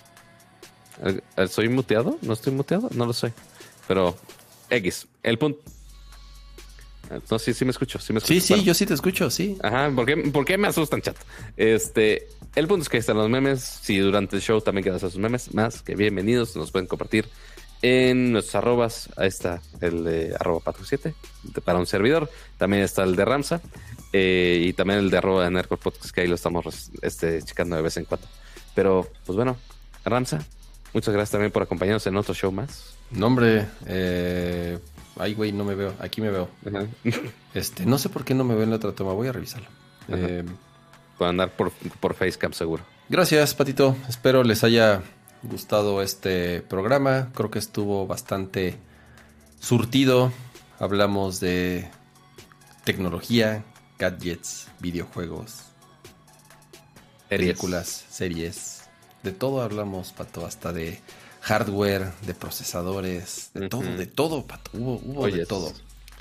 ¿Soy muteado? ¿No estoy muteado? No lo sé. Pero X, el punto... No, sí, sí me escucho. Sí, me escucho. Sí, sí, bueno. yo sí te escucho, sí. Ajá, ¿por qué, ¿por qué me asustan, chat? Este, el punto es que ahí están los memes. Si durante el show también quedan esos memes, más que bienvenidos, nos pueden compartir en nuestros arrobas. Ahí está el de arroba pato siete para un servidor. También está el de Ramsa. Eh, y también el de arroba de Nerdcore Podcast, que ahí lo estamos este, checando de vez en cuando. Pero, pues bueno, Ramsa, muchas gracias también por acompañarnos en otro show más. No, hombre, eh... ay, güey, no me veo. Aquí me veo. Ajá. Este, no sé por qué no me veo en la otra toma. Voy a revisarlo. Eh, Pueden andar por, por Facecam seguro. gracias, Patito. Espero les haya gustado este programa. Creo que estuvo bastante surtido. Hablamos de tecnología, gadgets, videojuegos, Series. películas, series. De todo hablamos, Pato. Hasta de hardware, de procesadores, de uh-huh. todo, de todo, Pato. Hubo, hubo oh, de yes. todo.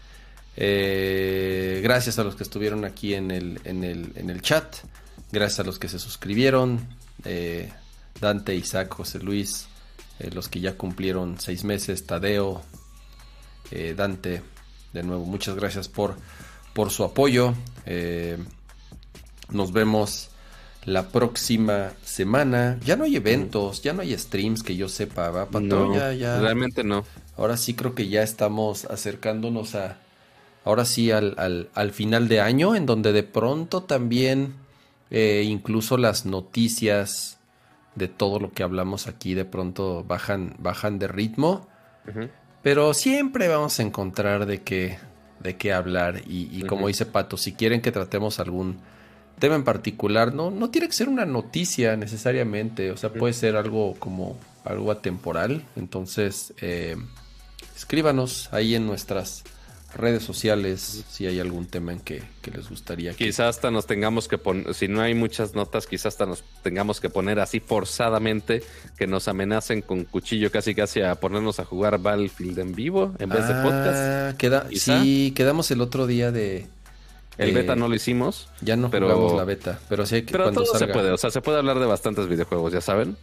Eh, gracias a los que estuvieron aquí en el, en el, en el chat. Gracias a los que se suscribieron. Eh, Dante, Isaac, José Luis. Eh, los que ya cumplieron seis meses. Tadeo. Eh, Dante. De nuevo, muchas gracias por, por su apoyo. Eh, nos vemos la próxima semana. Ya no hay eventos, ya no hay streams que yo sepa, ¿va, Pato? No, ya, ya. realmente no. Ahora sí creo que ya estamos acercándonos a... Ahora sí al, al, al final de año, en donde de pronto también eh, incluso las noticias de todo lo que hablamos aquí de pronto bajan, bajan de ritmo. Uh-huh. Pero siempre vamos a encontrar de qué, de qué hablar. Y, y uh-huh. como dice Pato, si quieren que tratemos algún tema en particular, no, no tiene que ser una noticia necesariamente. O sea, uh-huh. puede ser algo como algo atemporal. Entonces, eh, escríbanos ahí en nuestras redes sociales si hay algún tema en que, que les gustaría que... Quizás hasta nos tengamos que poner, si no hay muchas notas, quizás hasta nos tengamos que poner así forzadamente, que nos amenacen con cuchillo casi casi a ponernos a jugar Battlefield en vivo en vez ah, de podcast. Queda, sí, quedamos el otro día de... El de, beta no lo hicimos. Ya no pero, jugamos la beta, pero sí hay que pero cuando todo salga. se puede, o sea, se puede hablar de bastantes videojuegos, ya saben.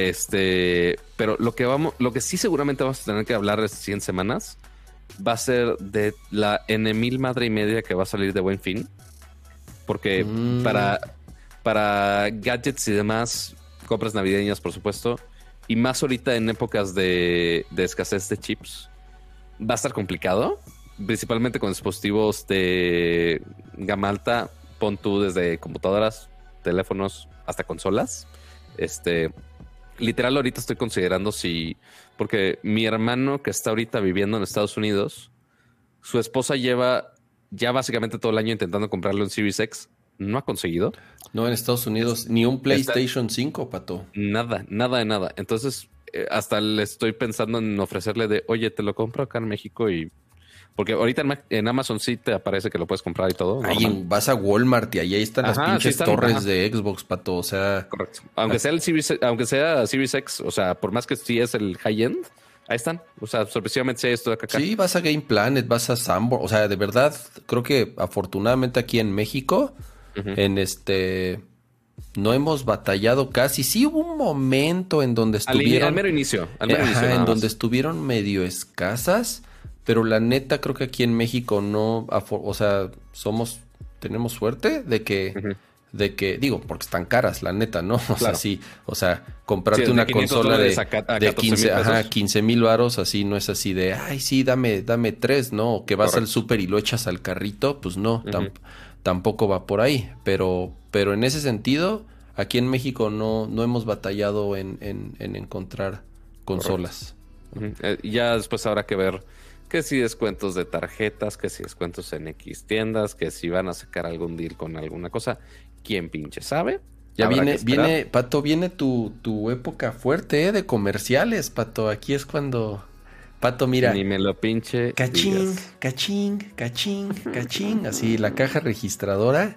Este, pero lo que vamos, lo que sí seguramente vamos a tener que hablar las cien semanas va a ser de la N mil madre y media que va a salir de Buen Fin. Porque mm. para, para gadgets y demás, compras navideñas, por supuesto, y más ahorita en épocas de, de escasez de chips, va a estar complicado, principalmente con dispositivos de gama alta, pon tú desde computadoras, teléfonos, hasta consolas. Este, literal ahorita estoy considerando si... Porque mi hermano que está ahorita viviendo en Estados Unidos, su esposa lleva ya básicamente todo el año intentando comprarle un Series X. No ha conseguido. No, en Estados Unidos ni un PlayStation está... cinco, Pato. Nada, nada de nada. Entonces, eh, hasta le estoy pensando en ofrecerle de, oye, te lo compro acá en México y... Porque ahorita en, en Amazon sí te aparece que lo puedes comprar y todo. Ahí en- vas a Walmart y ahí están las Ajá, sí pinches están, torres ajá. de Xbox, pato. O sea, Correcto. Aunque sea el Series, aunque sea Series X, o sea, por más que sí es el high-end, ahí están. O sea, sorpresivamente sí hay esto de acá. acá. sí, vas a Game Planet, vas a Sanborn. O sea, de verdad, creo que afortunadamente aquí en México, Ujú. en este, no hemos batallado casi. Sí hubo un momento en donde Al, ini- al estuvieron, mero inicio, al eh, mero inicio ajá, en nada donde más. estuvieron medio escasas, pero la neta creo que aquí en México no, afo- o sea, somos, tenemos suerte de que, Ujú. de que, digo, porque están caras, la neta, ¿no? O sea, Claro. sí, o sea, Sí, comprarte de una quinientos consola dólares de, a, ca- a de catorce quince, mil ajá, pesos. quince mil varos, así no es así de, ay, sí, dame, dame tres, ¿no? O que vas al Correcto. súper y lo echas al carrito, pues no, Ujú. tam- tampoco va por ahí, pero, pero en ese sentido, aquí en México no, no hemos batallado en, en, en encontrar consolas. Ujú. Eh, y ya después habrá que ver que si descuentos de tarjetas, que si descuentos en X tiendas, que si van a sacar algún deal con alguna cosa. ¿Quién pinche sabe? Ya Habrá que viene, esperar. viene, Pato, viene tu, tu época fuerte, ¿eh? De comerciales, Pato. Aquí es cuando, Pato, mira, Ni me lo pinche cachín, digas. cachín, cachín, cachín, así la caja registradora.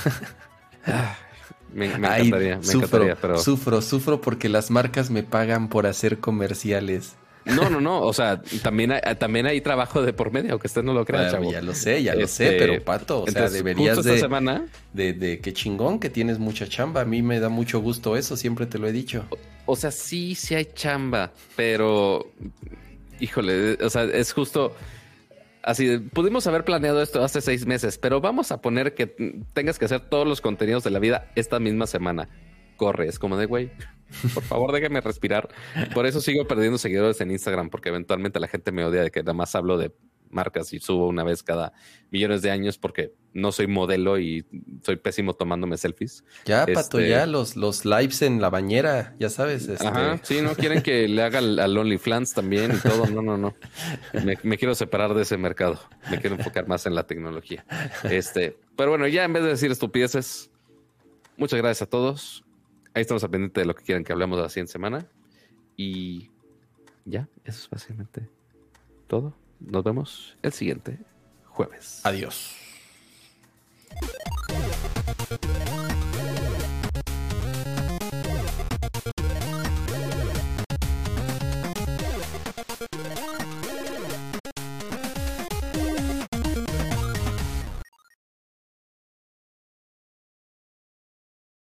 Me, me Ay, encantaría, me sufro, encantaría, pero... sufro, sufro porque las marcas me pagan por hacer comerciales. No, no, no. O sea, también hay, también hay trabajo de por medio, aunque usted no lo crea, Bueno, chavo. ya lo sé, ya lo sé, Este, pero Pato, o sea, entonces, deberías justo esta de, semana, de, de qué chingón que tienes mucha chamba. A mí me da mucho gusto eso, siempre te lo he dicho. o sea, sí, sí hay chamba, pero híjole, o sea, es justo así. de, Pudimos haber planeado esto hace seis meses, pero vamos a poner que tengas que hacer todos los contenidos de la vida esta misma semana. Corre, es como de güey. Por favor, déjame respirar. Por eso sigo perdiendo seguidores en Instagram, porque eventualmente la gente me odia de que nada más hablo de marcas y subo una vez cada millones de años porque no soy modelo y soy pésimo tomándome selfies. Ya, Pato, Este, ya los, los lives en la bañera, ya sabes, este. Ajá, sí, no quieren que le haga al, al OnlyFans también y todo. No, no, no. Me, me quiero separar de ese mercado. Me quiero enfocar más en la tecnología. Este, pero bueno, ya en vez de decir estupideces, muchas gracias a todos. Ahí estamos al pendiente de lo que quieran que hablemos la siguiente semana. Y ya, eso es básicamente todo. Nos vemos el siguiente jueves. Adiós.